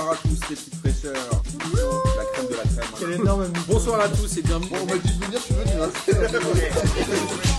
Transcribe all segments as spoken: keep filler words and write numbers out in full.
Bonsoir à tous les petites fraîcheurs. La crème de la crème. Quel énorme Bonsoir à tous et bienvenue. Bon, on m'a dit de venir, je suis venu. Hein.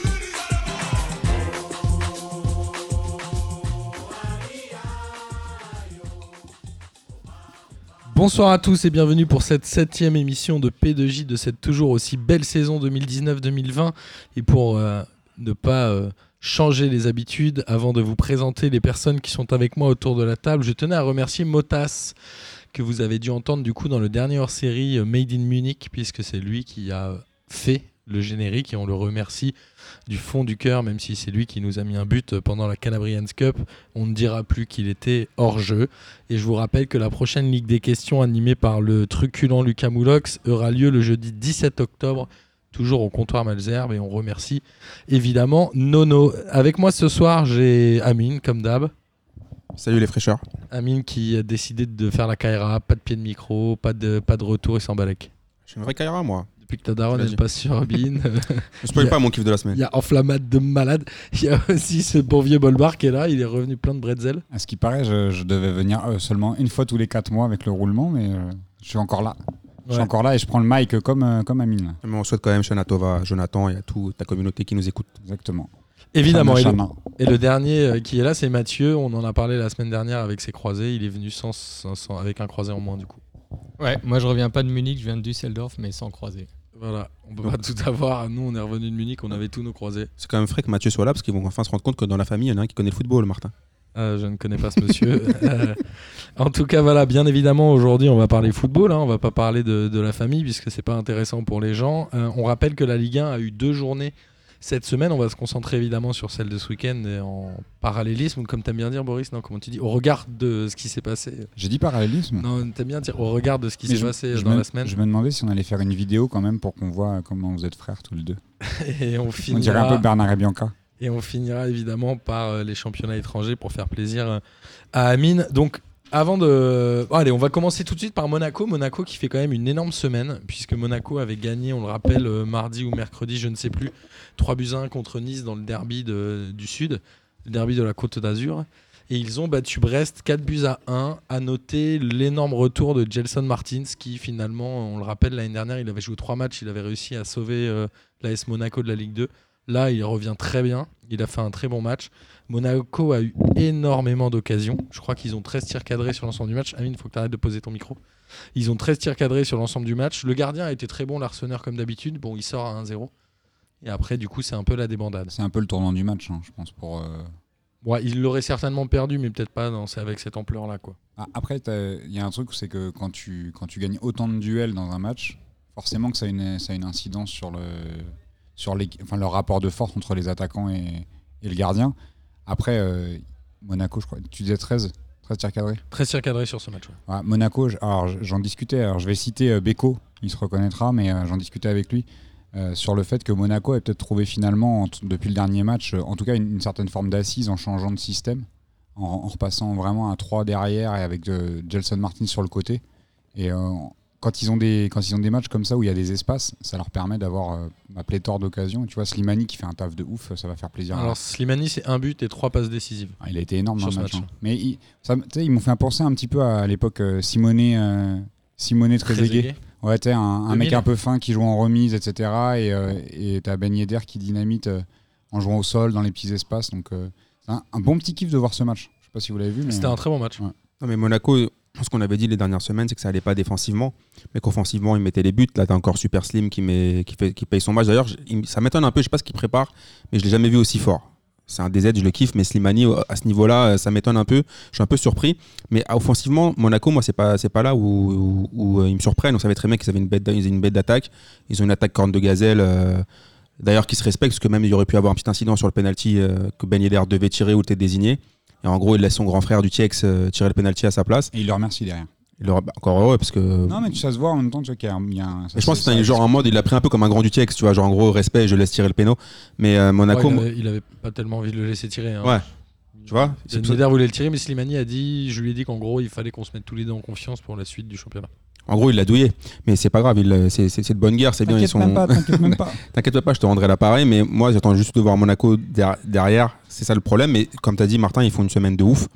Bonsoir à tous et bienvenue pour cette septième émission de P deux J de cette toujours aussi belle saison deux mille dix-neuf deux mille vingt. Et pour euh, ne pas euh, changer les habitudes, avant de vous présenter les personnes qui sont avec moi autour de la table, je tenais à remercier Motas, que vous avez dû entendre du coup dans le dernier hors-série euh, Made in Munich, puisque c'est lui qui a fait le générique et on le remercie du fond du cœur, même si c'est lui qui nous a mis un but pendant la Calabrians Cup. On ne dira plus qu'il était hors jeu. Et je vous rappelle que la prochaine Ligue des questions animée par le truculent Lucas Moulox aura lieu le jeudi dix-sept octobre, toujours au comptoir Malzerbe, et on remercie évidemment Nono. Avec moi ce soir, j'ai Amine, comme d'hab. Salut les fraîcheurs. Amine qui a décidé de faire la Kaira, pas de pied de micro, pas de, pas de retour et sans balèque. Je suis une vraie Kaira, moi. Depuis que ta daronne elle passe sur Robin. Je spoil a... pas mon kiff de la semaine. Il y a Enflammade de malade. Il y a aussi ce bon vieux Bolbar qui est là. Il est revenu plein de bretzel. À ce qui paraît, je, je devais venir euh, seulement une fois tous les quatre mois avec le roulement, mais euh, je suis encore là. Ouais. Je suis encore là et je prends le mic comme, euh, comme Amine. Mais on souhaite quand même Shana Tova, Jonathan et à toute ta communauté qui nous écoute. Exactement. Évidemment. Et le, et le dernier euh, qui est là, c'est Mathieu. On en a parlé la semaine dernière avec ses croisés. Il est venu sans, sans, sans, avec un croisé en moins du coup. Ouais, moi je reviens pas de Munich, je viens de Düsseldorf, mais sans croisé. Voilà, on peut pas tout avoir. Nous, on est revenu de Munich, on avait tous nos croisés. C'est quand même frais que Mathieu soit là parce qu'ils vont enfin se rendre compte que dans la famille, il y en a un qui connaît le football, Martin. Euh, je ne connais pas ce monsieur. euh, en tout cas, voilà, bien évidemment, aujourd'hui, on va parler football. Hein, on va pas parler de, de la famille puisque c'est pas intéressant pour les gens. Euh, on rappelle que la Ligue un a eu deux journées cette semaine. On va se concentrer évidemment sur celle de ce week-end en parallélisme, comme t'aimes bien dire, Boris. Non, comment tu dis, au regard de ce qui s'est passé. J'ai dit parallélisme. Non, t'aimes bien dire au regard de ce qui Mais s'est je, passé je dans me, la semaine. Je me demandais si on allait faire une vidéo quand même pour qu'on voit comment vous êtes frères tous les deux. Et on finira. On dirait un peu Bernard et Bianca. Et on finira évidemment par euh, les championnats étrangers pour faire plaisir euh, à Amine. Donc, avant de... Oh, allez, on va commencer tout de suite par Monaco. Monaco qui fait quand même une énorme semaine, puisque Monaco avait gagné, on le rappelle, euh, mardi ou mercredi, je ne sais plus, trois buts à un contre Nice dans le derby de, du Sud, le derby de la Côte d'Azur. Et ils ont battu Brest quatre buts à un. À noter l'énorme retour de Gelson Martins, qui finalement, on le rappelle, l'année dernière, il avait joué trois matchs, il avait réussi à sauver euh, l'A S Monaco de la Ligue deux. Là, il revient très bien. Il a fait un très bon match. Monaco a eu énormément d'occasions. Je crois qu'ils ont treize tirs cadrés sur l'ensemble du match. Amine, il faut que tu arrêtes de poser ton micro. Ils ont treize tirs cadrés sur l'ensemble du match. Le gardien a été très bon, Larsonneur, comme d'habitude. Bon, il sort à un zéro. Et après, du coup, c'est un peu la débandade. C'est un peu le tournant du match, hein, je pense. Pour, euh... ouais, il l'aurait certainement perdu, mais peut-être pas dans, avec cette ampleur-là, quoi. Ah, après, il y a un truc, c'est que quand tu, quand tu gagnes autant de duels dans un match, forcément que ça a une, ça a une incidence sur le... sur les, enfin, leur rapport de force entre les attaquants et, et le gardien. Après, euh, Monaco, je crois, tu disais treize, treize tirs cadrés treize tirs cadrés sur ce match. Ouais. Ouais, Monaco, alors j'en discutais, alors je vais citer euh, Beko, il se reconnaîtra, mais euh, j'en discutais avec lui euh, sur le fait que Monaco a peut-être trouvé finalement, en t- depuis le dernier match, euh, en tout cas une, une certaine forme d'assise en changeant de système, en, en repassant vraiment à trois derrière et avec euh, Gelson Martins sur le côté. Et euh, Quand ils, ont des, quand ils ont des matchs comme ça où il y a des espaces, ça leur permet d'avoir euh, ma pléthore d'occasions. Tu vois, Slimani qui fait un taf de ouf, ça va faire plaisir. Alors, Slimani, c'est un but et trois passes décisives. Ah, il a été énorme dans ce le match. match. Hein. Mais il, ça, ils m'ont fait penser un petit peu à, à l'époque euh, Simone, euh, Simone Trezeguet. Ouais, tu sais, un, un mec un peu fin qui joue en remise, et cetera. Et euh, et t'as Ben Yedder qui dynamite euh, en jouant au sol, dans les petits espaces. Donc, euh, c'est un, un bon petit kiff de voir ce match. Je sais pas si vous l'avez vu. Mais... C'était un très bon match. Ouais. Non, mais Monaco. Ce qu'on avait dit les dernières semaines, c'est que ça allait pas défensivement, mais qu'offensivement, ils mettaient les buts. Là, tu as encore Super Slim qui, met, qui, fait, qui paye son match. D'ailleurs, il, ça m'étonne un peu, je sais pas ce qu'il prépare, mais je l'ai jamais vu aussi fort. C'est un D Z, je le kiffe, mais Slimani, à ce niveau-là, ça m'étonne un peu. Je suis un peu surpris. Mais offensivement, Monaco, moi, c'est pas, c'est pas là où, où, où, où ils me surprennent. On savait très bien qu'ils avaient une bête, ils avaient une bête d'attaque. Ils ont une attaque corne de gazelle. Euh, d'ailleurs, qui se respecte, parce que même il y aurait pu avoir un petit incident sur le penalty euh, que Ben Yedder devait tirer ou était désigné. Et en gros, il laisse son grand frère du T X euh, tirer le penalty à sa place. Et il le remercie derrière. Il le, bah, encore heureux parce que. Non, mais ça se voit en même temps, tu vois qu'il y a, il y a un. Je pense que c'est un genre en mode, il l'a pris un peu comme un grand du T X, tu vois, genre en gros, respect, je laisse tirer le péno. Mais euh, Monaco. Ouais, il, avait, il avait pas tellement envie de le laisser tirer. Hein. Ouais. Tu vois, Ben Yedder voulait le tirer, mais Slimani a dit, je lui ai dit qu'en gros, il fallait qu'on se mette tous les deux en confiance pour la suite du championnat. En gros, il l'a douillé, mais c'est pas grave, il, c'est, c'est, c'est de bonne guerre, c'est t'inquiète bien. Ils sont... même pas, t'inquiète même pas. T'inquiète pas, je te rendrai l'appareil, mais moi, j'attends juste de voir Monaco der- derrière. C'est ça le problème. Mais comme tu as dit, Martin, ils font une semaine de ouf.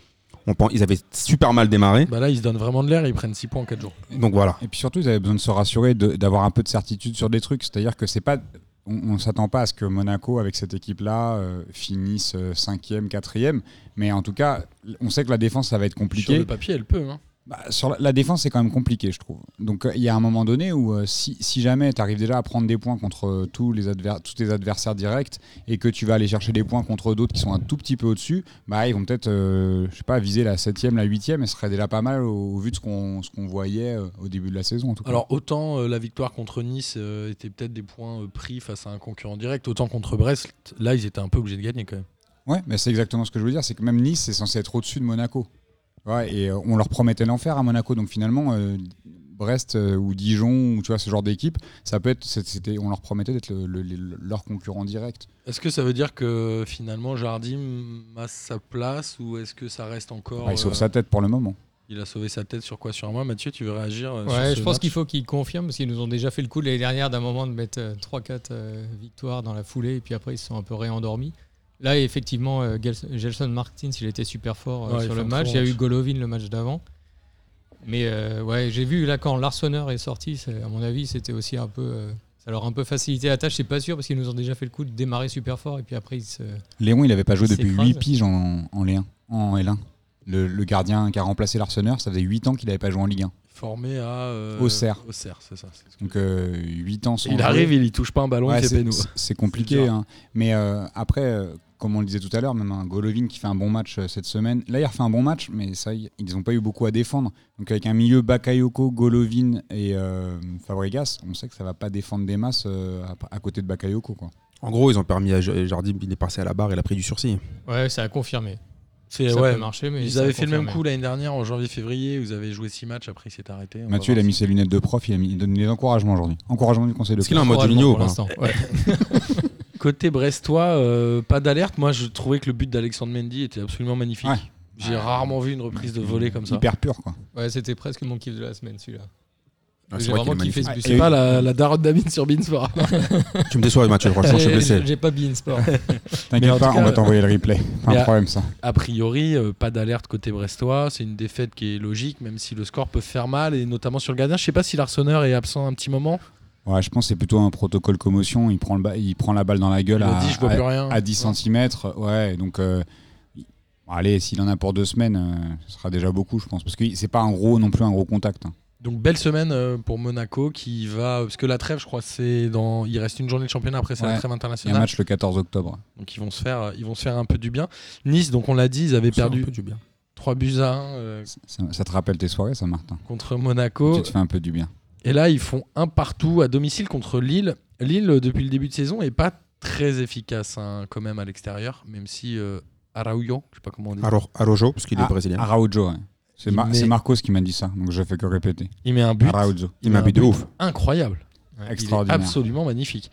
On pense, ils avaient super mal démarré. Bah là, ils se donnent vraiment de l'air et ils prennent six points en quatre jours. Donc voilà. Et puis surtout, ils avaient besoin de se rassurer, de- d'avoir un peu de certitude sur des trucs. C'est-à-dire que c'est pas, on ne s'attend pas à ce que Monaco, avec cette équipe-là, euh, finisse euh, cinquième, quatrième. Mais en tout cas, on sait que la défense, ça va être Sur compliqué. le papier, elle peut. Hein. Bah, sur la, la défense, c'est quand même compliqué, je trouve. Donc, il euh, y a un moment donné où, euh, si, si jamais tu arrives déjà à prendre des points contre euh, tous, les adver- tous tes adversaires directs et que tu vas aller chercher des points contre d'autres qui sont un tout petit peu au-dessus, bah, ils vont peut-être euh, je sais pas, viser la septième, la huitième, et ce serait déjà pas mal au, au vu de ce qu'on, ce qu'on voyait euh, au début de la saison. En tout cas. Alors, autant euh, la victoire contre Nice euh, était peut-être des points euh, pris face à un concurrent direct, autant contre Brest, là, ils étaient un peu obligés de gagner quand même. Ouais, mais c'est exactement ce que je veux dire, c'est que même Nice, c'est censé être au-dessus de Monaco. Ouais, et euh, on leur promettait l'enfer à Monaco, donc finalement, euh, Brest euh, ou Dijon, ou tu vois, ce genre d'équipe, ça peut être, c'était, on leur promettait d'être le- le- le- leur concurrent direct. Est-ce que ça veut dire que finalement Jardim a sa place ou est-ce que ça reste encore. Bah, il sauve euh, sa tête pour le moment. Il a sauvé sa tête sur quoi? Sur moi, Mathieu, tu veux réagir euh, sur Ouais, ce je pense match qu'il faut qu'ils confirment parce qu'ils nous ont déjà fait le coup l'année dernière d'un moment de mettre euh, trois quatre euh, victoires dans la foulée et puis après ils se sont un peu réendormis. Là, effectivement, euh, Gels- Gelson Martins, il était super fort euh, Ouais, il sur fait le un match. très Il y a bon eu match. Golovin le match d'avant. Mais euh, ouais, j'ai vu là quand l'Arseneur est sorti, c'est- à mon avis, c'était aussi un peu. euh, ça leur a un peu facilité la tâche, c'est pas sûr parce qu'ils nous ont déjà fait le coup de démarrer super fort et puis après ils se. Léon, il n'avait pas joué Il depuis s'écrase. huit piges en, en, L un, en L un. Le, le gardien qui a remplacé l'Arseneur, ça faisait huit ans qu'il n'avait pas joué en Ligue un. Formé à. Euh, Auxerre. Auxerre, c'est ça. c'est ce que- Donc euh, huit ans sans il jouer. arrive, il, il touche pas un ballon, Ouais, il fait c'est, pénou. c'est- c'est C'est compliqué. dur. Hein. Mais euh, après, euh, comme on le disait tout à l'heure, même un Golovin qui fait un bon match euh, cette semaine. Là, il refait un bon match, mais ça, y- ils n'ont pas eu beaucoup à défendre. Donc avec un milieu Bakayoko, Golovin et euh, Fabregas, on sait que ça va pas défendre des masses euh, à, à côté de Bakayoko, quoi. En gros, ils ont permis à J- Jardim, il est passé à la barre, il a pris du sursis. Ouais, ça a confirmé. C'est, Ça ouais, peut marcher, mais ils ça a avaient fait le même confirmé. coup l'année dernière en janvier-février. Vous avez joué six matchs, après il s'est arrêté. On va Mathieu, il voir a mis si- ses lunettes de prof, il, a mis, il donne des encouragements aujourd'hui. Encouragement du conseil de Est-ce qu'il a un classe. mode Encouragement Juninho, pour quoi. l'instant. Ouais. Côté brestois, euh, pas d'alerte. Moi, je trouvais que le but d'Alexandre Mendy était absolument magnifique. Ouais. J'ai rarement vu une reprise de volée comme ça. Hyper pur, quoi. Ouais, c'était presque mon kiff de la semaine celui-là. Ah, J'ai c'est vrai qu'il vraiment est kiffé ce magnifique. but. C'est pas la, la daronne d'Amine sur Beansport. Tu me déçois, Mathieu, franchement, je suis J'ai- blessé. J'ai pas bien sport. Mais T'inquiète en pas, tout on cas, va t'envoyer le replay. Pas mais un à- problème, ça. A priori, euh, pas d'alerte côté brestois. C'est une défaite qui est logique, même si le score peut faire mal, et notamment sur le gardien. Je sais pas si l'Arseneur est absent un petit moment. Ouais, je pense que c'est plutôt un protocole commotion. Il prend, le ba- il prend la balle dans la gueule Il a à, dit, je vois à- plus rien. à dix centimètres. Ouais, donc euh, il- bon, allez, s'il en a pour deux semaines, euh, ce sera déjà beaucoup, je pense. Parce que c'est pas un gros, non plus un gros contact. hein. Donc belle semaine euh, pour Monaco qui va, parce que la trêve, je crois, c'est dans, il reste une journée de championnat après, c'est Ouais. la trêve Il y a un internationale. match le quatorze octobre. Donc ils vont se faire, ils vont se faire un peu du bien. Nice, donc on l'a dit, ils avaient C'est un perdu peu du bien. trois buts à un euh, Ça, ça te rappelle tes soirées, ça, Martin? contre Monaco. Tu te fais un peu du bien. Et là, ils font un partout à domicile contre Lille. Lille, euh, depuis le début de saison, est pas très efficace hein, quand même à l'extérieur, même si euh, Araujo, je sais pas comment on dit, Aro- Arojo, parce qu'il est Ah, brésilien. Araujo, ouais. C'est, Il Mar- met- c'est Marcos qui m'a dit ça, donc je fais que répéter. il met un but Araujo. Il met un but de ouf. incroyable. Ouais. Il est Extraordinaire. absolument magnifique.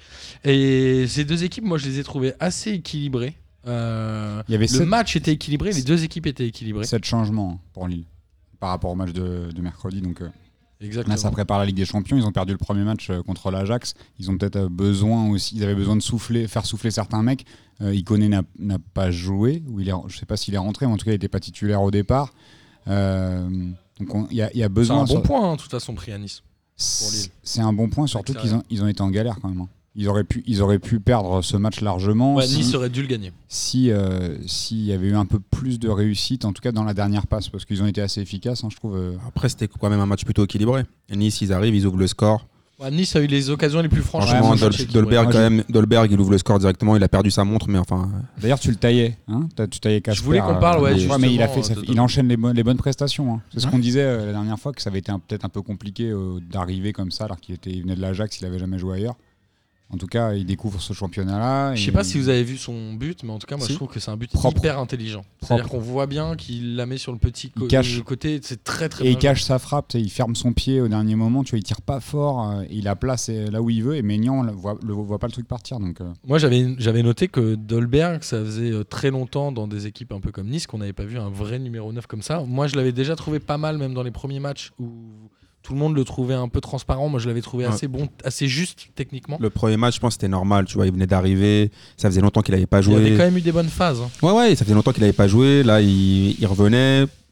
Et ces deux équipes, moi, je les ai trouvées assez équilibrées. Euh, Il y avait le sept, match était équilibré, les deux équipes étaient équilibrées. sept changements hein, pour Lille par rapport au match de, de mercredi. Donc euh, Exactement. là, ça prépare la Ligue des Champions. Ils ont perdu le premier match euh, contre l'Ajax. Ils ont peut-être euh, besoin aussi. Ils avaient besoin de souffler, faire souffler certains mecs. Euh, Iconé n'a, n'a pas joué. Ou il est, je sais pas s'il est rentré, mais en tout cas, il n'était pas titulaire au départ. Euh, donc on- il y, a- il y a C'est besoin. un bon sur- point, hein, de toute façon, pris à Nice. C'est Lille. c'est un bon point, surtout qu'ils l'extérieur. ont, ils ont été en galère quand même. hein. Ils auraient pu, ils auraient pu perdre ce match largement Ouais, si, Nice aurait dû le gagner. si, euh, s'il y avait eu un peu plus de réussite, en tout cas dans la dernière passe, parce qu'ils ont été assez efficaces, hein, je trouve. euh. Après, c'était quand même un match plutôt équilibré. Et Nice, ils arrivent, ils ouvrent le score. Ouais, Nice a eu les occasions les plus franches. Franchement, moi, Match Dol- équilibré. Dolberg, Moi, quand j'ai- même, Dolberg, il ouvre le score directement. Il a perdu sa montre, mais enfin. D'ailleurs, tu le taillais, hein T'as- tu taillais Casper. voulais qu'on parle, ouais, mais mais il a justement, fait, ça de- fait- de- il enchaîne les, bonnes- les bonnes prestations. hein. C'est ce Ouais. qu'on disait euh, la dernière fois, que ça avait été un- peut-être un peu compliqué euh, d'arriver comme ça, alors qu'il était, il venait de l'Ajax, il avait jamais joué ailleurs. En tout cas, il découvre ce championnat-là. Je sais et- pas si vous avez vu son but, mais en tout cas, moi Si. je trouve que c'est un but Propre. hyper intelligent. C'est-à-dire qu'on voit bien qu'il la met sur le petit co- Il cache. le côté, c'est très très Et il bien cache sa frappe, tu sais, il ferme son pied au dernier moment, tu vois, il tire pas fort, euh, il la place euh, là où il veut, et Maignan ne voit, le- voit pas le truc partir. Donc, euh, Moi, j'avais, j'avais noté que Dolberg, ça faisait euh, très longtemps dans des équipes un peu comme Nice qu'on n'avait pas vu un vrai numéro neuf comme ça. Moi, je l'avais déjà trouvé pas mal, même dans les premiers matchs où tout le monde le trouvait un peu transparent. Moi, je l'avais trouvé Ouais. assez bon, assez juste techniquement. Le premier match, je pense, c'était normal. Tu vois, il venait d'arriver. Ça faisait longtemps qu'il n'avait pas Il y avait joué. quand même eu des bonnes phases. hein. Ouais, ouais, ça faisait longtemps qu'il n'avait pas joué. Là, il, il revenait.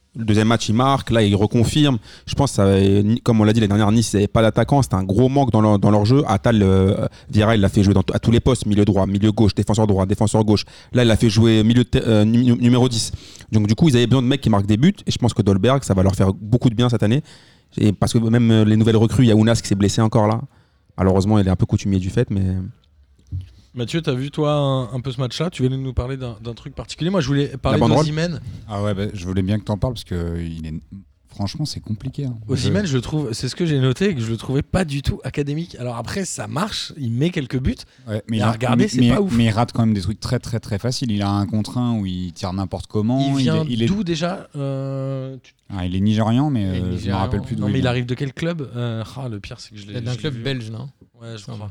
Le deuxième match, il marque. Là, il reconfirme. Je pense, que ça, comme on l'a dit l'année dernière, Nice n'avait pas d'attaquant. C'était un gros manque dans leur, dans leur jeu. Attal, euh, Vieira, il l'a fait jouer dans, à tous les postes, milieu droit, milieu gauche, défenseur droit, défenseur gauche. Là, il l'a fait jouer milieu de, euh, numéro dix. Donc, du coup, ils avaient besoin de mecs qui marquent des buts. Et je pense que Dolberg, ça va leur faire beaucoup de bien cette année. Et parce que même les nouvelles recrues, il y a Ounas qui s'est blessé encore là. Malheureusement, il est un peu coutumier du fait, mais. Mathieu, t'as vu toi un, un peu ce match-là? Tu voulais nous parler d'un, d'un truc particulier? Moi, je voulais parler d'Osimhen. Ah ouais, bah, je voulais bien que t'en parles parce que il est... franchement, c'est compliqué. Hein. Osimhen, je le trouve, c'est ce que j'ai noté, que je le trouvais pas du tout académique. Alors après, ça marche, il met quelques buts. Ouais, mais il à a, regarder, mais, c'est mais, pas ouf. Mais il rate quand même des trucs très très très faciles. Il a un contre un où il tire n'importe comment. Il vient il est, il est... d'où déjà euh, tu... ah, il est nigérian, mais Il est euh, je me nigérian. rappelle plus d'où Non, mais il il est. arrive de quel club euh, ah, le pire, c'est que je l'ai. Il est d'un je l'ai club vu. belge, non? Ouais, je Ça crois. va.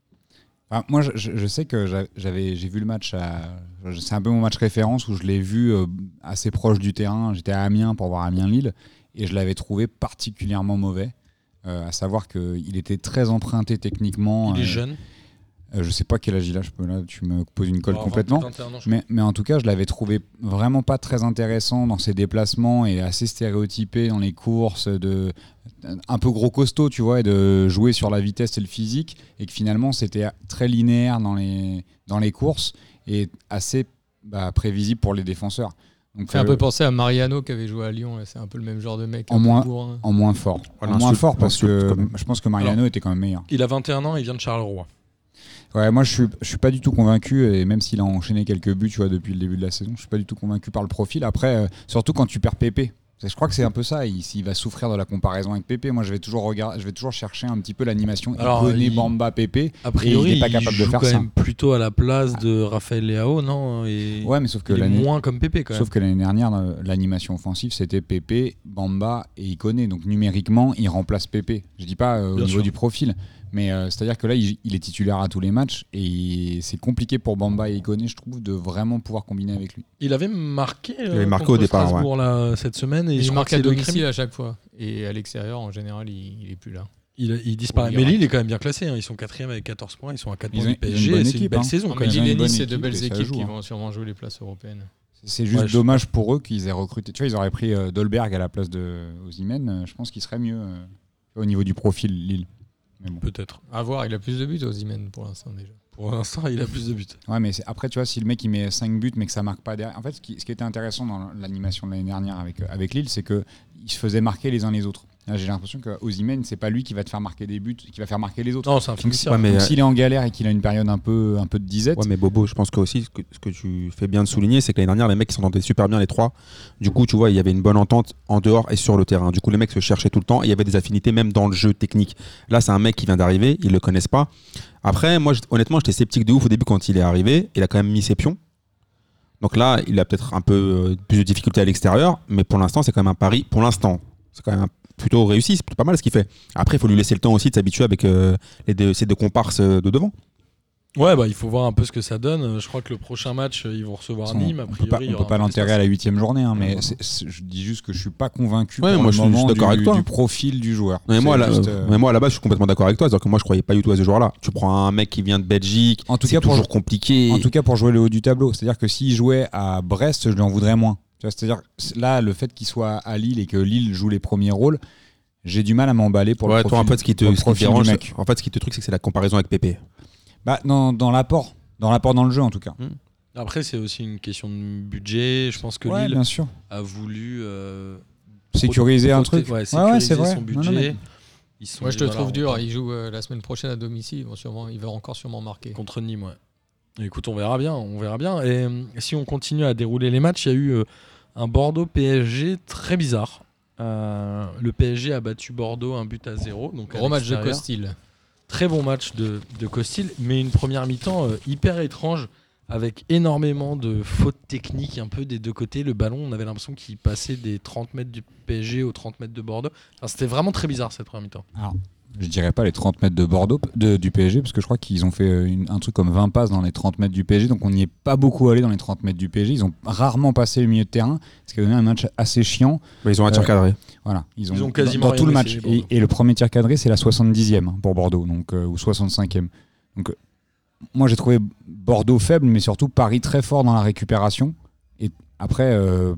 Ah, moi, je, je sais que j'avais, j'ai vu le match. À, c'est un peu mon match référence où je l'ai vu euh, assez proche du terrain. J'étais à Amiens pour voir Amiens-Lille et je l'avais trouvé particulièrement mauvais. Euh, à savoir qu'il était très emprunté techniquement. Il est euh, jeune. Euh, je sais pas quel âge il a, je peux, là tu me poses une colle Alors, complètement. vingt, vingt et un ans, je Mais, mais en tout cas, je l'avais trouvé vraiment pas très intéressant dans ses déplacements et assez stéréotypé dans les courses, de, un peu gros costaud, tu vois, et de jouer sur la vitesse et le physique. Et que finalement, c'était très linéaire dans les, dans les courses et assez bah, prévisible pour les défenseurs. Donc, fait euh, un peu penser à Mariano qui avait joué à Lyon. C'est un peu le même genre de mec. En un peu moins- bourrin. en moins fort. Voilà, en moins insulte- fort parce insulte, que quand même. je pense que Mariano Alors, était quand même meilleur. Il a vingt et un ans, il vient de Charleroi. Ouais, moi je suis, je suis pas du tout convaincu, et même s'il a enchaîné quelques buts tu vois, depuis le début de la saison, je suis pas du tout convaincu par le profil. Après, euh, surtout quand tu perds Pépé. C'est- Je crois que c'est un peu ça, il, il va souffrir de la comparaison avec Pépé. Moi je vais toujours, regarder, je vais toujours chercher un petit peu l'animation Alors, Iconé, il- Bamba, Pépé. A priori, Et il est pas il capable de joue faire quand ça. même plutôt à la place de Raphaël Leao, non? Et Ouais, mais sauf que il est l'année moins comme Pépé quand même. sauf que l'année dernière, euh, l'animation offensive c'était Pépé, Bamba et Iconé. Donc numériquement, il remplace Pépé. Je dis pas euh, au Bien niveau sûr. du profil, mais euh, c'est-à-dire que là, il, il est titulaire à tous les matchs et il- c'est compliqué pour Bamba et Iconé, je trouve, de vraiment pouvoir combiner avec lui. Il avait marqué, euh, Il avait marqué contre au départ, Strasbourg là, cette semaine. Et je Il crois marque que à c'est Loïc domicile Rémy. à chaque fois. Et à l'extérieur, en général, il, il est plus là. Il, il disparaît. Bon, il Mais ira. Lille est quand même bien classé. Hein. Ils sont quatrième avec quatorze points. Ils sont à quatre Ils points ont- du ils ont P S une G. bonne C'est une équipe, belle hein. saison Non, quand mais même. Ils ont Lille et une bonne Nice, c'est deux équipe belles et ça équipes joue, qui hein. vont sûrement jouer les places européennes. C'est juste Ouais, je- dommage pour eux qu'ils aient recruté. Tu vois, ils auraient pris euh, Dolberg à la place de Osimhen. euh, Je pense qu'il serait mieux euh, au niveau du profil Lille. Mais bon. Peut-être. À voir, il a plus de buts Osimhen pour l'instant déjà. Pour l'instant, il a plus de buts. Ouais, mais c'est- après, tu vois, si le mec il met cinq buts mais que ça marque pas derrière. En fait, ce qui, ce qui était intéressant dans l'animation de l'année dernière avec, euh, avec Lille, c'est qu'ils se faisaient marquer les uns les autres. Là, j'ai l'impression que Osimhen, c'est pas lui qui va te faire marquer des buts, qui va faire marquer les autres. Non, c'est un Donc, finisseur. Ouais, mais, Donc, euh, s'il est en galère et qu'il a une période un peu, un peu de disette, Ouais, mais Bobo, je pense que aussi ce que, ce que tu fais bien de souligner, c'est que l'année dernière, les mecs ils s'entendaient super bien les trois. Du coup, tu vois, il y avait une bonne entente en dehors et sur le terrain. Du coup, les mecs se cherchaient tout le temps et il y avait des affinités même dans le jeu technique. Là, c'est un mec qui vient d'arriver, ils le connaissent pas. Après, moi, je- honnêtement, j'étais sceptique de ouf au début quand il est arrivé. Il a quand même mis ses pions. Donc là, il a peut-être un peu euh, plus de difficultés à l'extérieur, mais pour l'instant, c'est quand même un pari. Pour l'instant, c'est quand même un- plutôt réussi, c'est plutôt pas mal ce qu'il fait. Après, il faut lui laisser le temps aussi de s'habituer avec euh, les deux, ces deux comparses euh, de devant. Ouais, bah il faut voir un peu ce que ça donne. Je crois que le prochain match, ils vont recevoir on, Nîmes. A on peut priori, pas, il y on aura peut pas un peu l'enterrer à d'espace. la huitième journée, hein, mais Ouais. c'est- c'est- je dis juste que je suis pas convaincu Ouais, pour moi, le je suis- je moment suis d'accord du, avec toi. du profil du joueur. Mais moi, C'est là, juste, euh, euh, mais moi, à la base, je suis complètement d'accord avec toi. C'est-à-dire que moi, je croyais pas du tout à ce joueur-là. Tu prends un mec qui vient de Belgique, En tout c'est cas, pour- toujours compliqué. En tout cas, pour jouer le haut du tableau. C'est-à-dire que s'il jouait à Brest, je lui en voudrais moins. Tu vois, c'est-à-dire là, le fait qu'il soit à Lille et que Lille joue les premiers rôles, j'ai du mal à m'emballer pour ouais, le toi, profil, en fait, ce qui te, pour le ce qui te profil du dérange, mec. en fait, ce qui te truc, c'est que c'est la comparaison avec Pépé. Bah, dans, dans l'apport. Dans l'apport dans le jeu, en tout cas. Après, c'est aussi une question de budget. Je pense que Ouais, Lille bien sûr. a voulu euh, Sécuriser un proté- truc. Ouais, Ouais, ouais, sécuriser c'est vrai. son Non, budget. non, mais- Ils se sont Moi, dit, je te voilà, trouve on dur. va- Il joue euh, la semaine prochaine à domicile. Ils vont sûrement, il va encore sûrement marquer. Contre Nîmes, ouais. Écoute, on verra bien, on verra bien. Et euh, si on continue à dérouler les matchs, il y a eu euh, un Bordeaux-P S G très bizarre. Euh, le P S G a battu Bordeaux un but à zéro. Donc à Gros match de l'extérieur. Costil. Très bon match de, de Costil, mais une première mi-temps euh, hyper étrange, avec énormément de fautes techniques un peu des deux côtés. Le ballon, on avait l'impression qu'il passait des trente mètres du P S G aux trente mètres de Bordeaux. Enfin, c'était vraiment très bizarre cette première mi-temps. Alors, je dirais pas les trente mètres de Bordeaux, de, du P S G, parce que je crois qu'ils ont fait euh, une- un truc comme vingt passes dans les trente mètres du P S G, donc on n'y est pas beaucoup allé dans les trente mètres du P S G. Ils ont rarement passé le milieu de terrain, ce qui a donné un match assez chiant. Bah, ils ont un tir Euh, cadré. Voilà, ils ont, Ils ont quasiment dans, dans tout le rien match. essayé, Et, Bordeaux. et le premier tir cadré, c'est la soixante-dixième hein, pour Bordeaux, donc, euh, ou soixante-cinquième. Donc, euh, moi, j'ai trouvé Bordeaux faible, mais surtout Paris très fort dans la récupération. Et après, euh,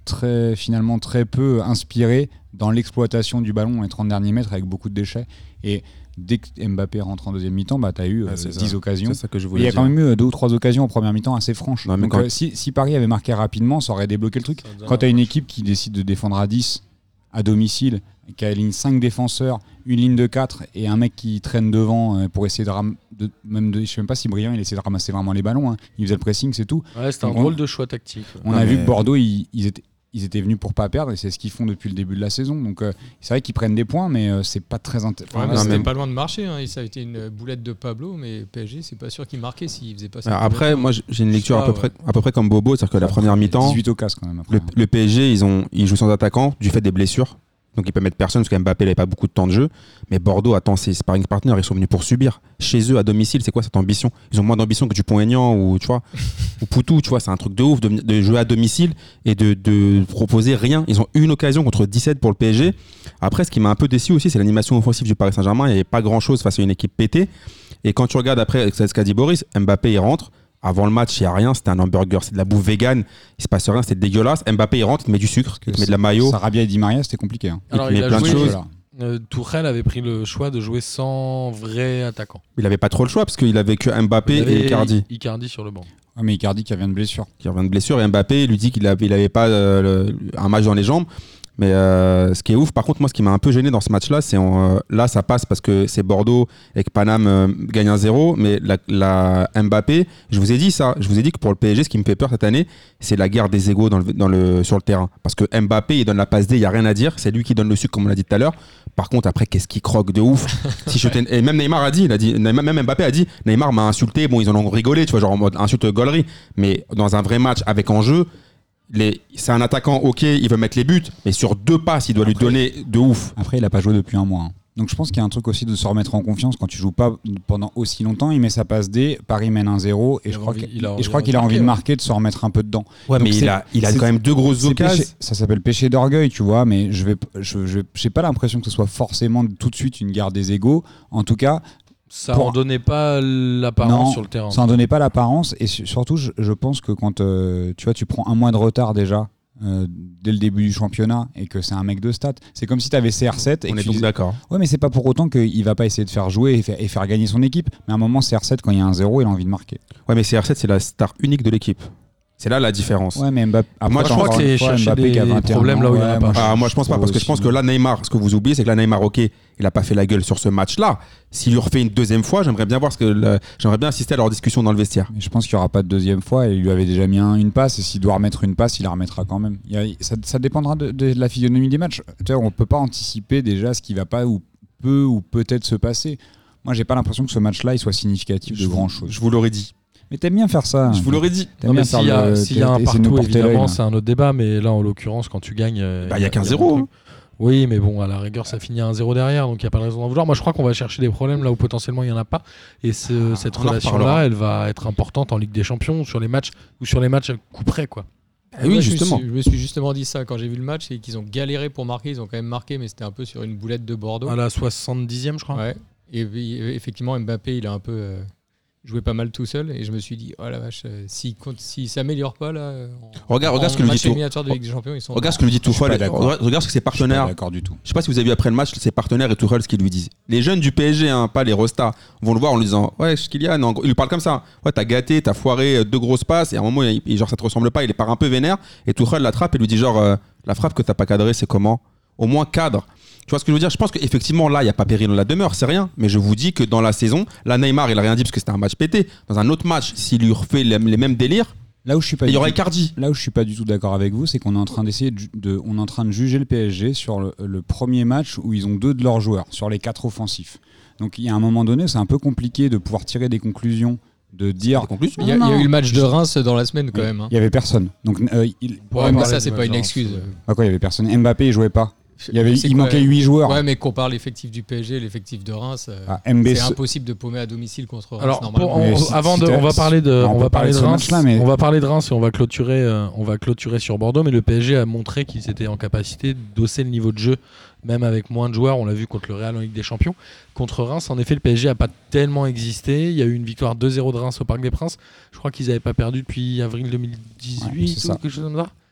très, finalement très peu inspiré dans l'exploitation du ballon dans les trente derniers mètres avec beaucoup de déchets. Et dès que Mbappé rentre en deuxième mi-temps, bah, tu as eu euh, Ouais, c'est dix ça. occasions. C'est ça que je Et voulais il y a dire. quand même eu deux ou trois occasions en première mi-temps assez franches. Non, mais Donc quand- euh, si, si Paris avait marqué rapidement, ça aurait débloqué le truc. Quand tu as une équipe qui décide de défendre à dix à domicile, qui aligne cinq défenseurs, une ligne de quatre et un mec qui traîne devant euh, pour essayer de, ram- de même de, je sais même pas si Briand il essayait de ramasser vraiment les ballons, hein. Il faisait le pressing, c'est tout. Ouais, c'était un Donc, on- drôle de choix tactique. On Non, a vu mais- que Bordeaux ils, ils étaient ils étaient venus pour pas perdre et c'est ce qu'ils font depuis le début de la saison. Donc euh, c'est vrai qu'ils prennent des points, mais euh, c'est pas très intéressant. Ouais, mais non, c'était mais- pas loin de marcher. Hein. Et ça a été une boulette de Pablo, mais P S G, c'est pas sûr qu'il marquait s'il faisait pas ça. Alors, après, moi j'ai une lecture Ah, à peu, ouais. près, à peu près comme Bobo, c'est-à-dire que la première mi-temps, dix-huit au casse quand même. Après. le, le P S G, ils, ont, ils jouent sans attaquant du fait des blessures. Donc ils peuvent mettre personne parce qu'Mbappé n'avait pas beaucoup de temps de jeu. Mais Bordeaux attend ses sparring partners, ils sont venus pour subir. Chez eux, à domicile, c'est quoi cette ambition? Ils ont moins d'ambition que Dupont-Aignan ou, tu vois, ou Poutou, tu vois, c'est un truc de ouf de, de jouer à domicile et de, de proposer rien. Ils ont eu une occasion contre dix-sept pour le P S G. Après, ce qui m'a un peu déçu aussi, c'est l'animation offensive du Paris Saint-Germain. Il n'y avait pas grand-chose face à une équipe pétée. Et quand tu regardes après, c'est ce qu'a dit Boris, Mbappé, il rentre. Avant le match, il n'y a rien, c'était un hamburger, c'est de la bouffe vegan, il se passe rien, c'était dégueulasse. Mbappé, il rentre, il te met du sucre, il te met de la mayo. Sarabia et Di Maria, c'était compliqué. Hein. Alors, il il met a plein de joué, choses. Voilà. euh, Tourelle avait pris le choix de jouer sans vrai attaquant. Il n'avait pas trop le choix parce qu'il avait que Mbappé Il avait et Icardi Icardi sur le banc. Ouais, mais Icardi qui revient de blessure. qui revient de blessure et Mbappé lui dit qu'il n'avait il avait pas euh, le- un match dans les jambes. Mais euh, ce qui est ouf, par contre, moi, ce qui m'a un peu gêné dans ce match-là, c'est en, euh, là, ça passe parce que c'est Bordeaux et que Paname euh, gagne un zéro. Mais la, la Mbappé, je vous ai dit ça, je vous ai dit que pour le P S G, ce qui me fait peur cette année, c'est la guerre des égos dans le, dans le, sur le terrain. Parce que Mbappé, il donne la passe D, il n'y a rien à dire. C'est lui qui donne le sucre, comme on l'a dit tout à l'heure. Par contre, après, qu'est-ce qu'il croque de ouf. Si je t'ai- Et même Neymar a dit, il a dit, même Mbappé a dit, Neymar m'a insulté. Bon, ils en ont rigolé, tu vois, genre en mode insulte gaulerie. Mais dans un vrai match avec enjeu, les... c'est un attaquant, ok, il veut mettre les buts, mais sur deux passes, il doit lui Après- donner de ouf. Après, il n'a pas joué depuis un mois. hein. Donc je pense qu'il y a un truc aussi de se remettre en confiance quand tu joues pas pendant aussi longtemps. Il met sa passe D, Paris mène un zéro et Il je a crois envie- qu'il il a et je crois qu'il a envie envie de de marquer, marquer, de se remettre un peu dedans. Ouais, Donc mais c'est- il a, il a c'est- quand même deux grosses C'est occasions. péché- ça s'appelle péché d'orgueil, tu vois, mais je vais, je, je, j'ai pas l'impression que ce soit forcément tout de suite une guerre des égaux. En tout cas, Ça Pour- en donnait pas l'apparence Non, sur le terrain. ça en donnait pas l'apparence. Et su- surtout, je, je pense que quand euh, tu vois, tu prends un mois de retard déjà euh, dès le début du championnat et que c'est un mec de stats, c'est comme si tu avais C R sept. Et On que est tu donc dis- d'accord. Ouais, mais c'est pas pour autant qu'il va pas essayer de faire jouer et faire, et faire gagner son équipe. Mais à un moment, C R sept, quand il y a un zéro, il a envie de marquer. Ouais, mais C R sept, c'est la star unique de l'équipe. C'est là la différence. Ouais, mais Mbappé, Moi, je encore crois que une c'est fois, chercher Mbappé qui a des vingt et un problèmes ans, là où il y en a ouais, pas. moi, Ah, moi, je pense pas, parce que je pense que là, Neymar, ce que vous oubliez, c'est que là, Neymar, ok, il a pas fait la gueule sur ce match-là. S'il lui refait une deuxième fois, j'aimerais bien voir ce que le- j'aimerais bien assister à leur discussion dans le vestiaire. Mais je pense qu'il n'y aura pas de deuxième fois. Et il lui avait déjà mis un- une passe. Et s'il doit remettre une passe, il la remettra quand même. Il y a- ça, ça dépendra de, de la physionomie des matchs. Tu vois, on ne peut pas anticiper déjà ce qui va pas ou peut ou peut-être se passer. Moi, j'ai pas l'impression que ce match-là il soit significatif de Je- grand chose. Je vous l'aurais dit. Mais t'aimes bien faire ça. Je vous l'aurais dit. T'aimes Non, mais bien faire s'il y a, le- s'il y a un essayer de nous partout, porter l'œil, évidemment, là. c'est un autre débat. Mais là, en l'occurrence, quand tu gagnes. euh, Bah, il y a qu'un un zéro, truc. Oui, mais bon, à la rigueur, ça finit à un zéro derrière, donc il n'y a pas de raison d'en vouloir. Moi, je crois qu'on va chercher des problèmes là où potentiellement il n'y en a pas. Et ce- Ah, cette on en reparlera. relation-là, elle va être importante en Ligue des Champions, sur les matchs ou sur les matchs coup près, quoi. Eh oui, Moi, je me justement. suis- Je me suis justement dit ça quand j'ai vu le match et qu'ils ont galéré pour marquer. Ils ont quand même marqué, mais c'était un peu sur une boulette de Bordeaux. À la soixante-dixième, je crois. Ouais. Et puis, euh, effectivement, Mbappé, il a un peu euh, joué pas mal tout seul. Et je me suis dit, oh la vache, euh, s'il compte- s'il s'améliore pas là, euh, en, Regarde, regarde en ce que lui dit match Tour- éliminatoire de Ligue des Champions, ils sont. Regarde ce que lui dit Je suis pas Tuchel. d'accord. Regarde regarde ce que ses Je suis pas partenaires. d'accord du tout. Je sais pas si vous avez vu après le match ses partenaires et Tuchel ce qu'ils lui disent. Les jeunes du P S G, hein, pas les Rostas, vont le voir en lui disant ouais Kylian, en gros, il lui parle comme ça. Ouais, t'as gâté, t'as foiré euh, deux grosses passes et à un moment il, il- genre ça te ressemble pas, il est part un peu vénère et Tuchel l'attrape et lui dit genre euh, la frappe que t'as pas cadrée c'est comment? Au moins cadre. Tu vois ce que je veux dire? Je pense qu'effectivement là il y a pas péril dans la demeure, c'est rien. Mais je vous dis que dans la saison, là Neymar il a rien dit parce que c'était un match pété. Dans un autre match, s'il lui refait les, les mêmes délires, Là où je suis pas il y du aura tout- Icardi. Là où je suis pas du tout d'accord avec vous, c'est qu'on est en train d'essayer de, de- on est en train de juger le P S G sur le, le premier match où ils ont deux de leurs joueurs sur les quatre offensifs. Donc il y a un moment donné, c'est un peu compliqué de pouvoir tirer des conclusions, de dire. Des conclusions. Il y, a, Non, il y a non. eu le match de Reims dans la semaine quand Oui. même. hein. Il y avait personne. Donc euh, il, Ouais, Ouais, mais parler ça, du c'est match pas une de excuse. Reims, ah quoi, il y avait personne. Mbappé il jouait pas. Il y avait, C'est il quoi, manquait huit joueurs. Ouais, mais compare l'effectif du P S G et l'effectif de Reims. euh, Ah, M B C c'est impossible de paumer à domicile contre Reims Alors, normalement. pour- on- Mais si- avant si de, t'as- on va parler de, on on peut va parler parler de de ce Reims. match-là, mais- On va parler de Reims et on va clôturer, euh, on va clôturer sur Bordeaux. Mais le P S G a montré qu'ils étaient en capacité d'hausser le niveau de jeu, même avec moins de joueurs. On l'a vu contre le Real en Ligue des Champions. Contre Reims, en effet, le P S G a pas tellement existé. Il y a eu une victoire deux zéro de Reims au Parc des Princes. Je crois qu'ils n'avaient pas perdu depuis avril deux mille dix-huit Ouais, c'est ou ça. quelque chose comme ça.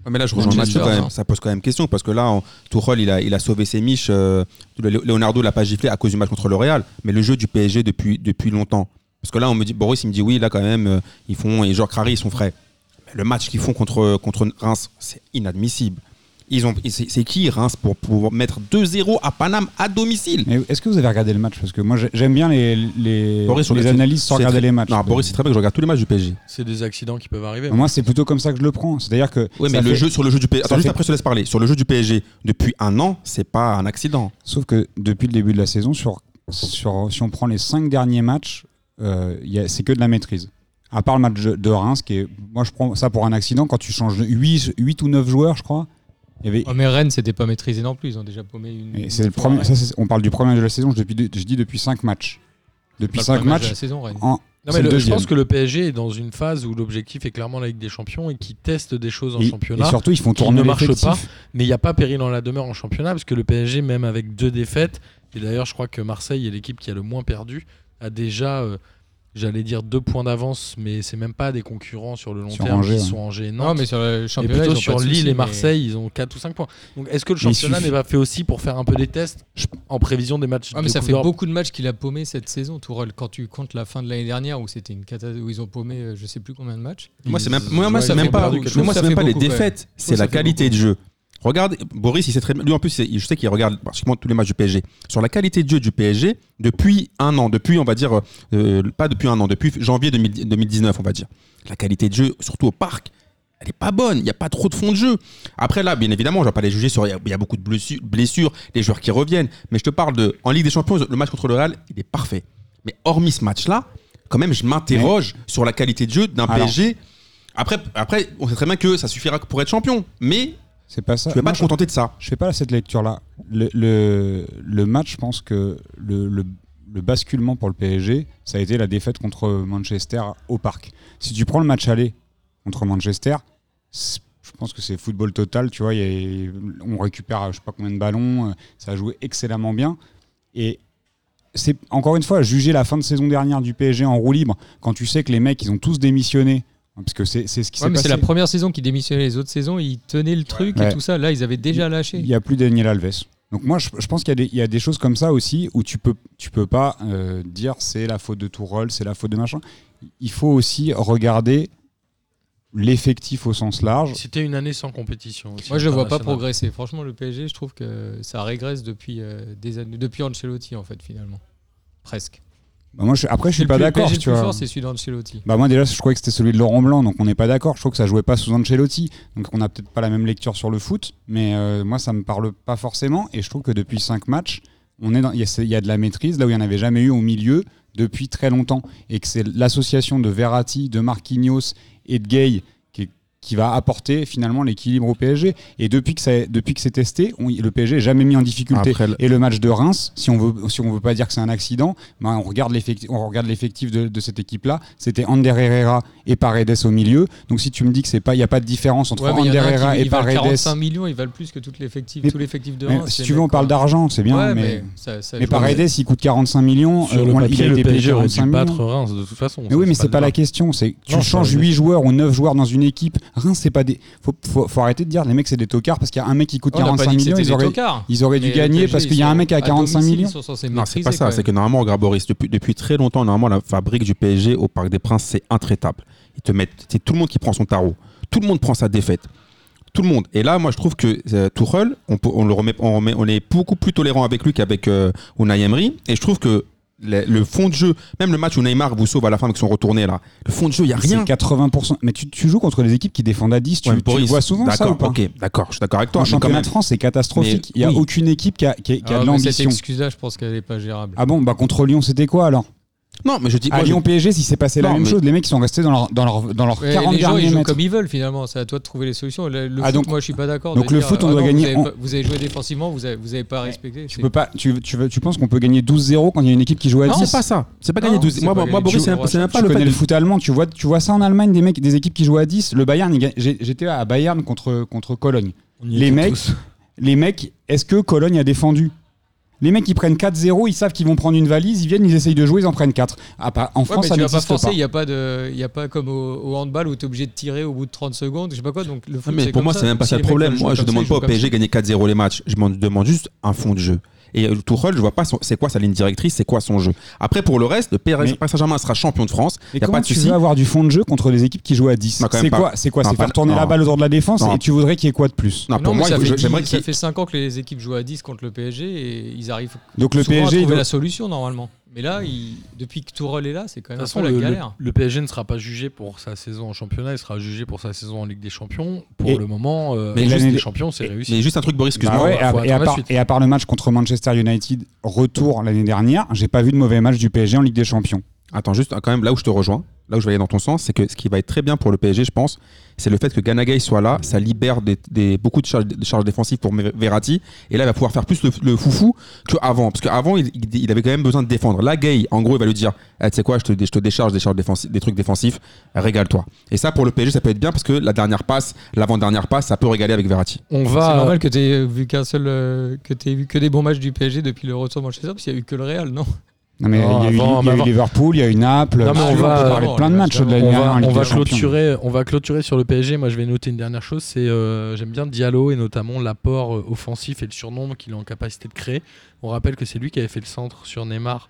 Ouais, mais là, je rejoins Manchester, Mathieu quand même. hein. Ça pose quand même question parce que là, en, Tuchel, il a, il a sauvé ses miches. Euh, Leonardo l'a pas giflé à cause du match contre le Real, mais le jeu du P S G depuis, depuis longtemps. Parce que là, on me dit, Boris, il me dit oui, là quand même, euh, ils font, et Jorge Crary, ils sont frais. Mais le match qu'ils font contre, contre Reims, c'est inadmissible. Ils ont, c'est, c'est qui Reims pour pouvoir mettre deux zéro à Paname à domicile? Mais est-ce que vous avez regardé le match? Parce que moi, j'ai- j'aime bien les, les, Boris, les regarde- analyses sans c'est regarder très- les matchs. Non, Boris, c'est très bien que je regarde tous les matchs du P S G. C'est des accidents qui peuvent arriver. Moi, c'est plutôt comme ça que je le prends. C'est-à-dire que. Oui, mais ça le fait- jeu sur le jeu du P S G. Attends, ça juste fait- après, je te laisse parler. Sur le jeu du P S G, depuis un an, c'est pas un accident. Sauf que depuis le début de la saison, sur, sur, si on prend les cinq derniers matchs, euh, y a- c'est que de la maîtrise. À part le match de de Reims, qui est, moi je prends ça pour un accident, quand tu changes huit ou neuf joueurs, je crois. Il y avait, Oh, mais Rennes, c'était pas maîtrisé non plus. Ils ont déjà paumé une. et une c'est le fois, premier, ouais. ça, c'est- on parle du premier match de la saison, je, depuis, je dis depuis cinq matchs. Depuis Pas le cinq premier match de matchs, la saison, Rennes. en, Non, c'est mais le le- je deuxième. pense que le P S G est dans une phase où l'objectif est clairement la Ligue des Champions et qui teste des choses en Et- championnat. Et surtout, ils font qui tourner ne marche l'effectif. pas. Mais il n'y a pas péril dans la demeure en championnat parce que le P S G, même avec deux défaites, et d'ailleurs, je crois que Marseille est l'équipe qui a le moins perdu, a déjà, euh, j'allais dire, deux points d'avance, mais c'est même pas des concurrents sur le long Sur terme Angers, qui ouais. sont Angers et Nantes. Non, mais sur le Et championnat, plutôt ils ont sur pas de Lille soucis, et mais- Marseille, ils ont quatre ou cinq points. Donc est-ce que le Mais il championnat suffit- n'est pas fait aussi pour faire un peu des tests en prévision des matchs Ah, mais de ça Coupe fait d'Europe beaucoup de matchs qu'il a paumé cette saison, Tourelle. Quand tu comptes la fin de l'année dernière où c'était une cata, où ils ont paumé euh, je sais plus combien de matchs. Moi, c'est même, Ils- moi, moi, ouais, c'est ça même fait pas, beaucoup, je mais trouve moi, que c'est ça même fait pas les beaucoup, quand même. défaites, Je c'est trouve que la ça fait qualité beaucoup. de jeu. Regarde, Boris, il sait très bien. Lui, en plus, c'est- je sais qu'il regarde pratiquement tous les matchs du P S G. Sur la qualité de jeu du P S G, depuis un an, depuis, on va dire, euh, pas depuis un an, depuis janvier deux mille deux mille dix-neuf, on va dire. La qualité de jeu, surtout au parc, elle n'est pas bonne. Il n'y a pas trop de fond de jeu. Après, là, bien évidemment, je ne vais pas les juger sur. Il y a- il y a beaucoup de blessu- blessures, les joueurs qui reviennent. Mais je te parle de. En Ligue des Champions, le match contre le Real, il est parfait. Mais hormis ce match-là, quand même, je m'interroge sur la qualité de jeu d'un P Alors. S G. Après, après, on sait très bien que ça suffira pour être champion. Mais C'est pas ça. tu ne vas Moi, pas te je- contenter de ça. Je fais pas cette lecture-là. Le, le, le match, je pense que le, le, le basculement pour le P S G, ça a été la défaite contre Manchester au Parc. Si tu prends le match aller contre Manchester, c'est- je pense que c'est football total. Tu vois, il y a- on récupère je sais pas combien de ballons, euh, ça a joué excellemment bien. Et c'est encore une fois juger la fin de saison dernière du P S G en roue libre quand tu sais que les mecs ils ont tous démissionné. Parce que c'est c'est ce qui Ouais, s'est mais passé. c'est la première saison qui démissionnait, les autres saisons, ils tenaient le truc Ouais. et tout ça. Là, ils avaient déjà lâché. Il n'y a plus Daniel Alves. Donc moi, je, je pense qu'il y a, des, il y a des choses comme ça aussi où tu peux, tu peux pas euh, dire c'est la faute de Tourelle, c'est la faute de machin. Il faut aussi regarder l'effectif au sens large. C'était une année sans compétition. aussi Moi, je ne vois pas internationale. progresser. Franchement, le P S G, je trouve que ça régresse depuis euh, des années, depuis Ancelotti, en fait, finalement. Presque. Bah, moi, je, après, je suis Le pas plus- d'accord. Le P S G tu le plus vois. fort, c'est celui d'Ancelotti. Bah moi déjà, je croyais que c'était celui de Laurent Blanc, donc on n'est pas d'accord. Je trouve que ça jouait pas sous Ancelotti, donc on n'a peut-être pas la même lecture sur le foot, mais euh, moi ça me parle pas forcément. Et je trouve que depuis cinq matchs, on est dans, il y, a- il y a de la maîtrise là où il n'y en avait jamais eu au milieu depuis très longtemps, et que c'est l'association de Verratti, de Marquinhos et de Gay qui, qui va apporter finalement l'équilibre au P S G. Et depuis que ça, depuis que c'est testé, on- le P S G n'est jamais mis en difficulté. Après, le- Et le match de Reims, si on veut, si on veut pas dire que c'est un accident, ben on regarde l'effectif, on regarde l'effectif de, de cette équipe-là. C'était Ander Herrera et Paredes au milieu. Donc si tu me dis que c'est pas, il y a pas de différence entre Ouais, mais il y Ander en a un qui- Herrera et ils valent Paredes. quarante-cinq millions, ils valent plus que tout l'effectif, Mais- tout l'effectif de Mais Reims. si les tu veux, on mecs, parle quoi. d'argent, c'est bien. Ouais, mais mais ça, ça mais joue. Paredes, il coûte quarante-cinq millions. Sur euh, le on- papier, il a le été P payé S G aurait quarante-cinq dû millions. battre Reims de toute façon. Mais oui, Ça, mais c'est c'est pas le la débat. question. C'est tu Non, changes ça, huit joueurs ou neuf joueurs dans une équipe. Reims, c'est pas des. Faut, faut, faut arrêter de dire les mecs c'est des tocards parce qu'il y a un mec qui coûte On n'a pas quarante-cinq dit que millions, c'était ils des auraient, tocards. ils auraient dû Mais le gagner P S G, parce qu'il ils y a un sont mec à quarante-cinq domicile, millions. Ils sont censés Non, c'est maîtriser, pas ça. quand C'est même. que normalement, regarde Boris, depuis, depuis très longtemps, normalement, la fabrique du P S G au Parc des Princes, c'est intraitable. Ils te mettent, c'est tout le monde qui prend son tarot. Tout le monde prend sa défaite. Tout le monde. Et là, moi, je trouve que euh, Tuchel, on, peut- on le remet, on remet, on est beaucoup plus tolérant avec lui qu'avec euh, Unai Emery. Et je trouve que le, le fond de jeu, même le match où Neymar vous sauve à la fin avec son retourné là, le fond de jeu, il y a rien. C'est quatre-vingts pour cent. Mais tu, tu joues contre des équipes qui défendent à dix. Tu, Ouais, tu Boris, le vois souvent ça d'accord, ou pas? Ok, d'accord, je suis d'accord avec toi. En mais quand championnat même- de France, c'est catastrophique. Mais Il n'y a oui. aucune équipe qui a, qui a- qui a Ah, de mais cette l'ambition. excuse-là, je pense qu'elle n'est pas gérable. Ah bon, bah contre Lyon, c'était quoi alors? Non, mais je dis. À moi, je- Lyon P S G, si c'est passé la Non, même mais- chose, les mecs ils sont restés dans leur, dans leur, dans leurs Ouais, quarante les gens, ils derniers jouent mètres. comme ils veulent finalement. C'est à toi de trouver les solutions. Le, le Ah, foot, donc- moi, je suis pas d'accord. donc de le dire, foot, on ah doit non, gagner Vous avez, en- pas- vous avez joué défensivement, vous avez, vous avez pas respecté. Tu C'est- peux pas, tu, tu, veux- tu penses qu'on peut gagner douze zéro quand il y a une équipe qui joue à Non, dix? c'est pas ça. C'est pas Non, gagner douze. c'est Moi, pas moi, gagner. Boris, Tu c'est joues même- c'est même Tu pas le connais fait le de- foot allemand, tu vois, tu vois ça en Allemagne, des mecs, des équipes qui jouent à dix. Le Bayern, il gagne- j'ai- j'étais à Bayern contre, contre Cologne. On y Les était mecs, tous. les mecs, est-ce que Cologne a défendu? Les mecs, ils prennent quatre zéro, ils savent qu'ils vont prendre une valise, ils viennent, ils essayent de jouer, ils en prennent quatre. Ah, pas, en Ouais, France, mais ça tu vas pas n'existe forcer, pas. il n'y a, pas de- y a pas comme au, au handball où tu es obligé de tirer au bout de trente secondes, je sais pas quoi. Donc le Ah, foot, mais c'est pour comme moi, ça. c'est même pas Donc, ça si le les mecs problème. veulent Moi, jouer je comme ça, demande ils pas au jouent P S G comme gagner quatre zéro les matchs. Je m'en demande juste un fond de jeu. Et euh, Tuchel, je vois pas son- c'est quoi sa ligne directrice, c'est quoi son jeu. Après, pour le reste, le P S G Mais- Paris Saint-Germain sera champion de France. Et Il y a comment pas de tu souci. veux avoir du fond de jeu contre des équipes qui jouent à dix? Non, quand même C'est pas. quoi C'est quoi Non, C'est pas- faire tourner non. la balle autour de la défense Non. et tu voudrais qu'il y ait quoi de plus? Non, Non, pour mais moi, ça, je- fait j'aimerais dix, ça qu'il- fait cinq ans que les équipes jouent à dix contre le P S G et ils arrivent Donc le souvent P S à G, il trouver doit- la solution normalement. Mais là, il- depuis que Tourelle est là, c'est quand De même un toute façon, peu la le, le, galère. le P S G ne sera pas jugé pour sa saison en championnat, il sera jugé pour sa saison en Ligue des Champions. Pour Et- le moment, euh, mais juste l'année- les champions, c'est réussi. Mais juste un truc, Boris, Bah excuse-moi. ouais, et, à, faut et à attendre la part, suite. et à part le match contre Manchester United, retour l'année dernière, j'ai pas vu de mauvais match du P S G en Ligue des Champions. Attends, juste quand même, là où je te rejoins, là où je vais aller dans ton sens, c'est que ce qui va être très bien pour le P S G, je pense, c'est le fait que Gana Gueye soit là, ça libère des, des- beaucoup de charges, de charges défensives pour Verratti, et là il va pouvoir faire plus le, le foufou qu'avant, parce qu'avant il, il, il avait quand même besoin de défendre. Là, Gueye, en gros, il va lui dire, eh, tu sais quoi, je te, je te décharge des, charges défensives, des trucs défensifs, régale-toi. Et ça, pour le P S G, ça peut être bien, parce que la dernière passe, l'avant-dernière passe, ça peut régaler avec Verratti. On C'est va. normal que tu aies vu qu'un seul, euh, que tu vu que des bons matchs du P S G depuis le retour de Manchester, parce qu'il y a eu que le Real, non? Non, mais Non, il y a eu, avant, il y a eu avant. Liverpool, il y a eu Naples. Non, mais Ah, on tu vois, va- peut parler de plein de matchs de l'année On dernière va, en Ligue on, va des Champions. clôturer, on va clôturer sur le P S G. Moi, je vais noter une dernière chose, c'est euh, j'aime bien Diallo et notamment l'apport euh, offensif et le surnombre qu'il est en capacité de créer. On rappelle que c'est lui qui avait fait le centre sur Neymar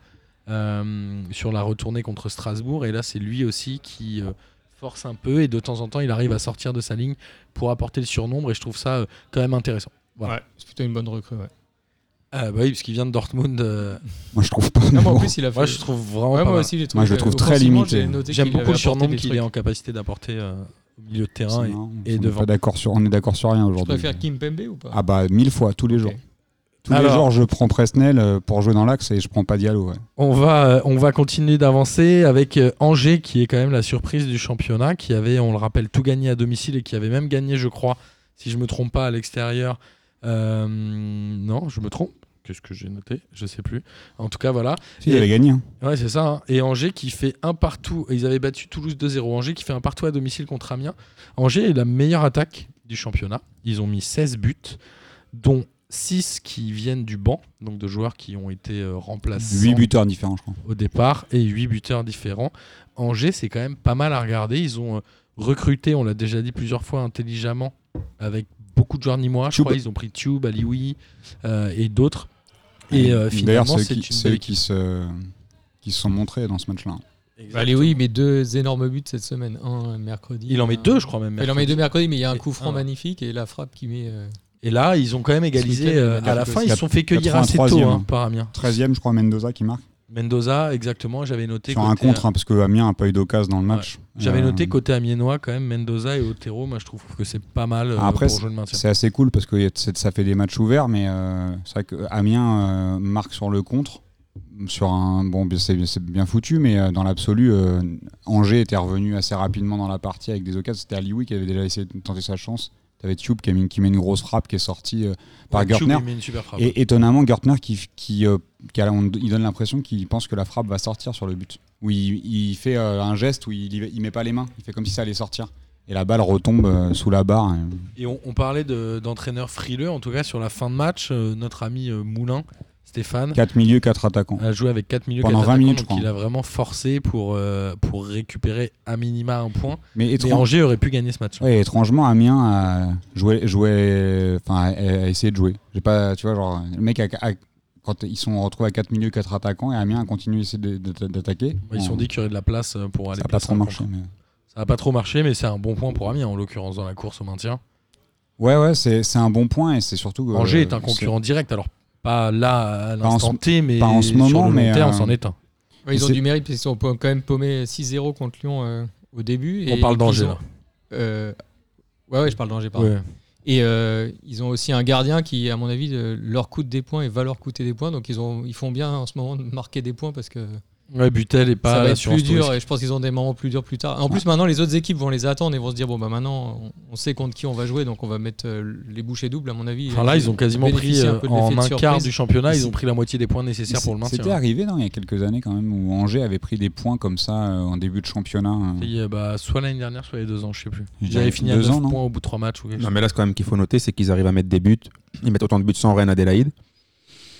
euh, sur la retournée contre Strasbourg, et là c'est lui aussi qui euh, force un peu et de temps en temps il arrive à sortir de sa ligne pour apporter le surnombre, et je trouve ça euh, quand même intéressant. Voilà. Ouais, c'est plutôt une bonne recrue. Ouais. Ah bah oui, parce qu'il vient de Dortmund. euh, Moi, je trouve pas. Non, mais mais en bon. plus, il a fait. Moi, je trouve vraiment Ouais, pas moi mal. aussi, j'ai trouvé Moi, je le que, trouve très offensivement, limité. j'ai noté J'aime qu'il beaucoup avait le apporté surnombre des qu'il trucs. est en capacité d'apporter euh, au milieu de C'est terrain et, marrant. et on est devant. pas d'accord sur, on est d'accord sur rien Tu aujourd'hui. préfères Kimpembe ou pas? Ah bah mille fois, tous les Ok. jours. Tous les Alors- jours, je prends Presnel euh, pour jouer dans l'axe et je prends pas Diallo. Ouais. On va, euh, on va continuer d'avancer avec euh, Angers, qui est quand même la surprise du championnat, qui avait, on le rappelle, tout gagné à domicile et qui avait même gagné, je crois, si je me trompe pas, à l'extérieur. Euh, non, je me trompe. Qu'est-ce que j'ai noté? Je sais plus. En tout cas, voilà. Si, Et- il avait gagné. hein. Ouais, c'est ça. hein. Et Angers qui fait un partout. Ils avaient battu Toulouse deux zéro. Angers qui fait un partout à domicile contre Amiens. Angers est la meilleure attaque du championnat. Ils ont mis seize buts, dont six qui viennent du banc, donc de joueurs qui ont été euh, remplacés huit buteurs différents, je crois. au départ et huit buteurs différents. Angers, c'est quand même pas mal à regarder. Ils ont euh, recruté, on l'a déjà dit plusieurs fois, intelligemment, avec beaucoup de joueurs nimois. Je Tube. crois ils ont pris Tube, Alioui euh, et d'autres. Et euh, D'ailleurs, finalement, ceux c'est qui, une ceux belle qui se, qui se sont montrés dans ce match-là. Bah, allez, oui, mais deux énormes buts cette semaine. Un mercredi. Il en met un- deux, je crois même. Il en met deux mercredi, mais il y a un Et coup franc un. magnifique et la frappe qui met. euh, Et là, ils ont quand même égalisé. week-end, euh, il y a à la quelque fin, chose. ils se sont fait cueillir assez tôt quatre-vingt-troisième. hein, par Amiens. treizième, je crois, Mendoza qui marque. Mendoza, exactement. J'avais noté. Sur un côté, contre, hein, parce que Amiens n'a pas eu d'occasion dans le match. J'avais Euh, noté côté amiénois quand même, Mendoza et Otero. Moi, je trouve que c'est pas mal euh, Après, pour jouer le maintien. C'est assez cool parce que y a- c'est- ça fait des matchs ouverts, mais euh, c'est vrai que Amiens euh, marque sur le contre. Sur un bon, c'est c'est bien foutu, mais euh, dans l'absolu, euh, Angers était revenu assez rapidement dans la partie avec des occasions. C'était Alioui qui avait déjà essayé de tenter sa chance. T'avais Tube qui, a mis- qui met une grosse frappe qui est sortie euh, par Ouais, Tchoup, Gertner. il met une super frappe. Et étonnamment, Gertner qui, qui, euh, qui a- on- il donne l'impression qu'il pense que la frappe va sortir sur le but. Où il, il fait euh, un geste où il, il met pas les mains. Il fait comme si ça allait sortir. Et la balle retombe euh, sous la barre. Et on, on parlait de- d'entraîneurs frileux, en tout cas sur la fin de match, euh, notre ami euh, Moulin, Stéphane, quatre milieux, quatre attaquants. a joué avec quatre milieux Pendant quatre vingt attaquants, minutes, je donc crois. il a vraiment forcé pour, euh, pour récupérer à minima un point. Mais Et étrange- Angers aurait pu gagner ce match. Ouais, étrangement, Amiens a joué, joué, enfin, a, a essayé de jouer. J'ai pas, tu vois, genre, le mec, a, a- quand ils sont retrouvés à quatre milieux, quatre attaquants, et Amiens a continué à essayer de- de- d'attaquer. Ils se sont Bon, dit qu'il y aurait de la place euh, pour aller ça n'a pas placer trop un marché. contre. Mais... Ça n'a pas trop marché, mais c'est un bon point pour Amiens, en l'occurrence, dans la course au maintien. Ouais, ouais, c'est c'est un bon point et c'est surtout. euh, Angers est un c'est- concurrent direct, alors pas là à Pas en l'instant ce- T, mais pas en ce sur moment, le long mais, terme, euh, c'en est un. Ouais, ils ont C'est- du mérite parce qu'ils ont quand même paumé six zéro contre Lyon euh, au début. On et parle ils d'Angers ont- là. euh, Ouais, ouais, je parle d'Angers, pardon. Ouais. Et euh, ils ont aussi un gardien qui, à mon avis, euh, leur coûte des points et va leur coûter des points. Donc ils, ont, ils font bien en ce moment de marquer des points parce que Ouais, Butel est pas ça va être l'assurance plus dur. touristique. Et je pense qu'ils ont des moments plus durs plus tard. En plus, maintenant, les autres équipes vont les attendre et vont se dire bon, bah maintenant, on, on sait contre qui on va jouer. Donc on va mettre euh, les bouchées doubles, à mon avis. Enfin, là, ils ont quasiment pris bénéficier un euh, peu de en l'effet de un quart surprise. du championnat, ils C'est- ont pris la moitié des points nécessaires pour le maintien. C'était arrivé non, il y a quelques années quand même où Angers avait pris des points comme ça euh, en début de championnat. euh. Et, euh, bah, soit l'année dernière, soit il y a deux ans, je sais plus. Je Ils dirais avaient fini à deux neuf ans, non points au bout de trois matchs ou quelque Non, chose. mais là, ce quand même qu'il faut noter, c'est qu'ils arrivent à mettre des buts. Ils mettent autant de buts sans Rennes Adélaïde.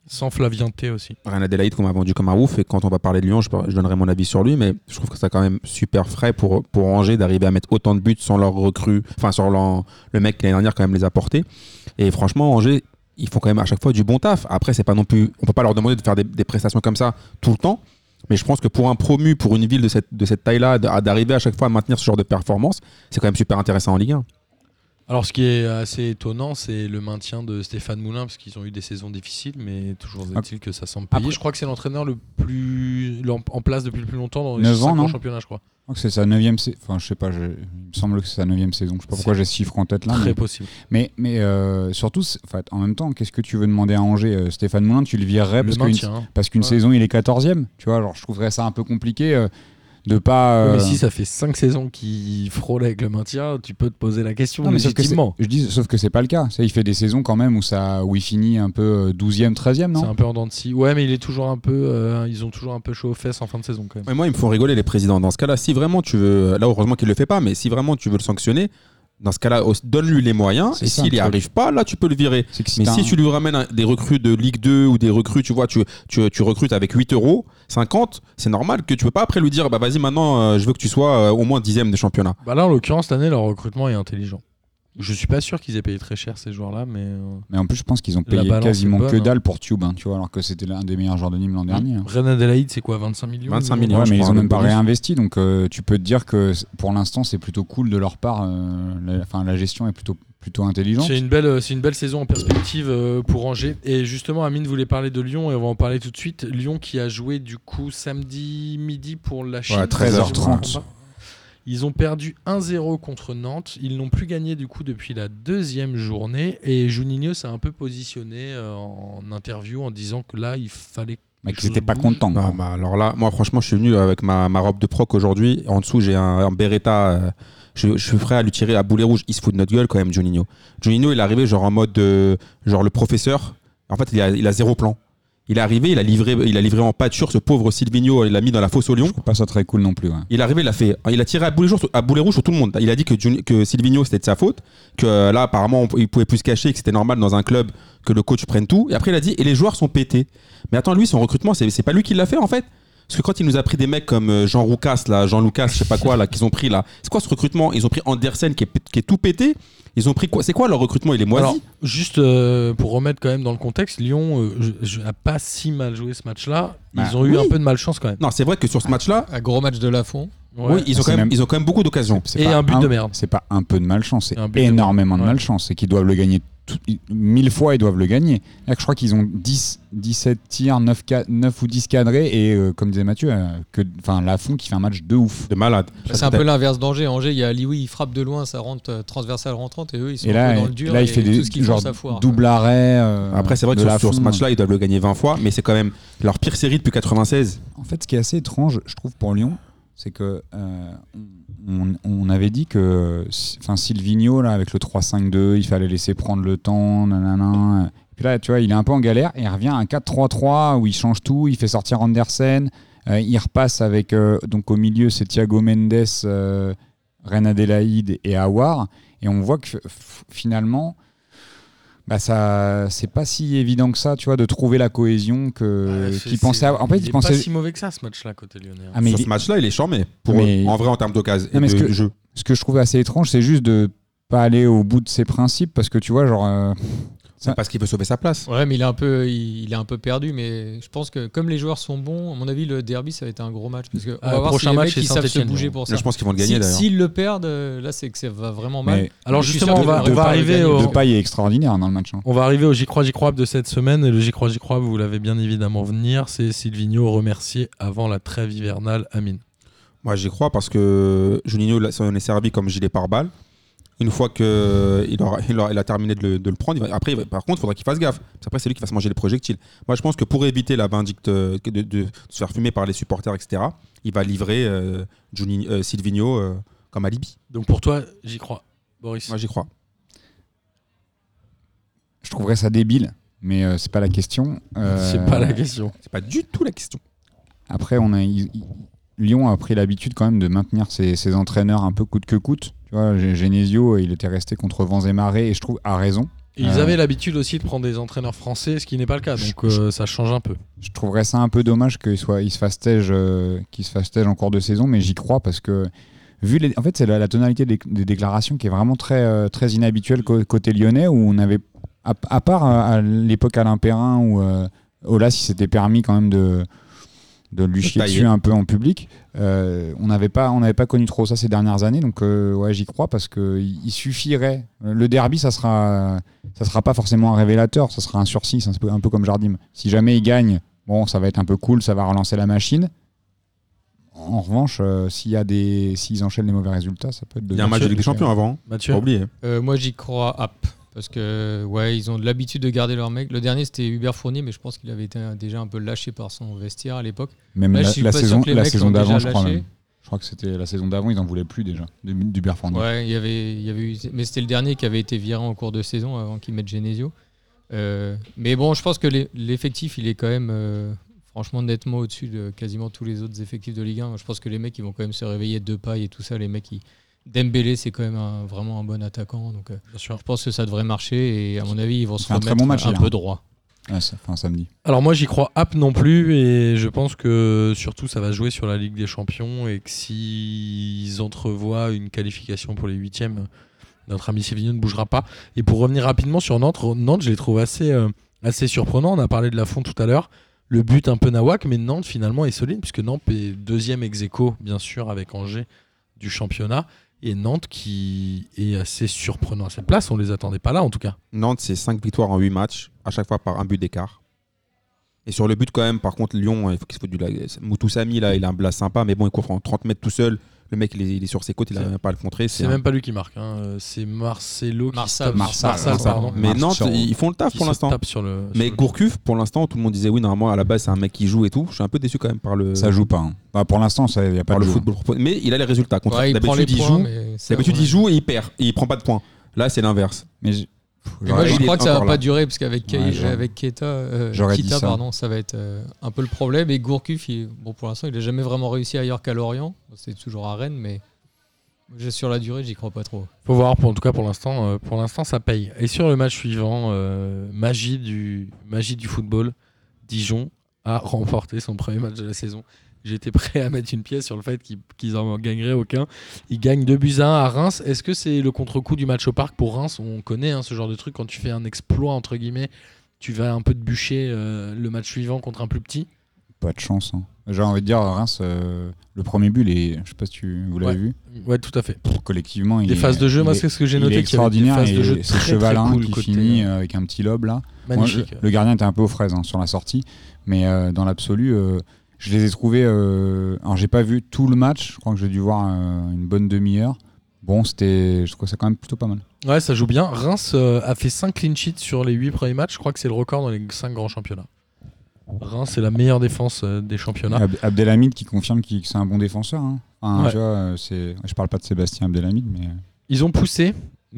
Sans Flavien T aussi. Reine Adélaïde qu'on m'a vendu comme un ouf, et quand on va parler de Lyon, je, je donnerai mon avis sur lui, mais je trouve que c'est quand même super frais pour, pour Angers d'arriver à mettre autant de buts sans leur recrue, enfin sur leur, le mec qui l'année dernière quand même les a portés. Et franchement, Angers, ils font quand même à chaque fois du bon taf. Après, c'est pas non plus, on peut pas leur demander de faire des, des prestations comme ça tout le temps, mais je pense que pour un promu, pour une ville de cette, de cette taille-là, d'arriver à chaque fois à maintenir ce genre de performance, c'est quand même super intéressant en Ligue un. Alors, ce qui est assez étonnant, c'est le maintien de Stéphane Moulin, parce qu'ils ont eu des saisons difficiles, mais toujours est-il que ça semble payer. Après- Je crois que c'est l'entraîneur le plus en en place depuis le plus longtemps dans les neuf cinq ans, non grands championnats, je crois. Je crois que c'est sa neuvième saison. Enfin, je sais pas, je- il me semble que c'est sa neuvième saison. Je sais pas pourquoi C'est j'ai ce chiffre en tête là. Très Mais, possible. mais, mais, euh, surtout, c'est- en, fait, en même temps, qu'est-ce que tu veux demander à Angers euh, Stéphane Moulin, tu le virerais Le parce qu'une maintien. hein. parce qu'une Ouais. saison il est quatorzième. Tu vois, genre, je trouverais ça un peu compliqué euh, de pas. Ouais, euh, mais si ça fait cinq saisons qu'il frôle avec le maintien, tu peux te poser la question Non, mais sauf que c'est- légitimement. je dis, sauf que c'est pas le cas. Ça, il fait des saisons quand même où, ça, où il finit un peu euh, douzième, treizième, C'est non un peu en dents de scie. Ouais, mais il est toujours un peu. euh, ils ont toujours un peu chaud aux fesses en fin de saison quand même. Mais moi, ils me font rigoler les présidents. Dans ce cas-là, si vraiment tu veux, là heureusement qu'il le fait pas, mais si vraiment tu veux le sanctionner, dans ce cas-là, os- donne-lui les moyens. C'est Et ça, s'il n'y le truc. arrive pas, là, tu peux le virer. C'est que si Mais t'as si un- tu lui ramènes un- des recrues de Ligue deux ou des recrues, tu vois, tu, tu, tu recrutes avec huit euros, cinquante, c'est normal que tu peux pas après lui dire, bah vas-y, maintenant, euh, je veux que tu sois euh, au moins dixième des championnats. Bah là, en l'occurrence, cette année, leur recrutement est intelligent. Je suis pas sûr qu'ils aient payé très cher ces joueurs-là, mais. euh, Mais en plus, je pense qu'ils ont La payé balance quasiment est bonne, que hein. dalle pour Tube, hein, tu vois, alors que c'était l'un des meilleurs joueurs de Nîmes l'an dernier. hein. Reine Adélaïde, c'est quoi, vingt-cinq millions vingt-cinq ils ont- millions. Ouais, je mais ils crois, ont le même pas bonus. réinvesti, donc euh, tu peux te dire que c- pour l'instant, c'est plutôt cool de leur part. euh, la, enfin, la gestion est plutôt, plutôt intelligente. C'est une, belle, c'est une belle saison en perspective euh, pour Angers. Et justement, Amine voulait parler de Lyon et on va en parler tout de suite. Lyon qui a joué du coup samedi midi pour la Chine. Ouais, treize heures trente. Ils ont perdu un zéro contre Nantes. Ils n'ont plus gagné du coup depuis la deuxième journée. Et Juninho s'est un peu positionné euh, en interview en disant que là, il fallait. Mais que qu'ils étaient pas bouge. contents. Non, quoi. bah, alors là, moi, franchement, je suis venu avec ma, ma robe de proc aujourd'hui. En dessous, j'ai un, un Beretta. euh, je, je suis prêt à lui tirer à boulet rouge. Il se fout de notre gueule quand même, Juninho. Juninho, il est arrivé genre en mode. euh, genre le professeur. En fait, il a, il a zéro plan. Il est arrivé, il a livré, il a livré en pâture ce pauvre Silvino, il l'a mis dans la fosse au lion. Je trouve pas ça très cool non plus. ouais. Il est arrivé, il a fait, il a tiré à boulet, rouge, à boulet rouge sur tout le monde. Il a dit que, Juni- que Silvino c'était de sa faute, que euh, là apparemment on- il pouvait plus se cacher, que c'était normal dans un club que le coach prenne tout. Et après il a dit et les joueurs sont pétés. Mais attends, lui son recrutement c'est c'est pas lui qui l'a fait en fait. Parce que quand il nous a pris des mecs comme euh, Jean Roucas, là, Jean Lucas, je sais pas quoi, là, qu'ils ont pris là, c'est quoi ce recrutement? Ils ont pris Andersen qui est, pé- qui est tout pété. Ils ont pris quoi? C'est quoi leur recrutement? Il est moisi. Alors, juste euh, pour remettre quand même dans le contexte, Lyon euh, je- je- a pas si mal joué ce match-là. Ils Bah, ont eu oui. un peu de malchance quand même. Non, c'est vrai que sur ce match-là, Un gros match de Lafont. Ouais. oui, ils ont, C'est quand même, même- ils ont quand même beaucoup d'occasions. C'est Et pas un but de merde. C'est pas un peu de malchance, c'est Et un but de énormément de, merde. Ouais. malchance. C'est qu'ils doivent le gagner tout- mille fois, ils doivent le gagner. Là, je crois qu'ils ont dix, dix-sept tirs, neuf, ca- neuf ou dix cadrés. Et euh, comme disait Mathieu, euh, que, enfin, Lafont qui fait un match de ouf. De malade. C'est un peu l'inverse d'Angers. Angers, il y a Lioui, il frappe de loin, ça rentre euh, transversale rentrante et eux, ils sont Et un là, peu dans le dur. là il et fait des tout ce qu'ils font, genre ça foire. double arrêt. euh, Après, c'est vrai que de sur, sur ce Lafont. match-là, ils doivent le gagner vingt fois, mais c'est quand même leur pire série depuis quatre-vingt-seize. En fait, ce qui est assez étrange, je trouve, pour Lyon, c'est que euh, on, on avait dit que, enfin, Silvino là, avec le trois cinq deux, il fallait laisser prendre le temps, nanana. Et puis là, tu vois, il est un peu en galère et il revient à un quatre trois trois où il change tout, il fait sortir Andersen, euh, il repasse avec euh, donc au milieu c'est Thiago Mendes, euh, Reine Adélaïde et Aouar, et on voit que f- finalement. Bah ça, c'est pas si évident que ça, tu vois, de trouver la cohésion que Ouais, c'est- qui pensait. c'est- À... En fait, il il est pensait. pas si mauvais que ça ce match-là côté lyonnais. hein. Ah, mais Sur il ce est- match-là, il est charmé pour Mais- eux, en vrai en termes d'occasion Non, et mais de, ce que- de jeu. Ce que je trouve assez étrange, c'est juste de pas aller au bout de ses principes parce que tu vois, genre. euh, C'est parce qu'il veut sauver sa place. Ouais, mais il est un peu, il, il est un peu perdu. Mais je pense que comme les joueurs sont bons, à mon avis, le derby, ça va être un gros match parce que on Ah, va voir prochain si les match, mecs c'est ils savent se Saint-Étienne, bouger non. pour Là, ça. je pense qu'ils vont le Si- gagner d'ailleurs. S'ils le perdent, euh, là, c'est que ça va vraiment mal. mais Alors Je suis justement, sûr on va, que on va Depay arriver gagner au, de Depay est extraordinaire dans le match. hein. on va arriver au J'y crois, J'y crois de cette semaine. Et le J'y crois, J'y crois, vous l'avez bien évidemment venir. C'est Silvino remercié avant la trêve hivernale. Amine. Moi, j'y crois parce que Juninho là, s'en est servi comme gilet pare-balles. Une fois qu'il aura, il aura, il a terminé de le, de le prendre, il va- après, il va- par contre, il faudra qu'il fasse gaffe. Parce qu'après, c'est lui qui va se manger les projectiles. Moi, je pense que pour éviter la vindicte euh, de, de- de se faire fumer par les supporters, et cetera, il va livrer euh, Juni- euh, Silvino euh, comme alibi. Donc pour toi, j'y crois. Boris. Moi, j'y crois. Je trouverais ça débile, mais euh, c'est pas la question. Euh, C'est pas la question. C'est pas du tout la question. Après, on a, il- il- Lyon a pris l'habitude quand même de maintenir ses, ses entraîneurs un peu coûte que coûte. Tu vois, G- Genesio, il était resté contre vents et marées et je trouve à raison. Et ils Euh, avaient l'habitude aussi de prendre des entraîneurs français, ce qui n'est pas le cas, donc euh, ça change un peu. Je trouverais ça un peu dommage qu'il soit, il se fasse tège, euh, qu'il se fasse tège en cours de saison, mais j'y crois parce que vu les, en fait c'est la, la tonalité des, des déclarations qui est vraiment très euh, très inhabituelle co- côté lyonnais où on avait à, à part à, à l'époque Alain Perrin où euh, Olas il s'était permis quand même de de lui chier Tailler. dessus un peu en public. Euh, on n'avait pas, on n'avait pas connu trop ça ces dernières années, donc euh, ouais, j'y crois parce que il il suffirait. Le derby, ça sera, ça sera pas forcément un révélateur, ça sera un sursis, c'est un peu, un peu comme Jardim. Si jamais il gagne, bon, ça va être un peu cool, ça va relancer la machine. En revanche, euh, s'il y a des, s'ils enchaînent les mauvais résultats, ça peut être. Il y a un match de Ligue des Champions avant, hein. Mathieu Pas oublier. Euh, moi, j'y crois app. Parce que, ouais, ils ont de l'habitude de garder leurs mecs. Le dernier, c'était Hubert Fournier, mais je pense qu'il avait été déjà un peu lâché par son vestiaire à l'époque. Même Là, la, je suis la pas sûr saison, que les la mecs saison l'ont d'avant, déjà je crois lâché. même. Je crois que c'était la saison d'avant, ils en voulaient plus déjà, du, du Berfournier. Ouais, il y avait, il y avait eu, mais c'était le dernier qui avait été viré en cours de saison avant qu'ils mettent Genesio. Euh, mais bon, je pense que les- l'effectif, il est quand même, euh, franchement, nettement au-dessus de quasiment tous les autres effectifs de Ligue un. Je pense que les mecs, ils vont quand même se réveiller de paille et tout ça. Les mecs, ils... Dembélé, c'est quand même un- vraiment un bon attaquant. Donc, euh, Bien sûr. je pense que ça devrait marcher et à mon avis, ils vont se C'est un remettre très bon match un hier, peu hein. droit. Ouais, ça, enfin, samedi. Alors moi j'y crois app non plus et je pense que surtout ça va jouer sur la Ligue des Champions et que s'ils entrevoient une qualification pour les huitièmes, notre ami Sévillon ne bougera pas. Et pour revenir rapidement sur Nantes, Nantes je les trouve assez, euh, assez surprenants. On a parlé de Lafont tout à l'heure, le but un peu nawak, mais Nantes finalement est solide puisque Nantes est deuxième ex aequo bien sûr avec Angers du championnat. Et Nantes qui est assez surprenant à cette place, on les attendait pas là en tout cas. Nantes, c'est cinq victoires en huit matchs, à chaque fois par un but d'écart. Et sur le but, quand même, par contre, Lyon, il faut qu'il se foute du lag. Moutou Samy, là, il a un blast sympa, mais bon, il court en trente mètres tout seul. Le mec, il est, il est sur ses côtes, il a C'est- même pas à le contrer. C'est un- même pas lui qui marque, hein. C'est Marcelo qui Marsal, tape- Marsal, Marsal, Marsal. pardon. Mais Marc Nantes, sur- ils font le taf Qui pour se l'instant. tape sur le, Mais sur le- Gourcuff, pour l'instant, tout le monde disait oui, normalement, à la base, c'est un mec qui joue et tout. Je suis un peu déçu quand même par le, Ça joue pas. Hein. Bah, pour l'instant, il n'y a pas par de le jeu. football proposé. Mais il a les résultats. Contre- Ouais, il prend les D'habitude, il points, joue. mais ça, D'habitude, ouais. il joue et il perd. Et il prend pas de points. Là, c'est l'inverse. Mais j'- Et moi, j'aurais- je il est crois que ça va encore pas là. durer parce qu'avec Ke- Ouais, j'aurais- avec Keita, euh, j'aurais dit Kita, ça. pardon, ça va être euh, un peu le problème. Et Gourcuff, il- bon, pour l'instant, il n'a jamais vraiment réussi ailleurs qu'à Lorient. C'est toujours à Rennes, mais sur la durée, j'y crois pas trop. Faut voir. Pour, en tout cas, pour l'instant, euh, pour l'instant, ça paye. Et sur le match suivant, euh, magie du magie du football, Dijon a remporté son premier match de la saison. J'étais prêt à mettre une pièce sur le fait qu'ils qu'ils en gagneraient aucun. Ils gagnent deux buts à un à Reims. Est-ce que c'est le contre-coup du match au parc pour Reims? On connaît hein, ce genre de truc. Quand tu fais un exploit, entre guillemets, tu vas un peu te bûcher euh, le match suivant contre un plus petit. Pas de chance. Hein. J'ai envie de dire, Reims, euh, le premier but, il est- je sais pas si tu, vous l'avez Ouais. vu. Ouais, tout à fait. Collectivement, il Des est, phases de jeu, il moi, est- c'est ce que j'ai il noté. est qu'il y avait des extraordinaire. phases de jeu et très, c'est Chevalin très cool qui côté, finit euh, euh, avec un petit lob là. Moi, Magnifique. le, le gardien était un peu aux fraises hein, sur la sortie, mais euh, dans l'absolu, euh, je les ai trouvés. Euh, alors, j'ai pas vu tout le match. Je crois que j'ai dû voir euh, une bonne demi-heure. Bon, c'était, je trouve ça quand même plutôt pas mal. Ouais, ça joue bien. Reims euh, a fait cinq clean sheets sur les huit premiers matchs. Je crois que c'est le record dans les cinq grands championnats. Reims, c'est la meilleure défense euh, des championnats. Ab- Abdelhamid qui confirme qu'il- que c'est un bon défenseur. Hein. Enfin, Ouais. tu vois, euh, c'est, je parle pas de Sébastien Abdelhamid, mais euh, Ils ont poussé,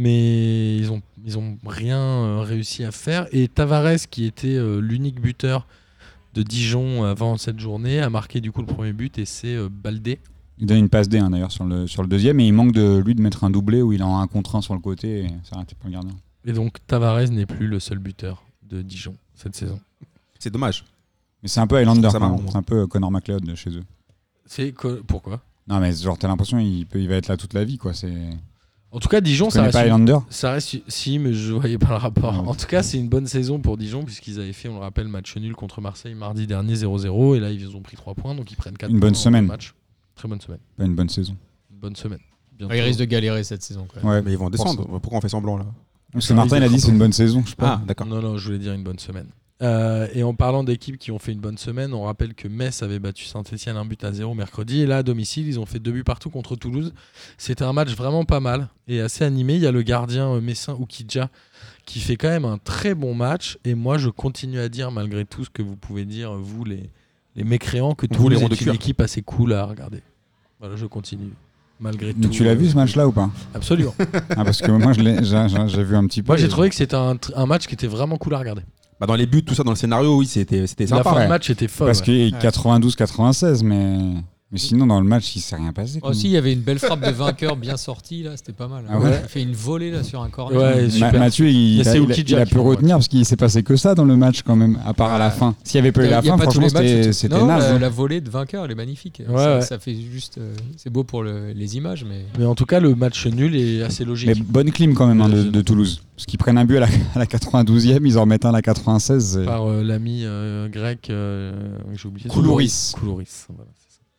mais ils ont, ils ont rien euh, réussi à faire. Et Tavares, qui était euh, l'unique buteur de Dijon avant cette journée, a marqué du coup le premier but et c'est euh, Baldé. il donne une passe D hein, d'ailleurs sur le, sur le deuxième, et il manque de lui de mettre un doublé où il est en un contre un sur le côté et ça arrête pas le gardien. Et donc Tavares n'est plus le seul buteur de Dijon cette saison. C'est dommage. Mais c'est un peu Highlander, Je trouve ça quand même. marrant, moi. C'est un peu Connor McLeod de chez eux. C'est co- pourquoi? Non, mais genre, t'as l'impression qu'il peut, il va être là toute la vie, quoi. C'est... En tout cas, Dijon, Tu ça connais reste, pas une- Highlander ça reste. Si, mais je voyais pas le rapport. Ah ouais. En tout cas, c'est une bonne saison pour Dijon, puisqu'ils avaient fait, on le rappelle, match nul contre Marseille mardi dernier zéro zéro. Et là, ils ont pris trois points, donc ils prennent quatre Une points bonne en semaine. deux matchs. Très bonne semaine. Pas une bonne saison. Une bonne semaine. Bientôt. Ouais, il risque de galérer cette saison. Quand même. Ouais. Mais ils vont descendre. Pourquoi on fait semblant là? Parce Ça que Martin, risque il a d'être dit un c'est peu- une bonne saison, je sais pas. Ah, d'accord. Non, non, je voulais dire une bonne semaine. Euh, et en parlant d'équipes qui ont fait une bonne semaine, on rappelle que Metz avait battu Saint-Etienne un but à zéro mercredi. Et là, à domicile, ils ont fait deux buts partout contre Toulouse. C'était un match vraiment pas mal et assez animé. Il y a le gardien euh, messin Oukidja qui fait quand même un très bon match. Et moi, je continue à dire, malgré tout ce que vous pouvez dire, vous les, les mécréants, que Vous, Toulouse les ronds de est une cuir. équipe assez cool à regarder. Voilà, je continue. Malgré Mais tout. tu l'as euh, vu ce match-là ou pas? Absolument. Ah, parce que moi, je l'ai, j'ai, j'ai- j'ai vu un petit peu. Moi, j'ai et- trouvé que c'était un, tr- un match qui était vraiment cool à regarder. Bah, dans les buts, tout ça, dans le scénario, oui, c'était c'était La sympa. fin ouais. de match était folle. Parce ouais. qu'il est quatre-vingt-douze quatre-vingt-seize, mais Mais sinon, dans le match, il s'est rien passé. Aussi, il y avait une belle frappe de vainqueur bien sortie, là, c'était pas mal. Ah ouais. Il a fait une volée là, sur un corner. Ouais, Ma- super. Mathieu, il, Mais a, c'est il a- Ouki il a Jack, pu en retenir parce qu'il s'est passé que ça dans le match quand même, à part à la fin. S'il n'y avait pas eu Il y a- la il y a fin, pas tous franchement, les matchs, c'était c'est- c'était non, naze. la, hein. la volée de vainqueur, elle est magnifique. Ouais, ça, ouais. ça fait juste, euh, c'est beau pour le- les images, mais Mais en tout cas, le match nul est assez logique. Mais bonne clim quand même hein, de, Je- de Toulouse. Parce qu'ils prennent un but à la, à la quatre-vingt-douzième, ils en remettent un à la quatre-vingt-seize. c'est- Par euh, l'ami euh, grec, euh, j'ai oublié. son Koulouris. nom. Koulouris, voilà, c'est ça.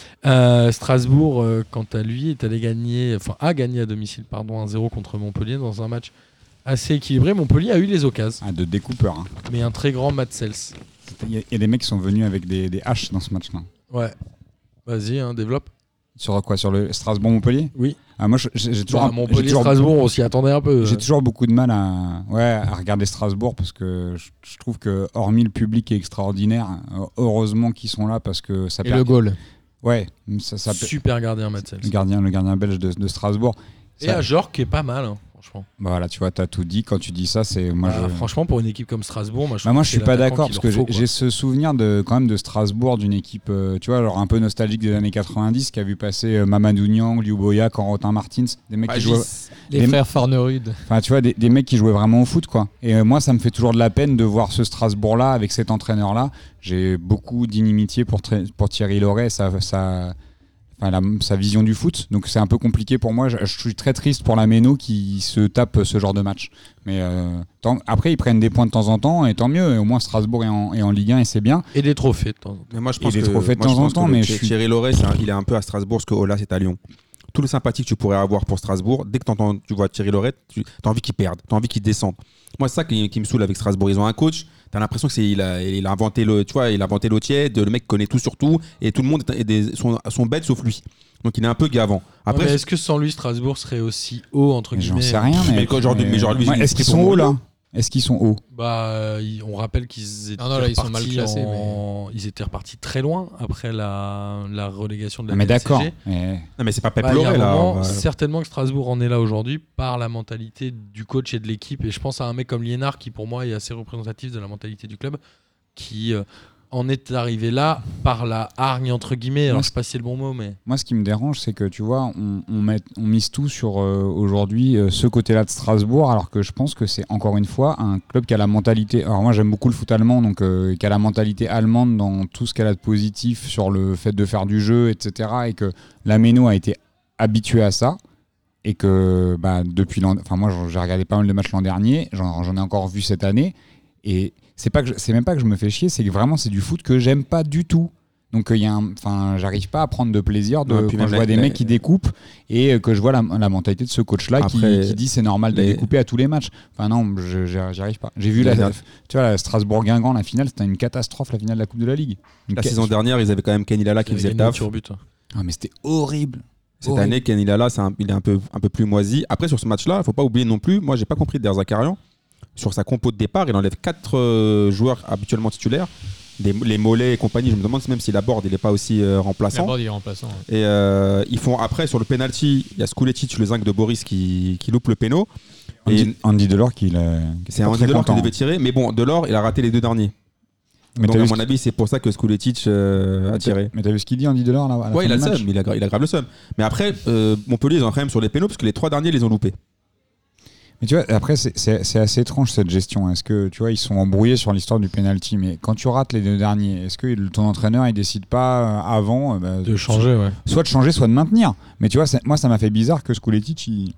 Euh, Strasbourg, euh, quant à lui, est allé gagner, enfin a gagné à domicile, pardon, un zéro contre Montpellier dans un match assez équilibré. Montpellier a eu les occasions, Ah, de découpeur. hein. mais un très grand Matsels. Il y, a- il y a des mecs qui sont venus avec des, des haches dans ce match-là. Ouais. Vas-y, hein, développe. Sur quoi Sur le Strasbourg-Montpellier Oui. ah, Moi, je- j'ai j'ai toujours, Bah, j'ai Montpellier, toujours- Strasbourg, on s'y attendait un peu. J'ai toujours beaucoup de mal à, ouais, à regarder Strasbourg parce que je, je trouve que, hormis le public est extraordinaire, euh, heureusement qu'ils sont là parce que ça et le goal. Ouais, ça, ça Super gardien Matsels. le gardien, le gardien belge de, de Strasbourg. Et Ça- à Jork qui est pas mal, hein, franchement. Bah voilà, tu vois, t'as tout dit. Quand tu dis ça, c'est moi. Bah, je... Franchement, pour une équipe comme Strasbourg, moi je, Bah trouve moi, que je suis c'est pas l'attaquant d'accord qu'il parce que leur j'ai faut, quoi. j'ai ce souvenir de quand même de Strasbourg d'une équipe, euh, tu vois, genre un peu nostalgique des années quatre-vingt-dix, qui a vu passer euh, Mamadou Niang, Liu Boya, Corentin Martins, des mecs Bah, qui Gis- jouaient, Les Les- frères Farnerud. enfin tu vois, des, des mecs qui jouaient vraiment au foot, quoi. Et euh, moi, ça me fait toujours de la peine de voir ce Strasbourg-là avec cet entraîneur-là. J'ai beaucoup d'inimitié pour, Tra- pour Thierry Loret, ça, ça, enfin, la- sa vision du foot. Donc c'est un peu compliqué pour moi. Je, je suis très triste pour la Méno qui se tape ce genre de match. Mais euh, tant- après, ils prennent des points de temps en temps et tant mieux. Et au moins Strasbourg est en, est en Ligue un et c'est bien. Et des trophées de temps en temps. Mais moi, je Et pense des que, trophées de moi, je temps en pense que temps, le mais Thi- je suis- Thierry Loret, c'est un- il est un peu à Strasbourg ce que Ola c'est à Lyon. Tout le sympathie que tu pourrais avoir pour Strasbourg, dès que t'entends, tu vois Thierry Loret, tu as envie qu'il perde, tu as envie qu'il descende. Moi, c'est ça qui, qui me saoule avec Strasbourg. Ils ont un coach, tu as l'impression qu'il a, il a inventé le, tu vois, il a inventé l'eau tiède, le mec connaît tout sur tout, et tout le monde est, est des- sont, sont bêtes sauf lui. Donc il est un peu gavant. Après, Après, est-ce que sans lui, Strasbourg serait aussi haut, entre Mais guillemets J'en sais rien. Mais, mais quand genre- mais genre, lui, Ouais, il est-ce est qu'ils pris sont pour hauts là Mourinho. Est-ce qu'ils sont hauts Bah, euh, ils- on rappelle qu'ils étaient, Non, non, là, ils sont mal repartis classés, en- ils étaient repartis très loin après la, la relégation de la Ah, mais P L C G. d'accord. Mais- non, mais c'est pas Pep Bah, il y a Loret un là. moment, on va- certainement que Strasbourg en est là aujourd'hui par la mentalité du coach et de l'équipe. Et je pense à un mec comme Liénard qui, pour moi, est assez représentatif de la mentalité du club, qui euh, en est arrivé là par la hargne, entre guillemets. Alors, Moi, je sais pas si c'est le bon mot, mais. Moi, ce qui me dérange, c'est que tu vois, on, on, met, on mise tout sur euh, aujourd'hui euh, ce côté-là de Strasbourg, alors que je pense que c'est encore une fois un club qui a la mentalité. Alors moi, j'aime beaucoup le foot allemand, donc euh, qui a la mentalité allemande dans tout ce qu'elle a de positif sur le fait de faire du jeu, et cetera. Et que la Méno a été habituée à ça. Et que bah, depuis l'an, enfin moi, j'ai regardé pas mal de matchs l'an dernier, j'en, j'en ai encore vu cette année. Et c'est pas que je- c'est même pas que je me fais chier, c'est que vraiment c'est du foot que j'aime pas du tout. Donc il y a un- enfin j'arrive pas à prendre de plaisir de, Non, et puis quand même je vois la- des la- mecs qui découpent et euh, que je vois la, la mentalité de ce coach là qui, Après, qui dit c'est normal de les- découper à tous les matchs. Enfin non, je- j'y j'y arrive pas. J'ai vu la, La- tu vois la Strasbourg-Guingamp la finale, c'était une catastrophe la finale de la Coupe de la Ligue. Une La ca- saison dernière, ils avaient quand même Kenny Lala qui Ils faisait avaient le gagné taf. sur but. Ah mais c'était horrible. Cette Horrible. année, Kenny Lala, c'est un- il est un peu, un peu plus moisi. Après, sur ce match-là, il faut pas oublier non plus, moi, j'ai pas compris de Zakarian. Sur sa compo de départ, il enlève quatre euh, joueurs habituellement titulaires. Des- les Mollets et compagnie, je me demande même si la board il est pas aussi euh, remplaçant. D'abord, il est remplaçant. ouais. Et euh, ils font après sur le penalty, il y a Skuletic, le zinc de Boris qui, qui loupe le péno. Andy, Et Andy Delors qui l'a- qui c'est était pas Andy très Delors qui content. devait tirer, mais bon, Delors il a raté les deux derniers. Mais Donc t'as à vu mon ce avis, c'est pour ça que Skuletic euh, a tiré. Mais t'as vu ce qu'il dit Andy Delors là à la Ouais, fin il a du le match seum, il a, gra- il a grave le seum. Mais après, euh, Montpellier, ils ont quand même sur les pénaux, parce que les trois derniers, ils les ont loupés. Mais tu vois, après, c'est- c'est c'est assez étrange cette gestion. Est-ce que, tu vois, ils sont embrouillés sur l'histoire du penalty, mais quand tu rates les deux derniers, est-ce que le- ton entraîneur, il décide pas euh, avant euh, bah, De changer, ouais. soit de changer, soit de maintenir? Mais tu vois, c'est- moi, ça m'a fait bizarre que Skuletic, il,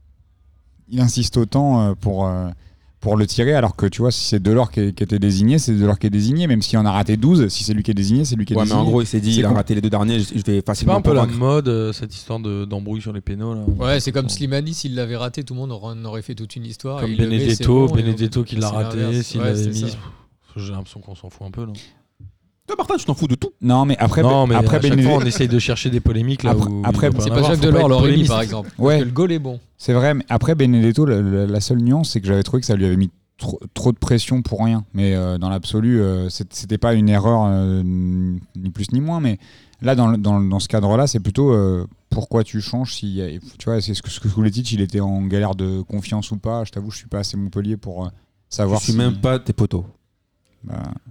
il insiste autant euh, pour, euh, pour le tirer, alors que, tu vois, si c'est Delors qui, est- qui était désigné, c'est Delors qui est désigné, même s'il en a raté douze, si c'est lui qui est désigné, c'est lui qui est Ouais, mais désigné. en gros, il s'est dit, C'est il a con. raté les deux derniers, je, je vais C'est facilement pas un peu la convaincre. mode, euh, cette histoire de- d'embrouille sur les pénaux là. Ouais, c'est comme Slimani, s'il l'avait raté, tout le monde aurait, en aurait fait toute une histoire. Comme et il le met, c'est Benedetto, bon, et Benedetto on- qui l'a c'est raté, l'inverse. s'il Ouais, l'avait c'est mis. ça. J'ai l'impression qu'on s'en fout un peu. Non, Toi, Martin, tu t'en fous de tout. Non, mais après, non mais après à chaque Benedetto- fois, on essaye de chercher des polémiques là Après- où. après, il doit C'est en pas avoir, Jacques faut Delors être l'aurait mis polémiste. par exemple. Ouais. Parce que le goal est bon. C'est vrai, mais après Benedetto, le- le- la seule nuance, c'est que j'avais trouvé que ça lui avait mis trop, trop de pression pour rien. Mais euh, dans l'absolu, euh, c'est- c'était pas une erreur euh, ni plus ni moins. Mais là, dans, le- dans, le- dans ce cadre-là, c'est plutôt euh, pourquoi tu changes. Si, y a- tu vois, c'est ce que, ce que Skuletic, il était en galère de confiance ou pas. Je t'avoue, je suis pas assez Montpellier pour euh, Je savoir. suis si- même pas tes potos. bah,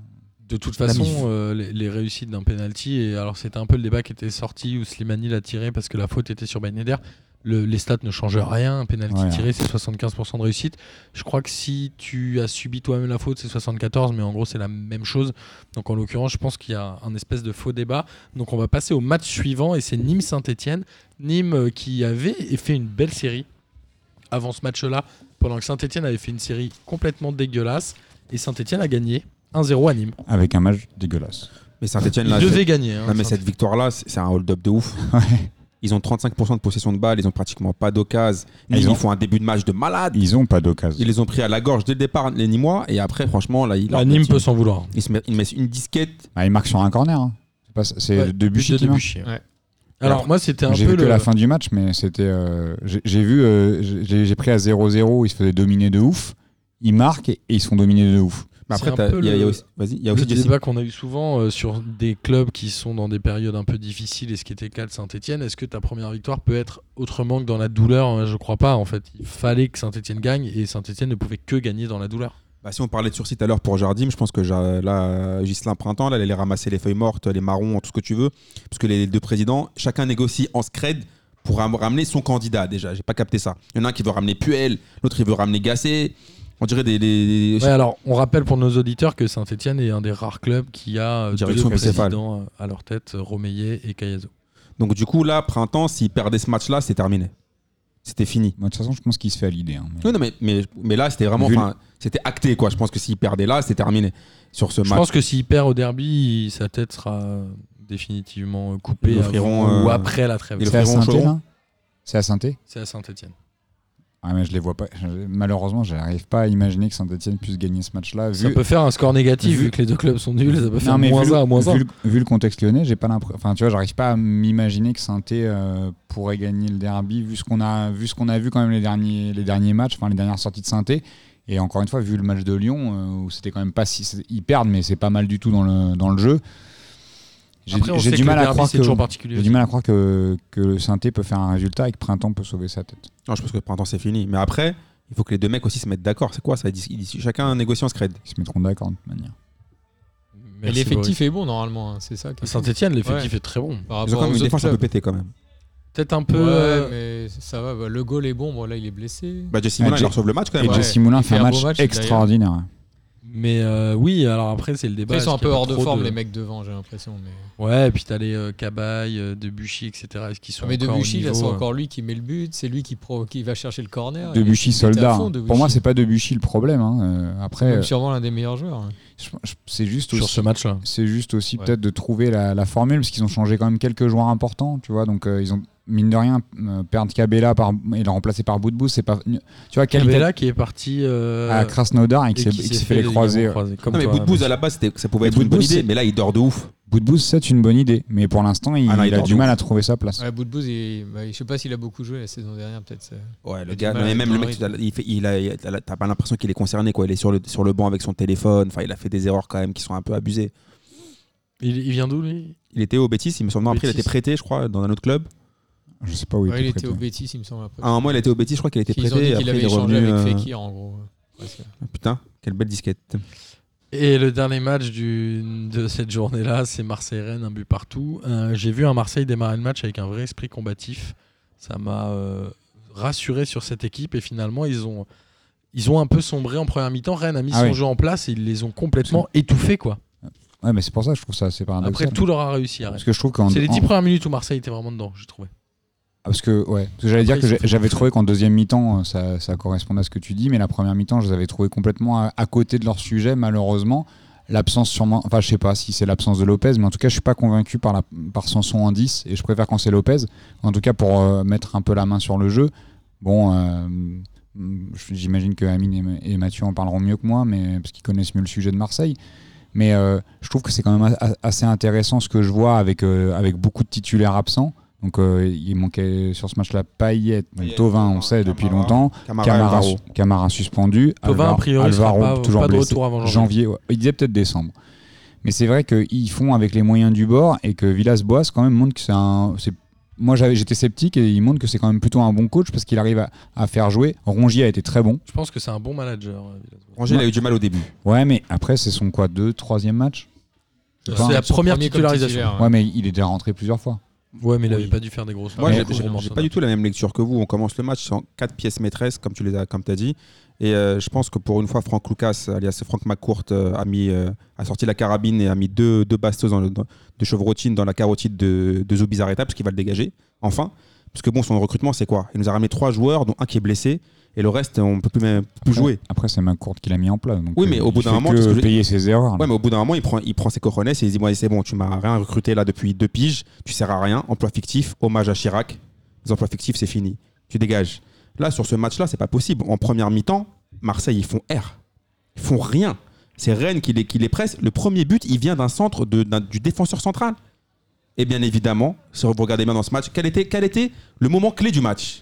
De toute La façon, mif. euh, les, les réussites d'un penalty, et alors c'était un peu le débat qui était sorti où Slimani l'a tiré parce que la faute était sur Ben Yedder. Le, les stats ne changent rien. Un penalty Ouais. tiré, c'est soixante-quinze pour cent de réussite. Je crois que si tu as subi toi-même la faute, c'est soixante-quatorze, mais en gros, c'est la même chose. Donc en l'occurrence, je pense qu'il y a un espèce de faux débat. Donc on va passer au match suivant, et c'est Nîmes-Saint-Etienne. Nîmes euh, qui avait fait une belle série avant ce match-là, pendant que Saint-Etienne avait fait une série complètement dégueulasse, et Saint-Etienne a gagné un zéro à Nîmes. Avec un match dégueulasse. Mais Saint-Etienne, Ils là, devaient c'est- gagner. hein, non, mais Saint- cette victoire-là, c'est c'est un hold-up de ouf. Ouais. Ils ont trente-cinq pour cent de possession de balle, ils ont pratiquement pas d'occasion. Nîmes, Ils ils, ont- font un début de match de malade. Ils ont pas d'occasion. Ils les ont pris à la gorge dès le départ, les Nîmois, et après, franchement, là, ils, Là, Nîmes peut s'en vouloir. ils, se mettent, ils mettent une disquette. Ah, ils marquent sur un corner. hein. C'est pas- C'est Ouais, Debuchy but de qui marque. Debuchy, ouais. Ouais. Alors moi c'était un J'ai peu vu que le... la fin du match, mais c'était. euh, j'ai j'ai vu, euh, j'ai j'ai pris à zéro zéro, ils se faisaient dominer de ouf. Ils marquent et, et ils sont dominés de ouf. Mais C'est après, un t'as- peu il y, a- il y a le- aussi, vas-y, il y a le aussi Jesse. débat qu'on a eu souvent euh, sur des clubs qui sont dans des périodes un peu difficiles, et ce qui était le cas de Saint-Etienne. Est-ce que ta première victoire peut être autrement que dans la douleur? Je crois pas en fait. Il fallait que Saint-Etienne gagne, et Saint-Etienne ne pouvait que gagner dans la douleur. Bah, si on parlait de sursis tout à l'heure pour Jardim, je pense que Ja- là, Ghislain Printemps, là, il allait ramasser les feuilles mortes, les marrons, tout ce que tu veux. Parce que les deux présidents, chacun négocie en scred pour ram- ramener son candidat déjà. J'ai pas capté ça. Il y en a un qui veut ramener Puel, l'autre il veut ramener Gasset. On dirait des. des- des- Ouais, alors on rappelle pour nos auditeurs que Saint-Etienne est un des rares clubs qui a euh, deux Direction bicéphale. présidents à leur tête, Romeillet et Cayazo. Donc du coup, là, Printemps, s'il perdait ce match-là, c'est terminé. C'était fini. Moi, de toute façon, je pense qu'il se fait à l'idée. hein, mais- Oui, non, mais, mais, mais là, c'était vraiment. Vu le- enfin, C'était acté, quoi. Je pense que s'il perdait là, c'était terminé. Sur ce Je match. pense que s'il perd au derby, sa tête sera définitivement Ils coupée l'offriront, avant ou euh, après la trêve. ils C'est à Frérot Saint-Étienne, Chaudron. là C'est à Saint-Étienne. C'est à Saint-Etienne. Ah, mais je les vois pas. Je- Malheureusement, je n'arrive pas à imaginer que Saint-Etienne puisse gagner ce match-là. Ça Vu... peut faire un score négatif vu, vu- que les deux clubs sont nuls. Ça peut faire Non, mais moins vu, un à le, moins un. vu, le, vu le contexte lyonnais, j'ai pas l'impression. Enfin, tu vois, j'arrive pas à m'imaginer que Saint-Étienne euh, pourrait gagner le derby, vu ce qu'on a vu, ce qu'on a vu quand même les derniers, les derniers matchs, enfin les dernières sorties de Saint-Étienne. Et encore une fois, vu le match de Lyon, euh, où c'était quand même pas si ils perdent, mais c'est pas mal du tout dans le dans le jeu. J'ai Après, on j'ai sait du que mal le à derby, croire c'est que toujours particulier j'ai aussi. du mal à croire que que le Saint-Étienne peut faire un résultat et que Printemps peut sauver sa tête. Non, je pense que Printemps, c'est fini. Mais après, il faut que les deux mecs aussi se mettent d'accord. C'est quoi ça? Ils disent- ils disent- Chacun négocie en scred. Ils se mettront d'accord de toute manière. Et Merci, l'effectif est bon normalement, hein, c'est ça. qui est cool. Saint-Etienne, l'effectif Ouais. est très bon. Par Ils ont rapport quand même aux une autres défense un peu clubs. pétée quand même. Peut-être un peu. Ouais, euh, mais ça va. bah, le goal est bon. Bon, là, il est blessé. Bah, Jesse Ah, Moulin, il Jay- leur sauve le match quand Et même. Ouais. Jesse Moulin Il fait fait un un match beau match, extraordinaire. Mais euh, oui, alors après, c'est le débat. Après, ils sont un Est-ce qu'il peu y a hors pas de trop forme, les mecs devant, j'ai l'impression. Mais, Ouais, et puis t'as les euh, Cabaye, euh, Debuchy, et cetera. Est-ce qu'ils sont Ah, mais encore au Debuchy, là, c'est niveau, euh, encore lui qui met le but. C'est lui qui, pro... qui va chercher le corner. Debuchy Il est- il était à soldat. fond, hein. Debuchy. Pour moi, c'est pas Debuchy le problème. hein. Euh, C'est Après, même euh, sûrement l'un des meilleurs joueurs. hein. je- je- c'est juste sur aussi ce match-là. c'est juste aussi Ouais. peut-être de trouver la, la formule parce qu'ils ont changé quand même quelques joueurs importants, tu vois. Donc euh, ils ont mine de rien euh, perdre Cabella par et le remplacer par Boudbouz, c'est pas tu vois quel Cabella qui est parti euh, à Krasnodar et et qui s'est qui qui s'est fait les ligaments croiser. croisés, comme Non, mais toi, Boudbouz hein, à la base, c'était- ça pouvait Mais être une bonne Boudbouz, idée, c'est- mais là, il dort de ouf. Boudbouz, c'est une bonne idée, mais pour l'instant, il, Ah non, il il a dort du de mal ouf. à trouver sa place. Ouais, Boudbouz, il... bah, je sais pas s'il a beaucoup joué la saison dernière, peut-être. ça- Ouais, Il le a du gars, mal mais avec même le le mec, rythme. il fait, il a, il a- t'as pas l'impression qu'il est concerné, quoi. Il est sur le, sur le banc avec son téléphone. Enfin, il a fait des erreurs quand même qui sont un peu abusées. Il, il vient d'où lui? Il était au Betis, il me semble. Non, après, il a Betis. été prêté, je crois, dans un autre club. Je sais pas où il Ouais, il était était au prêté. Betis, il me semble. Après. À un moment, il a été au Betis, je crois qu'il a été Ils ont prêté. dit Et qu'il après, avait il est échangé revenu. avec euh, Fekir, en gros. Presque. Putain, quelle belle disquette. Et le dernier match du, de cette journée-là, c'est Marseille-Rennes, un but partout. Euh, J'ai vu un Marseille démarrer le match avec un vrai esprit combatif. Ça m'a euh, rassuré sur cette équipe, et finalement, ils ont, ils ont un peu sombré en première mi-temps. Rennes a mis Ah son oui. jeu en place et ils les ont complètement étouffés, quoi. Ouais, mais c'est pour ça que je trouve ça assez paradoxal. Après, tout leur a réussi à Rennes. parce que je trouve qu'en C'est les en- dix premières minutes où Marseille était vraiment dedans, j'ai trouvé. Ah, parce que ouais, parce que j'allais Après, dire que ils j'ai- sont fait j'avais bouffer. trouvé qu'en deuxième mi-temps, ça, ça correspondait à ce que tu dis, mais la première mi-temps, je les avais trouvés complètement à, à côté de leur sujet, malheureusement. L'absence sûrement, enfin je sais pas si c'est l'absence de Lopez, mais en tout cas je suis pas convaincu par, la, par Sanson en dix, et je préfère quand c'est Lopez, en tout cas pour euh, mettre un peu la main sur le jeu. Bon, euh, j'imagine que Amine et, et Mathieu en parleront mieux que moi, mais, parce qu'ils connaissent mieux le sujet de Marseille. Mais euh, je trouve que c'est quand même a- assez intéressant ce que je vois avec, euh, avec beaucoup de titulaires absents. Donc euh, il manquait sur ce match-là Payet, donc Payet, Thauvin, on Camara, sait depuis Camara, longtemps. Camara, Camara, Alvaro. Camara suspendu. Thauvin, a Alvaro, priori, sera Alvaro pas- toujours pas de blessé. retour avant janvier. ouais. Il disait peut-être décembre. Mais c'est vrai qu'ils font avec les moyens du bord et que Villas-Boas quand même montre que c'est un... c'est- Moi j'avais- j'étais sceptique et il montre que c'est quand même plutôt un bon coach parce qu'il arrive à, à faire jouer. Rongier a été très bon. Je pense que c'est un bon manager. euh, Villas-Boas. Angers, il a eu du mal au début. Ouais, mais après c'est son quoi, deux, troisième match. C'est C'est la Son première premier comme titularisation. titulaire, Ouais, mais il est déjà rentré plusieurs fois. Ouais, mais il Oui. avait pas dû faire des grosses. Moi, Ouais, j'ai, pour j'ai- Romain j'ai Sona. pas du tout la même lecture que vous. On commence le match sans quatre pièces maîtresses, comme tu les as, comme t'as dit. Et euh, je pense que pour une fois, Franck Lucas, alias Franck McCourt, euh, a, mis, euh, a sorti la carabine et a mis deux, deux bastos dans le- dans- de chevrotine dans la carotide de, de Zubizarreta, parce qu'il va le dégager, enfin. Parce que bon, son recrutement, c'est quoi? Il nous a ramené trois joueurs, dont un qui est blessé, et le reste, on peut plus, même, plus Après- jouer. Après, c'est McCourt qui l'a mis en place. Donc, Oui, mais euh, au bout il d'un fait moment, que parce que je- payer ses erreurs. là. Ouais, mais au bout d'un moment, il prend, il prend ses cojones et il se dit, ouais, c'est bon, tu m'as rien recruté là depuis deux piges, tu sers à rien, emploi fictif, hommage à Chirac, les emplois fictifs, c'est fini, tu dégages. Là, sur ce match-là, c'est pas possible. En première mi-temps, Marseille, ils font R. Ils font rien. C'est Rennes qui les, qui les presse. Le premier but, il vient d'un centre de, d'un- du défenseur central. Et bien évidemment, si vous regardez bien dans ce match, quel était, quel était le moment clé du match?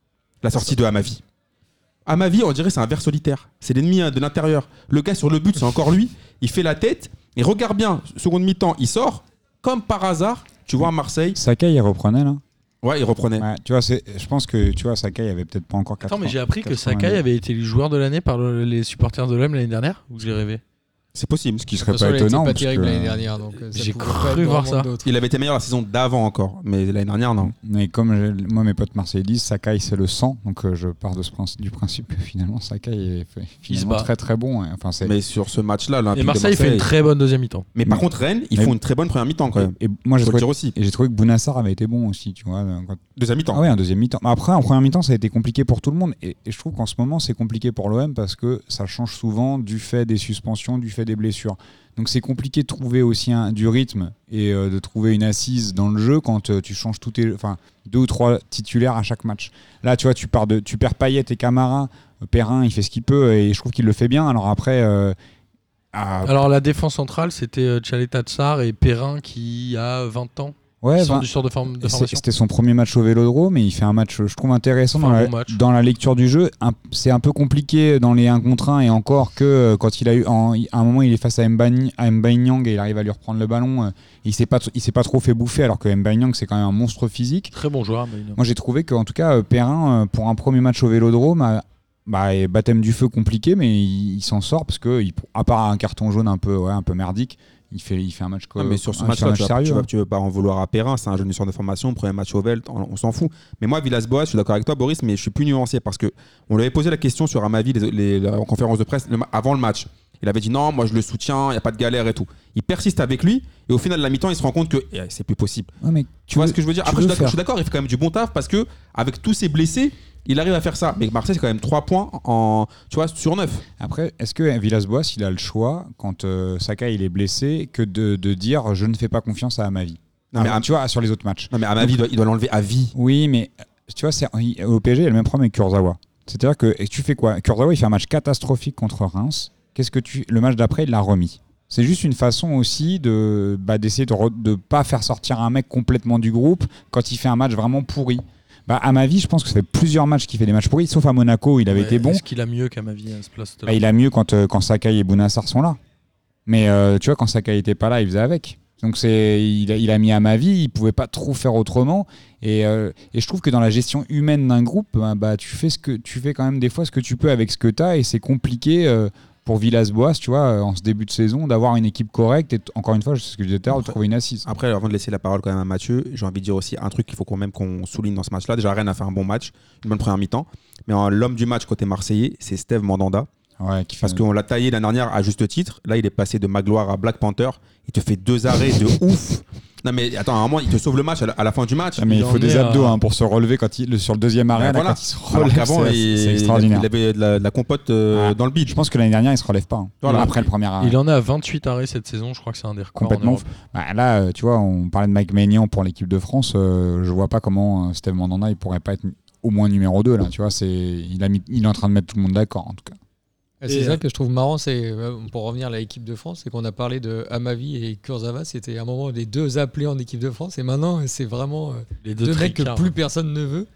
La sortie de Amavi. Amavi, on dirait c'est un ver solitaire. C'est l'ennemi hein, de l'intérieur. Le gars sur le but, c'est encore lui. Il fait la tête. Et regarde bien, seconde mi-temps, il sort. Comme par hasard, tu vois Marseille. Sakai, il reprenait là. Ouais, il reprenait. Ouais, tu vois, c'est, je pense que tu vois, Sakai avait peut-être pas encore quatre Attends, mais j'ai appris que quatre-vingt-deux. Sakai avait été élu joueur de l'année par le- les supporters de l'O M l'année dernière. Ou j'ai rêvé? C'est possible. Ce qui De serait toute façon, pas il a été étonnant. pas parce terrible que- l'année dernière. donc, euh, ça J'ai pouvait cru pas être voir vraiment ça. d'autres. Il avait été meilleur la saison d'avant encore. Mais l'année dernière, non. Mais comme je- moi, mes potes marseillais disent, Sakai c'est le sang. Donc euh, je pars de ce principe, du principe que finalement Sakai est fait- finalement bat. très très bon. hein. Enfin, c'est, Mais sur ce match-là, Et l'Olympique de Marseille fait une très bonne deuxième mi-temps. Mais par Mais- contre, Rennes, ils mais- font une très bonne première mi-temps quand même. et, et moi j'ai Faut le trouvé, dire aussi. et j'ai trouvé que Bounassar avait été bon aussi. Tu vois, quand- Deuxième mi-temps. Ah ouais, un deuxième mi-temps. Mais après, en première mi-temps, ça a été compliqué pour tout le monde. Et, et je trouve qu'en ce moment, c'est compliqué pour l'O M parce que ça change souvent du fait des suspensions, du fait des blessures. Donc c'est compliqué de trouver aussi un, du rythme et euh, de trouver une assise dans le jeu quand euh, tu changes tous tes, enfin, deux ou trois titulaires à chaque match. Là, tu vois, tu, pars de, tu perds Payet et Camara. Euh, Perrin, il fait ce qu'il peut et je trouve qu'il le fait bien. Alors après... euh, ah, Alors la défense centrale, c'était euh, Tchaleta Tsar et Perrin qui a vingt ans. ouais, Ils sont ben, du sort de, forme, de c'est- formation. c'était son premier match au Vélodrome et il fait un match, je trouve, intéressant Enfin, dans, un la, bon match. dans la lecture du jeu. Un- c'est un peu compliqué dans les un contre un et encore que euh, quand il a eu, en- à un moment, il est face à Mbany- à Mbanyang et il arrive à lui reprendre le ballon. euh, il s'est pas, il s'est pas trop fait bouffer alors que Mbanyang c'est quand même un monstre physique. Très bon joueur. Mais une- Moi j'ai trouvé qu'en tout cas euh, Perrin euh, pour un premier match au Vélodrome, a- bah, et baptême du feu compliqué mais il, il s'en sort parce que il- à part un carton jaune un peu, ouais, un peu merdique. Il fait, il fait un match co- Non, mais sur ce un- match-là, un tu, vas- sérieux. tu, vas- hein. tu veux pas en vouloir à Perrin, c'est un jeune sur de formation, premier match au Velt, on, on s'en fout. Mais moi, Villas-Boas, je suis d'accord avec toi, Boris, mais je suis plus nuancé parce que on lui avait posé la question sur Amavi les, les- la- en conférence de presse le ma- avant le match. Il avait dit non, moi je le soutiens, il n'y a pas de galère et tout. Il persiste avec lui et au final de la mi-temps, il se rend compte que eh, c'est plus possible. Ouais, mais Tu vois ce que je veux dire? tu Après, je veux suis d'accord- je faire- suis d'accord, il fait quand même du bon taf parce que avec tous ses blessés, il arrive à faire ça. Mais Marseille, c'est quand même trois points en, tu vois, sur neuf. Après, est-ce que Villas-Boas, il a le choix, quand euh, Sakai il est blessé, que de, de dire je ne fais pas confiance à Amavi? Non, mais Ah, Am- tu vois, sur les autres matchs. Non, mais Amavi, il doit- il doit l'enlever à vie. Oui, mais euh, tu vois, c'est, il- au P S G, il y a le même problème avec Kurzawa. C'est-à-dire que et tu fais quoi? Kurzawa, il fait un match catastrophique contre Reims. Qu'est-ce que tu, le match d'après, il l'a remis. C'est juste une façon aussi de bah, d'essayer de ne pas faire sortir un mec complètement du groupe quand il fait un match vraiment pourri. Bah, à ma vie, je pense que ça fait plusieurs matchs qu'il fait des matchs pourris, sauf à Monaco où il avait Ouais, été bon. Est-ce qu'il a mieux qu'à ma vie à ce place Bah, il a mieux quand, euh, quand Sakai et Bounassar sont là. Mais euh, tu vois, quand Sakai était pas là, il faisait avec. Donc c'est, il, a, il a mis à ma vie, il pouvait pas trop faire autrement. Et, euh, et je trouve que dans la gestion humaine d'un groupe, bah, bah, tu fais ce que tu fais quand même des fois ce que tu peux avec ce que tu as et c'est compliqué euh, pour Villas-Boas, tu vois, euh, en ce début de saison, d'avoir une équipe correcte et t- encore une fois, c'est ce que je disais tout à l'heure, de trouver une assise. Après, avant de laisser la parole quand même à Mathieu, j'ai envie de dire aussi un truc qu'il faut quand même qu'on souligne dans ce match-là. Déjà, Rennes a fait un bon match, une bonne première mi-temps. Mais en- l'homme du match côté marseillais, c'est Steve Mandanda. Ouais, qui fait- Parce qu'on l'a taillé l'année dernière à juste titre. Là, il est passé de Magloire à Black Panther. Il te fait deux arrêts de ouf. Non, mais attends, à un moment, il te sauve le match à la, à la fin du match. Ah, mais il il faut en des est abdos à- hein, pour se relever quand il, le- sur le deuxième arrêt. Ben là, voilà. quand il se Alors relève, qu'avant, c'est, il, c'est il extraordinaire. avait de la, de la compote euh, Ah. dans le bide. Je pense que l'année dernière, il se relève pas. hein. Voilà. Après le premier arrêt. Il en est à vingt-huit arrêts cette saison, je crois que c'est un des records. Complètement en Europe. Bah, là, euh, tu vois, on parlait de Mike Maignan pour l'équipe de France. euh, je vois pas comment euh, Steve Mandanda il pourrait pas être au moins numéro deux là. Tu vois, c'est il a mis, il est en train de mettre tout le monde d'accord en tout cas. Et C'est Et, ça euh, que je trouve marrant, c'est euh, pour revenir à l'équipe de France, c'est qu'on a parlé de Amavi et Kurzawa, c'était un moment les deux appelés en équipe de France, et maintenant c'est vraiment euh, Les deux, deux mecs que tricards. plus personne ne veut.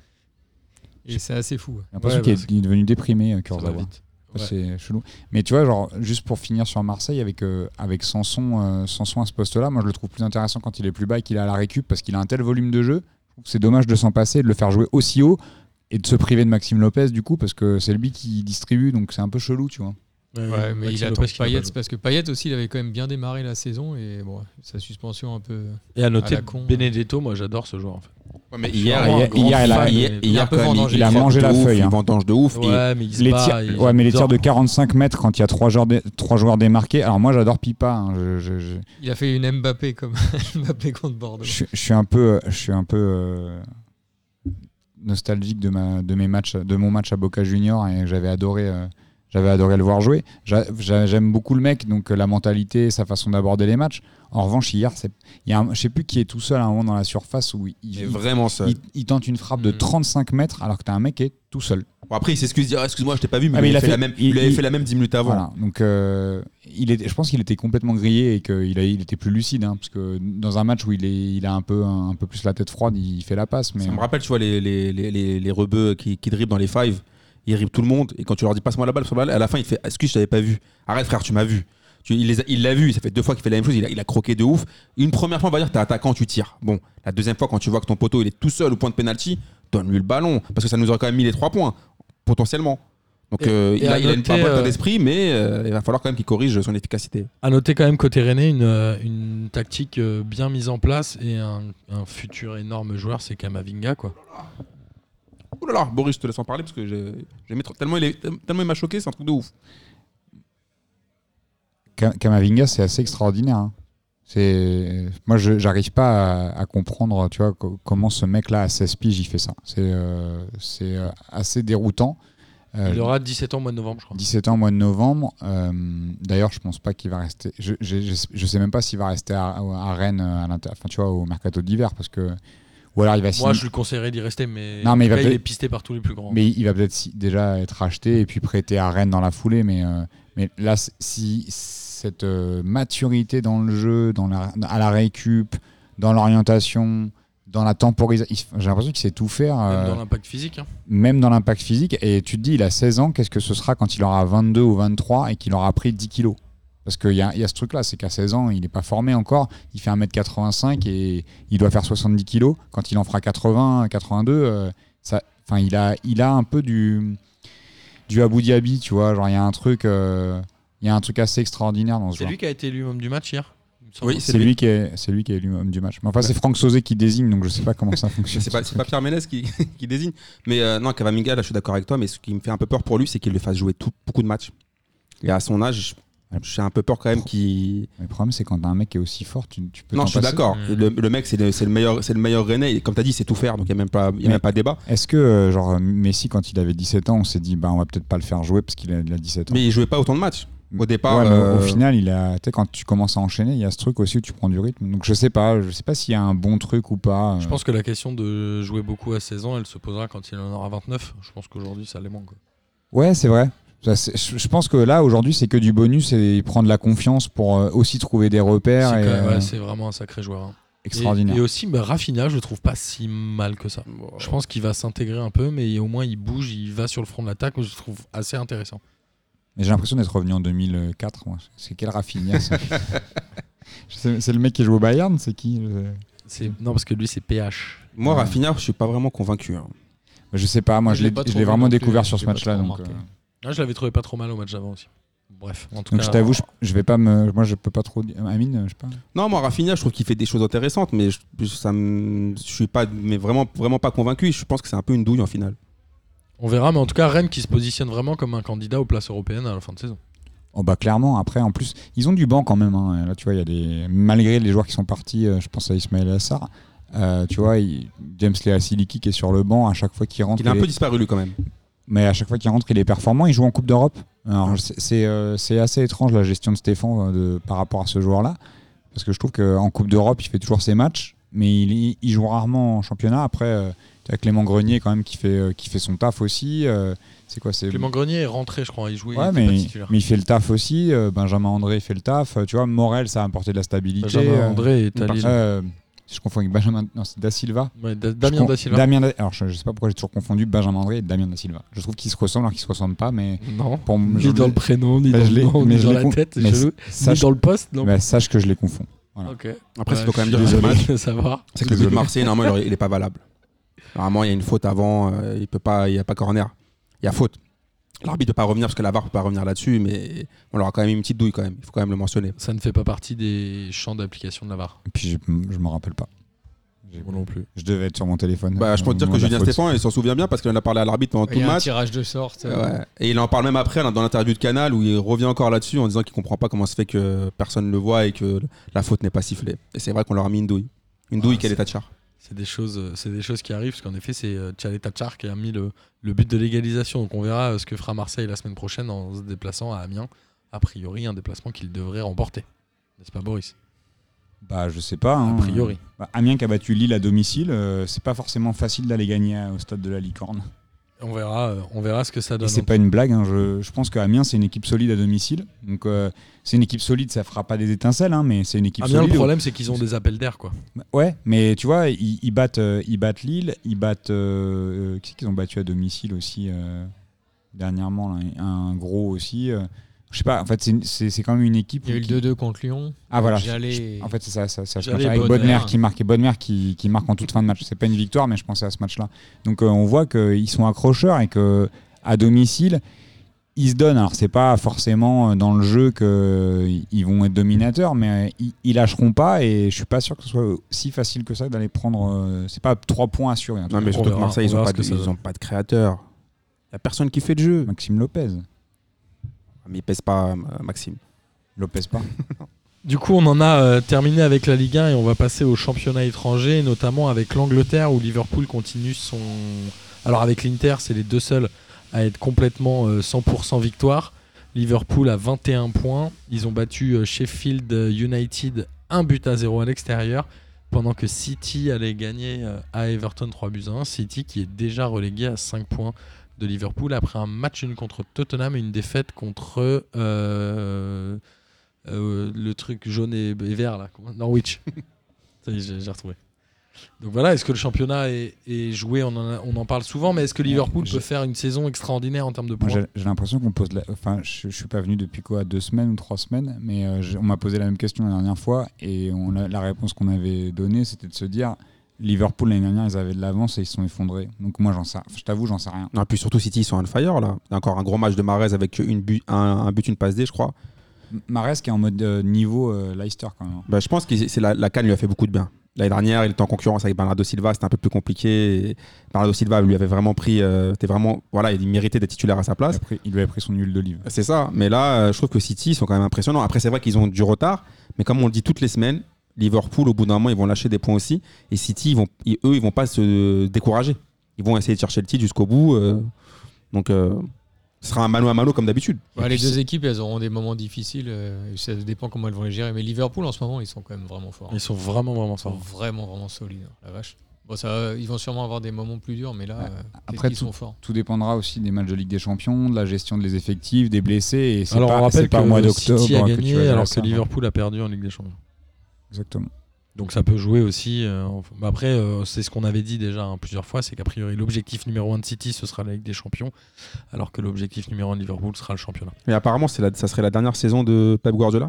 Et c'est assez fou. J'ai l'impression Ouais, qu'il parce est, il est devenu déprimé, euh, Ça va Kurzawa. vite. Ouais. C'est chelou. Mais tu vois, genre, juste pour finir sur Marseille avec, euh, avec Sanson, euh, Sanson à ce poste-là, moi je le trouve plus intéressant quand il est plus bas et qu'il est à la récup parce qu'il a un tel volume de jeu. Je trouve que c'est dommage de s'en passer, de le faire jouer aussi haut et de se priver de Maxime Lopez du coup parce que c'est lui qui distribue donc c'est un peu chelou, tu vois. Ouais, Ouais, mais Maxime il attend Lopez qui n'a Payet pas joué. parce que Payet aussi, il avait quand même bien démarré la saison et bon, sa suspension un peu. Et à noter à la con. Benedetto, moi j'adore ce joueur en fait. Ouais, mais Je suis hier, vraiment hier- un grand hier, il a- fan, hier, mais- il est hier, un peu quand même, vendangé. Il a croque mangé de la ouf, feuille, Il hein. vendange de ouf. et Ouais, mais il se Les bat. tirs, il- ouais, mais les j'adore. tirs de quarante-cinq mètres quand il y a trois joueurs, dé- trois joueurs démarqués. Alors moi, j'adore Pipa. hein. Je, je- je- Il a fait une Mbappé comme Mbappé contre Bordeaux. je- je suis un peu, je suis un peu euh, nostalgique de ma, de mes matchs, de mon match à Boca Junior et j'avais adoré. euh, J'avais adoré le voir jouer. J'a- j'a- J'aime beaucoup le mec, donc euh, la mentalité, sa façon d'aborder les matchs. En revanche, hier, c'est- il y a un- je sais plus qui est tout seul à un moment dans la surface où il, Il est il- vraiment seul. il- il tente une frappe de Mm. trente-cinq mètres alors que tu as un mec qui est tout seul. Bon, après, il s'excuse, dire ah, excuse-moi, je t'ai pas vu, mais, Ah, mais il, il a a fait fait- la même, il- il avait il- fait la même dix minutes avant. Voilà. Donc, euh, il est, je pense qu'il était complètement grillé et qu'il a- il était plus lucide. hein, parce que dans un match où il, est, il a un peu, un, peu plus la tête froide, il fait la passe. Mais Ça me rappelle, tu vois, les, les, les, les, les rebeux qui, qui dribblent dans les fives. Ils dribblent tout le monde. Et quand tu leur dis passe-moi la balle, passe-moi la balle, à la fin, il fait excuse, je t'avais pas vu. Arrête, frère, tu m'as vu. Tu, il les a- il l'a vu, ça fait deux fois qu'il fait la même chose, il a, il a croqué de ouf. Une première fois, on va dire, t'es attaquant, tu tires. Bon, la deuxième fois, quand tu vois que ton poteau il est tout seul au point de pénalty, donne-lui le ballon. Parce que ça nous aurait quand même mis les trois points, potentiellement. Donc Et- euh, et il, a, à il a une noter, pas bonne état euh, d'esprit, mais euh, il va falloir quand même qu'il corrige son efficacité. À noter quand même côté Rennais une, euh, une tactique euh, bien mise en place et un, un futur énorme joueur, c'est Kamavinga quoi. Ouh là là, Boris, je te laisse en parler parce que j'ai, j'aimais trop- tellement, il est, tellement il m'a choqué, c'est un truc de ouf. Ka- Kamavinga, c'est assez extraordinaire. hein. C'est, moi, je j'arrive pas à, à comprendre, tu vois, co- comment ce mec-là à seize piges, il fait ça. C'est, euh, c'est euh, assez déroutant. Euh, Il aura dix-sept ans au mois de novembre, je crois. dix-sept ans au mois de novembre. Euh, d'ailleurs, je pense pas qu'il va rester. Je, je, je, je sais même pas s'il va rester à, à Rennes, à l'inter, enfin, tu vois, au mercato d'hiver, parce que ou alors il va Moi, signer- je lui conseillerais d'y rester, mais, Non, en mais tout il va cas, il peut-être- est pisté par tous les plus grands. Mais il va peut-être si- déjà être racheté et puis prêté à Rennes dans la foulée. Mais, euh, mais là, c- si cette euh, maturité dans le jeu, dans la, à la récup, dans l'orientation, dans la temporisation, j'ai l'impression qu'il sait tout faire, Même euh, dans l'impact physique. hein. même dans l'impact physique. Et tu te dis, il a seize ans, qu'est-ce que ce sera quand il aura vingt-deux ou vingt-trois et qu'il aura pris dix kilos? Parce qu'il y a, il y a ce truc-là, c'est qu'à seize ans, il n'est pas formé encore. Il fait un mètre quatre-vingt-cinq et il doit faire soixante-dix kilos. Quand il en fera quatre-vingts, quatre-vingt-deux, euh, ça, enfin, il a, il a un peu du, du Abu Dhabi, tu vois. Genre, il y a un truc, euh, il y a un truc assez extraordinaire dans ce C'est joueur. lui qui a été élu homme du match hier il me semble. Oui, C'est lui qui est, c'est lui qui est élu homme du match. Mais enfin, c'est Franck Sauzet qui désigne, donc je sais pas comment ça fonctionne. C'est pas, c'est pas Pierre Ménez qui, qui désigne. Mais euh, non, Kamavinga, là, je suis d'accord avec toi, mais ce qui me fait un peu peur pour lui, c'est qu'il le fasse jouer tout, beaucoup de matchs. Et à son âge, j'ai un peu peur quand même qu'il. Mais le problème, c'est quand t'as un mec qui est aussi fort, tu, tu peux Non, t'en je suis passer. d'accord. Mmh. Le, le mec, c'est le, c'est le meilleur, c'est le meilleur Rennais. Et comme tu as dit, c'est tout faire, donc il n'y a même pas, il y a Mais- même pas de débat. Est-ce que, euh, genre, Messi, quand il avait dix-sept ans, on s'est dit, bah, on va peut-être pas le faire jouer parce qu'il a, il a dix-sept ans. Mais il jouait pas autant de matchs. Au départ, Ouais, mais au- euh, au final, il a, tu sais, quand tu commences à enchaîner, il y a ce truc aussi où tu prends du rythme. Donc je sais pas, je sais pas s'il y a un bon truc ou pas. Je pense que la question de jouer beaucoup à seize ans, elle se posera quand il en aura vingt-neuf. Je pense qu'aujourd'hui, ça les manque. quoi. Ouais, c'est vrai. Ça, c'est- Je je pense que là, aujourd'hui, c'est que du bonus et prendre la confiance pour euh, aussi trouver des repères. C'est Et, quand même- ouais, euh, c'est vraiment un sacré joueur. hein. extraordinaire. Et, et aussi, bah, Rafinha, je le trouve pas si mal que ça. Je pense qu'il va s'intégrer un peu, mais au moins il bouge, il va sur le front de l'attaque. Je le trouve assez intéressant. Mais j'ai l'impression d'être revenu en deux mille quatre. Moi. C'est quel Rafinha ça Je sais- C'est le mec qui joue au Bayern, c'est qui je... C'est... Non, parce que lui, c'est P H. moi, Ouais. Rafinha, je suis pas vraiment convaincu. hein. je sais pas, moi Je je l'ai l'ai pas je trop l'ai vu vraiment non plus, découvert je sur ce l'ai pas match-là. trop Donc, remarqué. euh, Ah, je l'avais trouvé pas trop mal au match d'avant aussi. Bref, en tout donc cas. je t'avoue, je, je vais pas me. Moi je peux pas trop. dire- Amine, je sais pas. Non, moi, Rafinha, je trouve qu'il fait des choses intéressantes, mais je, ça me, je suis pas, mais vraiment, vraiment pas convaincu. Je pense que c'est un peu une douille en finale. On verra, mais en tout cas, Rennes qui se positionne vraiment comme un candidat aux places européennes à la fin de saison. Oh bah clairement, après en plus, ils ont du banc quand même. hein. Là tu vois, il y a des. Malgré les joueurs qui sont partis, euh, je pense à Ismaël Assar. euh, tu vois, il- James Lea Siliki qui est sur le banc, à chaque fois qu'il rentre. Il a un il peu est- disparu, lui, quand même. Mais à chaque fois qu'il rentre, il est performant. Il joue en Coupe d'Europe. Alors c'est c'est, euh, c'est assez étrange la gestion de Stéphane euh, de, par rapport à ce joueur-là. Parce que je trouve qu'en Coupe d'Europe, il fait toujours ses matchs. Mais il, il joue rarement en championnat. Après, euh, tu as Clément Grenier quand même qui fait, euh, qui fait son taf aussi. euh, c'est quoi c'est... Clément Grenier est rentré, je crois. Il jouait. Ouais, il était mais, pas titulaire. mais il fait le taf aussi. euh, Benjamin André fait le taf. euh, tu vois, Morel, ça a apporté de la stabilité. Benjamin euh, André est à par- Lille. euh, si je confonds avec Benjamin. Non, c'est Da Silva. Ouais, Da- Je Damien con- Da Silva. Damien Da- Alors, je, je sais pas pourquoi j'ai toujours confondu Benjamin André et Damien Da Silva. Je trouve qu'ils se ressemblent alors qu'ils se ressemblent pas, mais Non. pour m- Ni je- dans le prénom, ni Bah, dans je le l'ai- nom, mais ni je dans l'ai la con- tête, c'est mais chelou. sache- Ni dans le poste, non. bah, sache que je les confonds. Voilà. Ok. Après, Ouais, il faut quand même je dire suis que ce désolé match, de savoir. c'est que le but de Marseille, normalement, il est pas valable. Normalement, il y a une faute avant, euh, il peut pas, il y a pas corner. Il y a faute. L'arbitre ne peut pas revenir parce que la V A R ne peut pas revenir là-dessus, mais on leur a quand même une petite douille quand même. Il faut quand même le mentionner. Ça ne fait pas partie des champs d'application de la V A R. Et puis je, je me rappelle pas. Moi non plus. Je devais être sur mon téléphone. Bah, je peux te dire que Julien Stéphan, il s'en souvient bien parce qu'il en a parlé à l'arbitre pendant Il tout y le a un match. tirage de sorte. euh, Ouais. Et il en parle même après dans l'interview de Canal où il revient encore là-dessus en disant qu'il comprend pas comment se fait que personne ne le voit et que la faute n'est pas sifflée. Et c'est vrai qu'on leur a mis une douille. Une douille Ouais, qu'elle est Tachar. C'est des choses, c'est des choses qui arrivent parce qu'en effet c'est Tchalé Tachar qui a mis le, le but de l'égalisation. Donc on verra euh, ce que fera Marseille la semaine prochaine en se déplaçant à Amiens. A priori un déplacement qu'il devrait remporter. N'est-ce pas Boris? Bah je sais pas. hein. A priori. Bah, Amiens qui a battu Lille à domicile, euh, c'est pas forcément facile d'aller gagner euh, au stade de la Licorne. On verra, euh, on verra ce que ça Et donne. c'est pas une blague. hein. Je, je pense qu'Amiens c'est une équipe solide à domicile. Donc euh, c'est une équipe solide, ça fera pas des étincelles, hein, mais c'est une équipe Amiens, solide. le problème c'est qu'ils ont des appels d'air quoi. Ouais, mais tu vois, ils, ils battent, euh, ils battent Lille, ils battent. Euh, euh, qui c'est qu'ils ont battu à domicile aussi euh, dernièrement là, un gros aussi. euh, je sais pas. En fait, c'est, c'est, c'est quand même une équipe. Il y a eu le qui- deux deux contre Lyon. Ah voilà. Jallet. En fait, c'est ça, ça, ça je Jallet pense avec et Bodmer. Bodmer qui marque et Bodmer qui, qui marque en toute fin de match. C'est pas une victoire, mais je pensais à ce match-là. Donc euh, on voit qu'ils sont accrocheurs et que à domicile, ils se donnent. Alors c'est pas forcément dans le jeu qu'ils vont être dominateurs, mais ils, ils lâcheront pas et je suis pas sûr que ce soit si facile que ça d'aller prendre. euh, c'est pas trois points assurés. en tout Non, cas. mais surtout verra- que Marseille, on ils ont, verra pas ce que de, ça ils donne. ont pas de créateur. Il y a personne qui fait de jeu. Maxime Lopez. Mais il pèse pas, euh, Maxime. Lopez pas. Du coup, on en a euh, terminé avec la Ligue un et on va passer au championnat étranger, notamment avec l'Angleterre où Liverpool continue son. Alors avec l'Inter, c'est les deux seuls à être complètement euh, cent pour cent victoire. Liverpool a vingt et un points. Ils ont battu euh, Sheffield United un but à zéro à l'extérieur, pendant que City allait gagner euh, à Everton trois buts à un. City qui est déjà relégué à cinq points de Liverpool après un match nul contre Tottenham et une défaite contre euh, euh, le truc jaune et, et vert là, comment- Norwich. Ça y est, j'ai, j'ai retrouvé. Donc voilà, est-ce que le championnat est, est joué, on en, a- on en parle souvent, mais est-ce que Liverpool j'ai- peut faire une saison extraordinaire en termes de Moi, points? j'ai, j'ai l'impression qu'on pose. La... Enfin, je, je suis pas venu depuis quoi, deux semaines ou trois semaines, mais euh, j'ai- on m'a posé la même question la dernière fois et on a- la réponse qu'on avait donnée, c'était de se dire Liverpool l'année dernière, ils avaient de l'avance et ils se sont effondrés. Donc moi, j'en sais, je t'avoue, j'en sais rien. Non, puis surtout City, ils sont on fire là. Il y a encore un gros match de Mahrez avec une but, un, un but, une passe D, je crois. M- Mahrez qui est en mode euh, niveau euh, Leicester quand même. Bah, je pense que c'est la, la CAN lui a fait beaucoup de bien. L'année dernière, il était en concurrence avec Bernardo Silva, c'était un peu plus compliqué. Et Bernardo Silva lui avait vraiment pris, euh, était vraiment, voilà, il méritait d'être titulaire à sa Il, place. a pris- il lui a pris son huile d'olive. C'est ça. Mais là, euh, je trouve que City, ils sont quand même impressionnants. Après, c'est vrai qu'ils ont du retard, mais comme on le dit toutes les semaines, Liverpool, au bout d'un moment, ils vont lâcher des points aussi. Et City, ils vont, ils- eux, ils vont pas se décourager. Ils vont essayer de chercher le titre jusqu'au bout. euh, donc, euh, ce sera un mano à mano comme d'habitude. Bah, Et les puis, deux c'est- équipes, elles auront des moments difficiles. euh, ça dépend comment elles vont les gérer. Mais Liverpool, en ce moment, ils sont quand même vraiment forts. Ils sont vraiment, vraiment Ils sont forts. vraiment, vraiment solides. hein, La vache. Bon, ça, va- ils vont sûrement avoir des moments plus durs, mais là, Ouais. euh, Après, ils tout- sont forts. Tout dépendra aussi des matchs de Ligue des Champions, de la gestion des effectifs, des blessés. Et c'est Alors pas, on rappelle c'est pas que au mois d'octobre City a que tu vas gagné gérer alors ça. que Liverpool a perdu en Ligue des Champions. Exactement. Donc ça peut jouer aussi. euh, enfin, bah après, euh, c'est ce qu'on avait dit déjà hein, plusieurs fois, c'est qu'a priori l'objectif numéro un de City ce sera la Ligue des Champions, alors que l'objectif numéro un de Liverpool sera le championnat. Mais apparemment, c'est la- ça serait la dernière saison de Pep Guardiola.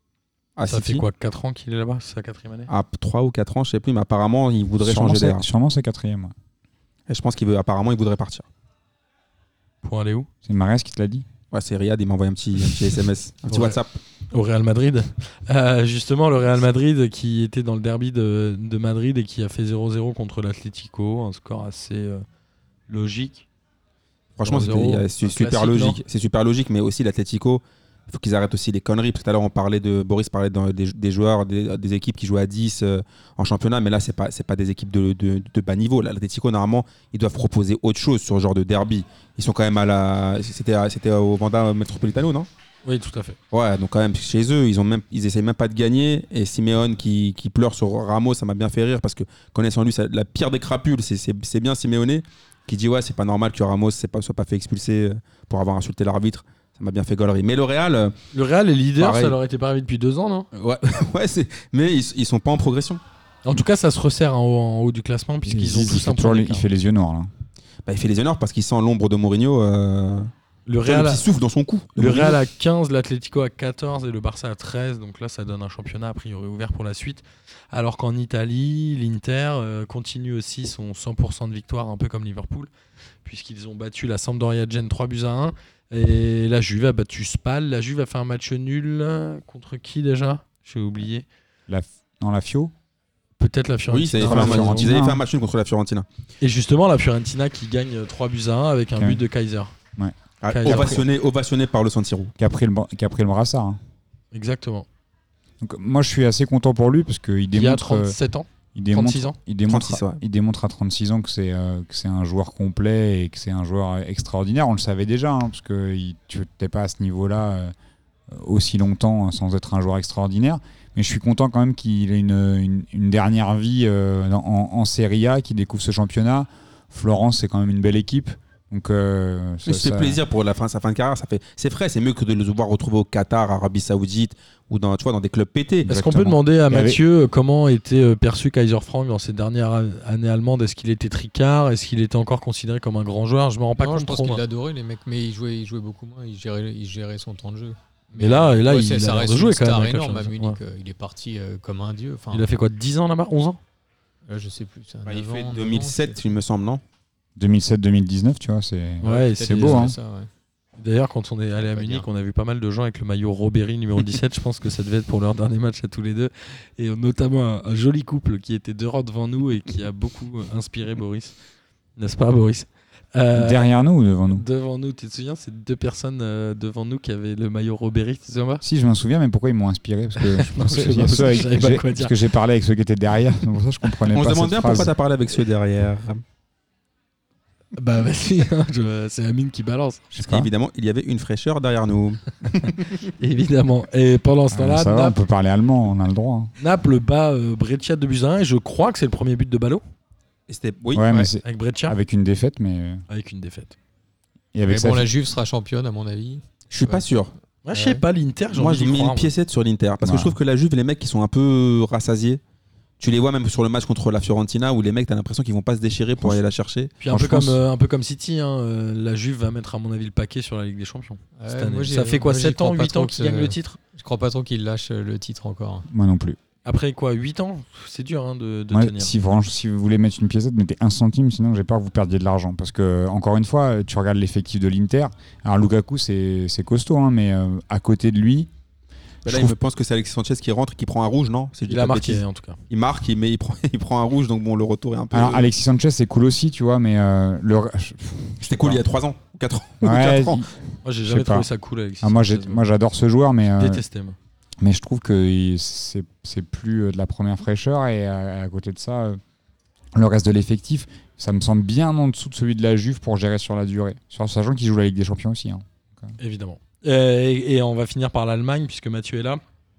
À ça City. fait quoi, quatre ans qu'il est là-bas? C'est sa quatrième année? À trois ou quatre ans, je sais plus, mais apparemment, il voudrait Sûrement changer c'est- d'air. Sûrement c'est quatrième. ouais. Et je pense qu'il veut, apparemment, il voudrait partir. Pour aller où? C'est Mahrez qui te l'a dit. Ouais, c'est Riyad, il m'a envoyé un petit, un petit S M S, un petit Ouais. WhatsApp. Au Real Madrid. Euh, justement, le Real Madrid qui était dans le derby de, de Madrid et qui a fait zéro zéro contre l'Atlético, un score assez euh, logique. Franchement, zéro c'était- zéro, il y a- c'est un super classique, logique. non C'est super logique, mais aussi l'Atlético, il faut qu'ils arrêtent aussi les conneries. Tout à l'heure, on parlait de Boris parlait de- des, des joueurs, des, des équipes qui jouent à dix euh, en championnat, mais là, c'est pas c'est pas des équipes de, de, de bas niveau. L'Atlético, normalement, ils doivent proposer autre chose sur ce genre de derby. Ils sont quand même à la, c'était à- c'était au Vanda Metropolitano, non? Oui, tout à fait. Ouais, donc quand même chez eux, ils ont même, ils essayent même pas de gagner. Et Simeone qui, qui pleure sur Ramos, ça m'a bien fait rire parce que connaissant lui, ça- la pire des crapules, c'est, c'est, c'est bien Simeone qui dit ouais, c'est pas normal que Ramos ne soit pas fait expulser euh, pour avoir insulté l'arbitre. Ça m'a bien fait gaulerie. Mais le Real, euh, Le Real est leader, Pareil. ça leur était pas arrivé depuis deux ans, non? ouais, ouais, c'est, mais ils, ils sont pas en progression. En tout cas, ça se resserre en haut, en haut du classement puisqu'ils ont il, tous fait un toujours point les- d'écart. il fait les yeux noirs là. Bah, il fait les honneurs parce qu'il sent l'ombre de Mourinho. euh, Le Le Real, a, petit souffle dans son cou. le Real à quinze, l'Atlético à quatorze et le Barça à treize. Donc là, ça donne un championnat a priori ouvert pour la suite. Alors qu'en Italie, l'Inter euh, continue aussi son cent pour cent de victoire, un peu comme Liverpool, puisqu'ils ont battu la Sampdoria Gênes trois buts à un. Et la Juve a battu Spal. La Juve a fait un match nul contre qui déjà ? J'ai oublié. La, non, la Fio. Peut-être la Oui, Fiorentina. ça avait fait la un match- Fiorentina. ils avaient fait un match nul contre la Fiorentina. Et justement, la Fiorentina qui gagne trois buts à un avec un Ok. but de Kaiser. Ah, Kaiser. Ovationné, ovationné par le San Siro. Qui a pris le, bra- qui a pris le brassard. hein. Exactement. Donc, moi, je suis assez content pour lui parce qu'il Il y a démontre. euh, trente-sept ans. Il démontre, trente-six ans. il démontre, trente-six, ouais. il démontre à trente-six ans que c'est euh, que c'est un joueur complet et que c'est un joueur extraordinaire. On le savait déjà, hein, parce que il- tu n'étais pas à ce niveau-là euh, aussi longtemps sans être un joueur extraordinaire. Mais je suis content quand même qu'il ait une, une, une dernière vie euh, dans- en, en Serie A, qu'il découvre ce championnat. Florence, c'est quand même une belle équipe. Donc, euh, Mais ça- ça fait ça- plaisir pour la fin, sa fin de carrière. Ça fait, c'est frais, c'est mieux que de le voir retrouver au Qatar, Arabie Saoudite ou dans, tu vois, dans des clubs pétés. Est-ce qu'on Exactement. peut demander à Il y avait- Mathieu comment était euh, perçu Kaiser Frank dans ses dernières a- années allemandes ? Est-ce qu'il était tricard ? Est-ce qu'il était encore considéré comme un grand joueur ? Je me rends pas Non, je compte pense trop. qu'il moi. adorait les mecs, mais il jouait, il jouait beaucoup moins, il gérait, il gérait son temps de jeu. Mais là, et là, il c'est- a ça l'air reste de jouer une quand même star avec la énorme à Fiorentina. Munich. euh, Il est parti euh, comme un dieu. Enfin, Il a fait quoi, dix ans là-bas, onze ans ? là, je sais plus. ça, Bah, il neuf fait ans, deux mille sept, neuf ans, il me semble, non deux mille sept deux mille dix-neuf, tu vois, c'est. Ouais, peut-être c'est beau, déjà hein. ça, ouais. D'ailleurs, quand on est allé à On va Munich, dire. on a vu pas mal de gens avec le maillot Robéry numéro dix-sept. Je pense que ça devait être pour leur dernier match à tous les deux. Et notamment un, un joli couple qui était deux rangs devant nous et qui a beaucoup euh, inspiré Boris. N'est-ce pas, Boris ? Euh, Derrière nous ou devant nous? Devant nous, tu te souviens, c'est deux personnes euh, devant nous qui avaient le maillot Robéry, tu te souviens pas ? Si, je m'en souviens, mais pourquoi ils m'ont inspiré? Parce que je pensais- je sais il y a pas, ceux avec- je savais pas j'ai- quoi parce dire. que j'ai parlé avec ceux qui étaient derrière, donc pour ça je comprenais On pas se demande cette bien phrase. pourquoi t'as parlé avec ceux derrière. Bah vas-y, hein, je- c'est Amine qui balance. Je sais Parce pas. qu'évidemment, il y avait une fraîcheur derrière nous. Évidemment. Et pendant ce Ah, temps-là, ça va, on Naples, peut parler allemand, on a le droit. hein. Naples bat euh, Brescia deux buts à un et je crois que c'est le premier but de Ballot Et c'était, oui, ouais, mais Ouais, c'est avec Brescia avec une défaite, mais euh, avec une défaite. et avec Mais ça. bon, la Juve sera championne, à mon avis. je suis pas sûr. Moi, je Ouais. sais pas, l'Inter, j'ai Moi, envie j'ai d'y mis croire. une piécette sur l'Inter. Parce que Ouais. je trouve que la Juve, les mecs qui sont un peu rassasiés, tu les vois même sur le match contre la Fiorentina où les mecs, t'as l'impression qu'ils vont pas se déchirer pour aller la chercher. Puis un peu, Franchement, comme, euh, un peu comme City, hein, euh, la Juve va mettre à mon avis le paquet sur la Ligue des Champions. Ouais, cette année. moi, j'y- Ça fait quoi, moi, j'y sept ans, crois pas huit trop ans que qu'ils gagnent ce- le titre Je crois pas trop qu'il lâche euh, le titre encore. Moi non plus. Après quoi, huit ans C'est dur hein, de, de Moi, tenir. si, franchement, si vous voulez mettre une piécette, mettez un centime, sinon j'ai peur que vous perdiez de l'argent. Parce que, encore une fois, tu regardes l'effectif de l'Inter. Alors, Lukaku, c'est c'est costaud, hein, mais euh, à côté de lui, Là, je il trouve- me pense que c'est Alexis Sanchez qui rentre et qui prend un rouge, non Si je dis Il pas a de marqué bêtises. en tout cas. Il marque, il, met, il, prend, il prend un rouge, donc bon, le retour est un peu. alors, Alexis Sanchez, c'est cool aussi, tu vois, mais euh, le. C'était cool il y a trois ans, quatre ans. ou Ouais, quatre ans. il- Moi, j'ai Je jamais sais pas. trouvé ça cool avec ah, moi, j'ai- moi, j'adore ce joueur, mais. euh, détesté. Moi. Mais je trouve que il- c'est c'est plus euh, de la première fraîcheur et à, à côté de ça, euh, le reste de l'effectif, ça me semble bien en dessous de celui de la Juve pour gérer sur la durée. Sur- Sachant qu'il joue la Ligue des Champions aussi. hein. Évidemment. Euh, et, et on va finir par l'Allemagne, puisque Mathieu est là.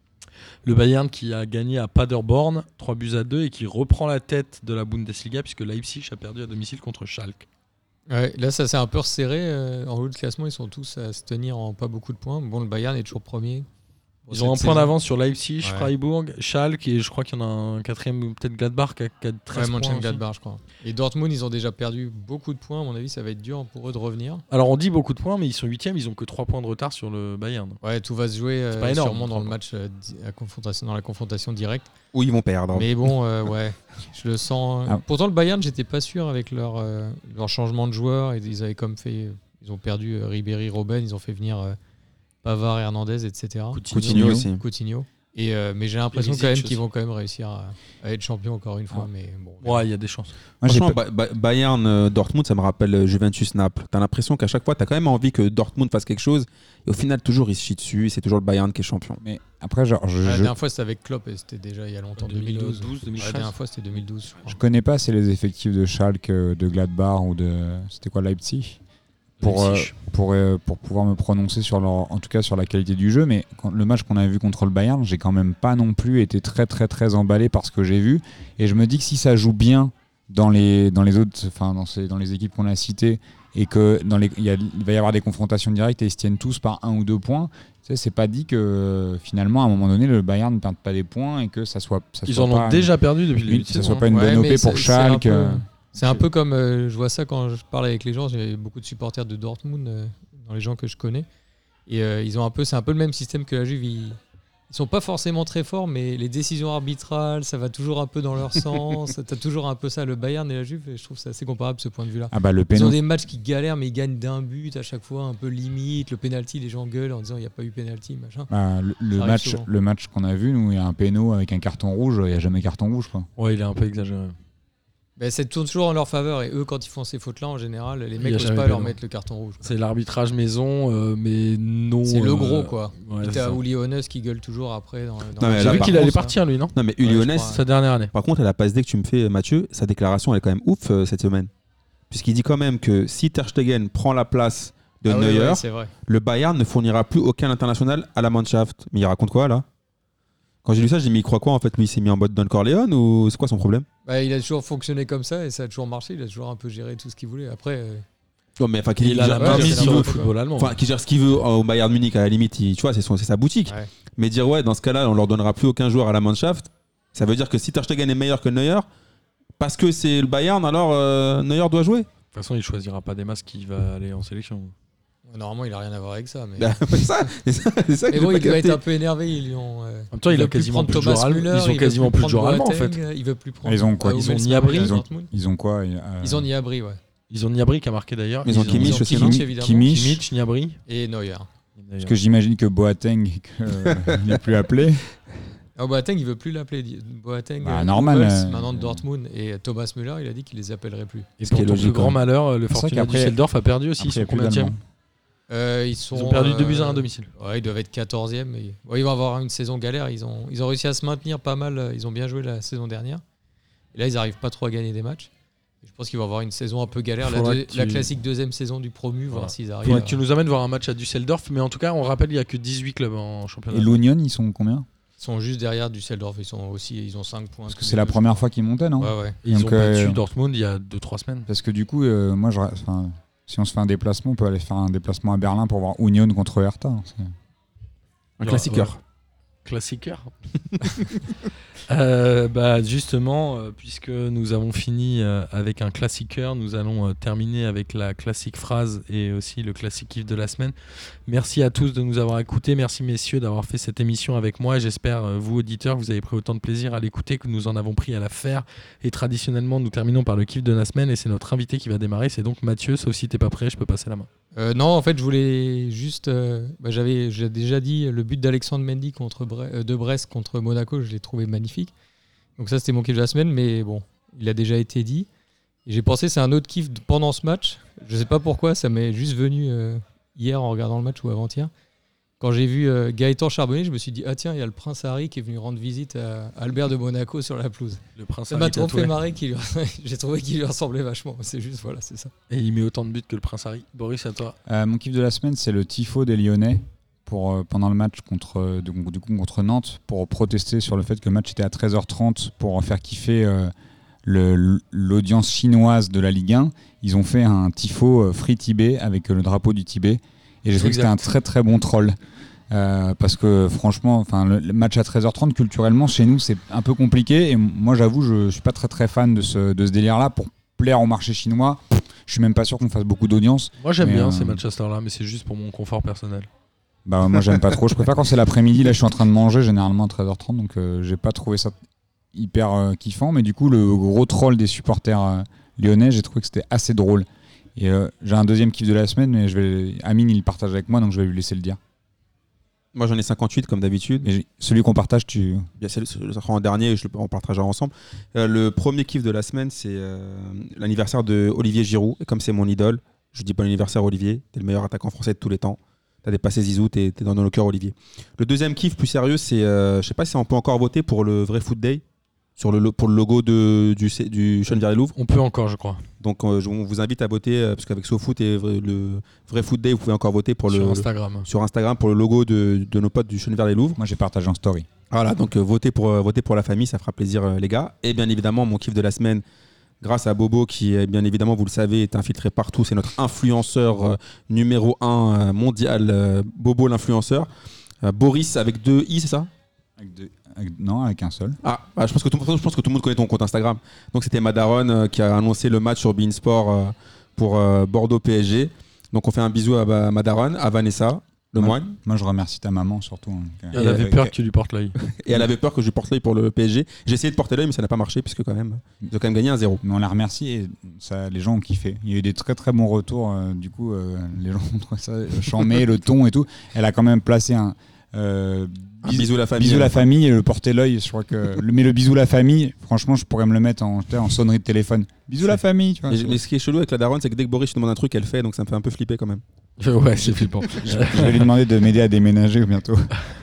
Le Bayern qui a gagné à Paderborn, trois buts à deux, et qui reprend la tête de la Bundesliga, puisque Leipzig a perdu à domicile contre Schalke. Ouais, là, ça s'est un peu resserré. euh, en haut de classement, ils sont tous à se tenir en pas beaucoup de points. Bon, le Bayern est toujours premier. Bon, Ils ont un cette point saison- d'avance sur Leipzig, Ouais. Freiburg, Schalke, et je crois qu'il y en a un quatrième, ou peut-être Gladbach, qui a, qui a treize Ouais, points aussi. Mönchengladbach, je crois. Et Dortmund, ils ont déjà perdu beaucoup de points. À mon avis, ça va être dur pour eux de revenir. Alors on dit beaucoup de points, mais ils sont huitièmes, ils ont que trois points de retard sur le Bayern. Ouais, tout va se jouer euh, pas énorme, sûrement dans le ça. match, euh, di- à confrontation, dans la confrontation directe. Où ils vont perdre. Mais bon, euh, ouais, je le sens. Ah. Pourtant, le Bayern, j'étais pas sûr avec leur, euh, leur changement de joueur. Ils avaient comme fait, ils ont perdu euh, Ribéry, Robben, ils ont fait venir euh, Pavard, Hernandez, et cetera. Coutinho aussi. Coutinho. Et, euh, mais j'ai l'impression quand Perisic même qu'ils aussi. vont quand même réussir à, à être champion encore une fois. Ah. Mais bon, Ouais, il y a des chances. Moi, j'ai Franchement, pas- Ba- Ba- Bayern euh, Dortmund, ça me rappelle euh, Juventus Naples. T'as l'impression qu'à chaque fois, t'as quand même envie que Dortmund fasse quelque chose. Et au final, toujours, il se chie dessus. Et c'est toujours le Bayern qui est champion. mais après, genre, je, la je, dernière fois c'était avec Klopp et c'était déjà il y a longtemps, deux mille douze. deux mille Ouais, la treize. dernière fois c'était deux mille douze, je crois. je connais pas c'est les effectifs de Schalke, euh, de Gladbach ou de. C'était quoi, Leipzig pour, euh, Leipzig. pour, euh, pour pouvoir me prononcer sur leur, en tout cas sur la qualité du jeu. Mais quand, le match qu'on a vu contre le Bayern, j'ai quand même pas non plus été très très très emballé par ce que j'ai vu. Et je me dis que si ça joue bien dans les, dans les autres, enfin dans, ces, dans les équipes qu'on a citées, et que dans les, il, y a, il va y avoir des confrontations directes et ils se tiennent tous par un ou deux points, tu sais, c'est pas dit que euh, finalement à un moment donné le Bayern ne perde pas des points et que ça soit, ça Ils soit en pas ont déjà perdu depuis le une, début de ça saison, soit hein. pas une Ouais, bonne mais O P pour c'est- c'est un Schalke. peu- euh, C'est un peu comme, euh, je vois ça quand je parle avec les gens, j'ai beaucoup de supporters de Dortmund, euh, dans les gens que je connais. Et euh, ils ont un peu, c'est un peu le même système que la Juve. Ils, ils sont pas forcément très forts, mais les décisions arbitrales, ça va toujours un peu dans leur sens. T'as toujours un peu ça, le Bayern et la Juve. Et je trouve que c'est assez comparable ce point de vue-là. Ah bah le Ils péno. ont des matchs qui galèrent, mais ils gagnent d'un but à chaque fois, un peu limite. Le penalty, les gens gueulent en disant il n'y a pas eu penalty, machin. Bah, le, le Ça arrive match, souvent. le match qu'on a vu, nous, il y a un péno avec un carton rouge. Il n'y a jamais carton rouge, quoi. Ouais, il est un peu exagéré. Ben, ça tourne toujours en leur faveur. Et eux, quand ils font ces fautes-là, en général, les y a mecs n'osent jamais pas péno. leur mettre le carton rouge. C'est l'arbitrage maison, euh, mais non. C'est le euh, gros, quoi. Ouais, Et c'est t'as ça. Uli Hoeneß qui gueule toujours après. Dans, dans Non, mais la- là, J'ai vu par qu'il allait contre, ça. partir, lui, non Non, mais Uli Ouais, je Hoeneß, crois. Sa dernière année. par contre, à la passe D que tu me fais, Mathieu, sa déclaration, elle est quand même ouf euh, cette semaine. Puisqu'il dit quand même que si Ter Stegen prend la place de Ah ouais, Neuer, ouais, c'est vrai. le Bayern ne fournira plus aucun international à la Mannschaft. Mais il raconte quoi, là? Quand j'ai lu ça, j'ai dit, mais il croit quoi, en fait? Lui, il s'est mis en mode Don Corleone ou c'est quoi son problème? Bah, il a toujours fonctionné comme ça et ça a toujours marché. Il a toujours un peu géré tout ce qu'il voulait. Après, euh, Non, mais enfin, qu'il Il a la gère- main ouais, mise c'est sur ça. le football allemand. Enfin, qui gère ce qu'il veut au Bayern Munich, à la limite, il- tu vois, c'est, son- c'est sa boutique. ouais. Mais dire, ouais, dans ce cas-là, on leur donnera plus aucun joueur à la Mannschaft, ça veut dire que si Ter Stegen est meilleur que Neuer, parce que c'est le Bayern, alors euh, Neuer doit jouer. De toute façon, il choisira pas des masses qui va aller en sélection. Normalement, il a rien à voir avec ça. Mais, Bah, c'est ça, c'est ça, c'est ça que mais j'ai bon, pas il doit capté. être un peu énervé. Ils lui ont. euh, En même temps, il veut a quasiment prendre plus de Thomas joueurs allemands. Müller, Ils ont il veut quasiment plus de prendre joueurs allemands, en Boateng, fait. Il veut plus prendre. Ils ont quoi euh, Ils ont Hummels, Gnabry, à ils ont- Dortmund. Ils ont quoi euh, Ils ont Gnabry, ouais. Ils ont Gnabry qui a marqué d'ailleurs. Ils ont Kimmich Ils ont aussi, Kimmich, non évidemment. Kimmich. Kimmich, Gnabry. Et Neuer. Parce que j'imagine que Boateng euh, il n'est plus appelé. Ah, Boateng, il veut plus l'appeler. Boateng, Bah, euh, normal, Hummels, euh, maintenant de Dortmund. Et Thomas Müller, il a dit qu'il les appellerait plus. Et Ce pour qui est ton logique, plus grand hein. malheur, le C'est vrai Fortuna qu'après- Düsseldorf a perdu aussi. Après, Ils il y a sont plus combien d'Allemands. Euh, ils, sont, Ils ont perdu euh, deux buts à un à domicile. Ouais, ils doivent être quatorzième. Mais... Ouais, ils vont avoir une saison galère. Ils ont, ils ont réussi à se maintenir pas mal. Ils ont bien joué la saison dernière. Et là, ils n'arrivent pas trop à gagner des matchs. Et je pense qu'ils vont avoir une saison un peu galère. La, Faudra deux- que tu- la classique deuxième saison du promu, Voilà. voir s'ils arrivent. Faudrait à- que tu nous amènes voir un match à Düsseldorf. Mais en tout cas, on rappelle, il n'y a que dix-huit clubs en championnat. Et l'Union, ils sont combien? Ils sont juste derrière Düsseldorf. Ils sont aussi, ils ont cinq points. Parce que tous c'est les la deux. première fois qu'ils montaient, non? Ouais, ouais. Et ils Donc, ont battu euh, Dortmund il y a deux trois semaines. Parce que du coup, euh, moi, je, enfin, si on se fait un déplacement, on peut aller faire un déplacement à Berlin pour voir Union contre Hertha. C'est- Un classiqueur. Classiqueur. Euh, bah justement, euh, puisque nous avons fini euh, avec un classiqueur, nous allons euh, terminer avec la classique phrase et aussi le classique kiff de la semaine. Merci à tous de nous avoir écoutés. Merci messieurs d'avoir fait cette émission avec moi. J'espère, euh, vous auditeurs, que vous avez pris autant de plaisir à l'écouter que nous en avons pris à la faire. Et traditionnellement, nous terminons par le kiff de la semaine et c'est notre invité qui va démarrer. C'est donc Mathieu, sauf si t'es pas prêt, je peux passer la main. Euh, non, en fait, je voulais juste. euh, bah, j'avais, j'ai déjà dit le but d'Alexandre Mendy contre Bre- euh, de Brest contre Monaco, je l'ai trouvé magnifique. Donc ça, c'était mon kiff de la semaine, mais bon, il a déjà été dit. Et j'ai pensé, c'est un autre kiff de- pendant ce match. Je sais pas pourquoi, ça m'est juste venu euh, hier en regardant le match ou avant-hier. Quand j'ai vu euh, Gaëtan Charbonnet, je me suis dit, ah tiens, il y a le prince Harry qui est venu rendre visite à Albert de Monaco sur la pelouse. Le prince Ça m'a Harry trop tatoué. fait marrer, qu'il lui- j'ai trouvé qu'il lui ressemblait vachement. C'est juste, voilà, c'est ça. Et il met autant de buts que le prince Harry. Boris, à toi. Euh, mon kiff de la semaine, c'est le tifo des Lyonnais pour, euh, pendant le match contre, euh, du du coup, contre Nantes pour protester sur le fait que le match était à treize heures trente pour faire kiffer euh, le- l'audience chinoise de la Ligue un. Ils ont fait un tifo euh, Free Tibet avec euh, le drapeau du Tibet et j'ai trouvé que c'était un Exact. très très bon troll. Euh, parce que franchement, enfin, le, le match à treize heures trente, culturellement, chez nous, c'est un peu compliqué. Et moi, j'avoue, je ne suis pas très très fan de ce, de ce délire-là. Pour plaire au marché chinois, je suis même pas sûr qu'on fasse beaucoup d'audience. Moi, j'aime Mais, bien euh, ces matchs à cette heure-là, mais c'est juste pour mon confort personnel. Bah, moi, j'aime pas trop. Je préfère quand c'est l'après-midi. Là, je suis en train de manger généralement à treize heures trente. Donc, euh, j'ai pas trouvé ça hyper euh, kiffant. Mais du coup, le gros troll des supporters euh, lyonnais, j'ai trouvé que c'était assez drôle. Et euh, j'ai un deuxième kiff de la semaine, mais je vais... Amine, il le partage avec moi, donc je vais lui laisser le dire. Moi, j'en ai cinquante-huit comme d'habitude. Mais j'ai- celui qu'on partage, tu. Bien, c'est le- ce sera en dernier, je le, on partagera ensemble. Euh, le premier kiff de la semaine, c'est euh, l'anniversaire de Olivier Giroud. Et comme c'est mon idole, je dis pas l'anniversaire Olivier, t'es le meilleur attaquant français de tous les temps. T'as dépassé Zizou, t'es, t'es dans nos cœurs Olivier. Le deuxième kiff plus sérieux, c'est, euh, je sais pas si on peut encore voter pour le vrai Foot Day, sur le, lo- pour le logo de, du, C- du Chenevière-les-Louvres. On peut encore, je crois. Donc euh, je- on vous invite à voter, euh, parce qu'avec SoFoot et vrai- le vrai Foot Day, vous pouvez encore voter pour Sur le, Instagram. sur Instagram pour le logo de, de nos potes du Chenevière-les-Louvres. Moi, j'ai partagé en story. Voilà, donc euh, votez, pour, euh, votez pour la famille, ça fera plaisir euh, les gars. Et bien évidemment, mon kiff de la semaine, grâce à Bobo, qui est bien évidemment, vous le savez, est infiltré partout. C'est notre influenceur euh, numéro un euh, mondial, euh, Bobo l'influenceur. Euh, Boris avec deux i, c'est ça? Avec deux- avec- Non, avec un seul. Ah, bah, je, pense que tout, je pense que tout le monde connaît ton compte Instagram. Donc c'était Madaron euh, qui a annoncé le match sur beIN Sport euh, pour euh, Bordeaux P S G. Donc on fait un bisou à bah, ma daronne, à Vanessa, le Ouais. moine. Moi, je remercie ta maman surtout. hein, qui- Elle avait qui- peur que tu lui portes l'œil. Et elle avait peur que je porte l'œil pour le P S G. J'ai essayé de porter l'œil, mais ça n'a pas marché, puisque quand même, ils ont quand même gagné un zéro. Mais on la remercie et ça, les gens ont kiffé. Il y a eu des très très bons retours. euh, du coup, euh, les gens ont trouvé ça chambé, le ton et tout. Elle a quand même placé un. Euh, Un bis- bisou la famille. Bisous la famille et le porter l'œil. Je crois que. le- Mais le bisou la famille, franchement, je pourrais me le mettre en, tu sais, en sonnerie de téléphone. Bisous la famille, tu vois. Mais, mais ce qui est chelou avec la daronne, c'est que dès que Boris lui demande un truc, elle fait, donc ça me fait un peu flipper quand même. Ouais, c'est flippant. Je vais lui demander de m'aider à déménager bientôt.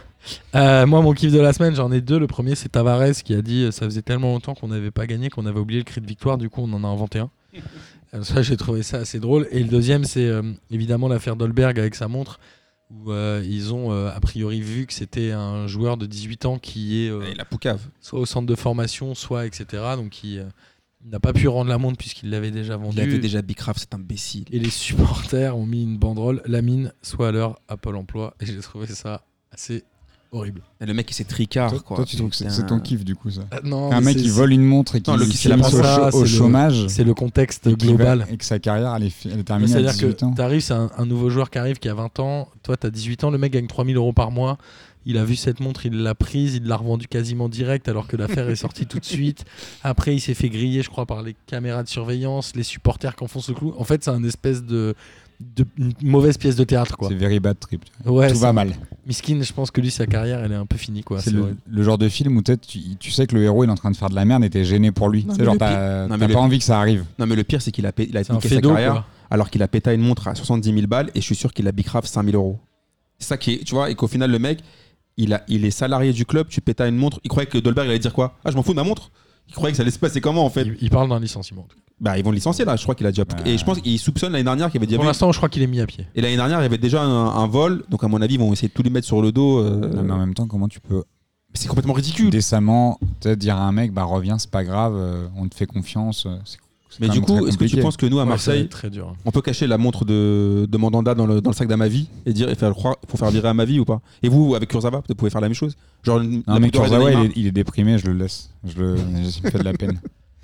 Euh, moi, mon kiff de la semaine, j'en ai deux. Le premier, c'est Tavares qui a dit euh, ça faisait tellement longtemps qu'on n'avait pas gagné qu'on avait oublié le cri de victoire. Du coup, on en a inventé un. Euh, ça, j'ai trouvé ça assez drôle. Et le deuxième, c'est euh, évidemment l'affaire Dolberg avec sa montre, où euh, ils ont euh, a priori vu que c'était un joueur de dix-huit ans qui est euh, Et la poucave. soit au centre de formation, soit et cetera. Donc, qui euh, n'a pas pu rendre la montre puisqu'il l'avait déjà vendue. Il avait déjà Bicraft, cet imbécile. Et les supporters ont mis une banderole Lamine, soit à l'heure à Pôle emploi. Et j'ai trouvé ça assez horrible. Et le mec, il s'est tricard, Toi, quoi. toi, tu trouves que c'est Putain. c'est ton kiff du coup ça. Euh, non, Un mais mec c'est- qui vole une montre et qui Non, le qui kiff, c'est la finisse au, pas ça, cho- au c'est le- chômage. C'est le contexte et qui va- global. Et que sa carrière elle est, fi- elle est terminée à C'est-à-dire dix-huit que ans. tu arrives, c'est un, un nouveau joueur qui arrive qui a vingt ans. Toi, tu as dix-huit ans. Le mec gagne trois mille euros par mois. Il a vu cette montre, il l'a prise, il l'a revendue quasiment direct alors que l'affaire est sortie tout de suite. Après, il s'est fait griller, je crois, par les caméras de surveillance, les supporters qui enfoncent le clou. En fait, c'est un espèce de, de une mauvaise pièce de théâtre, quoi. C'est very bad trip. Ouais, Tout c'est- va mal. Miskin, je pense que lui, sa carrière, elle est un peu finie, quoi. C'est C'est le, horrible. le genre de film où peut-être tu, tu sais que le héros il est en train de faire de la merde et t'es gêné pour lui. Non, Tu sais, mais genre le t'as pire- non, t'as mais le pas pire- envie que ça arrive. Non, mais le pire, c'est qu'il a, pé- il a C'est un niqué sa fédo, carrière, quoi. alors qu'il a pété à une montre à soixante-dix mille balles, et je suis sûr qu'il a Bicraft cinq mille euros. C'est ça qui est, tu vois, et qu'au final, le mec, il, a, il est salarié du club, tu pétais à une montre. Il croyait que Dolberg il allait dire quoi? Ah, je m'en fous de ma montre. Il croyait que ça allait se passer comment, en fait? Il, il parle d'un licenciement. en tout cas. Bah, ils vont le licencier, là. Je crois qu'il a déjà. Ouais. Et je pense qu'il soupçonne l'année dernière qu'il y avait Pour déjà. l'instant, je crois qu'il est mis à pied. Et l'année dernière, il y avait déjà un, un vol. Donc, à mon avis, ils vont essayer de tout lui mettre sur le dos. euh, Non, mais en même temps, comment tu peux C'est complètement ridicule. décemment peut-être dire à un mec bah reviens, c'est pas grave, euh, on te fait confiance. euh, c'est- c'est Mais quand du même très coup, est-ce que tu compliqué. penses que nous, à Ouais, ça va Marseille, être très dur. on peut cacher la montre de, de Mandanda dans le, dans le sac d'Amavi et dire et faire croire pour faire virer Amavi ou pas? Et vous, avec Kurzawa, vous pouvez faire la même chose? Genre, une- Non, la mais boucle d'oreille de Kurzawa, Neymar. il est, il est déprimé, je le laisse. Je le, il me fait de la peine.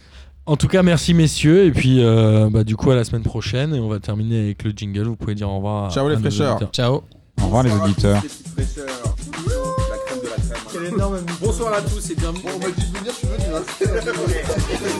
En tout cas, merci messieurs. Et puis, euh, bah, du coup, à la semaine prochaine. Et on va terminer avec le jingle. Vous pouvez dire au revoir. à- Ciao, les à nos fraîcheurs. auditeurs. Ciao. Au revoir les Bonsoir à tous, auditeurs. les petites fraîcheurs. La crème de la crème. Quel énorme Bonsoir à tous et bienvenue. Bon, on m'a dit de venir, je suis venu. hein.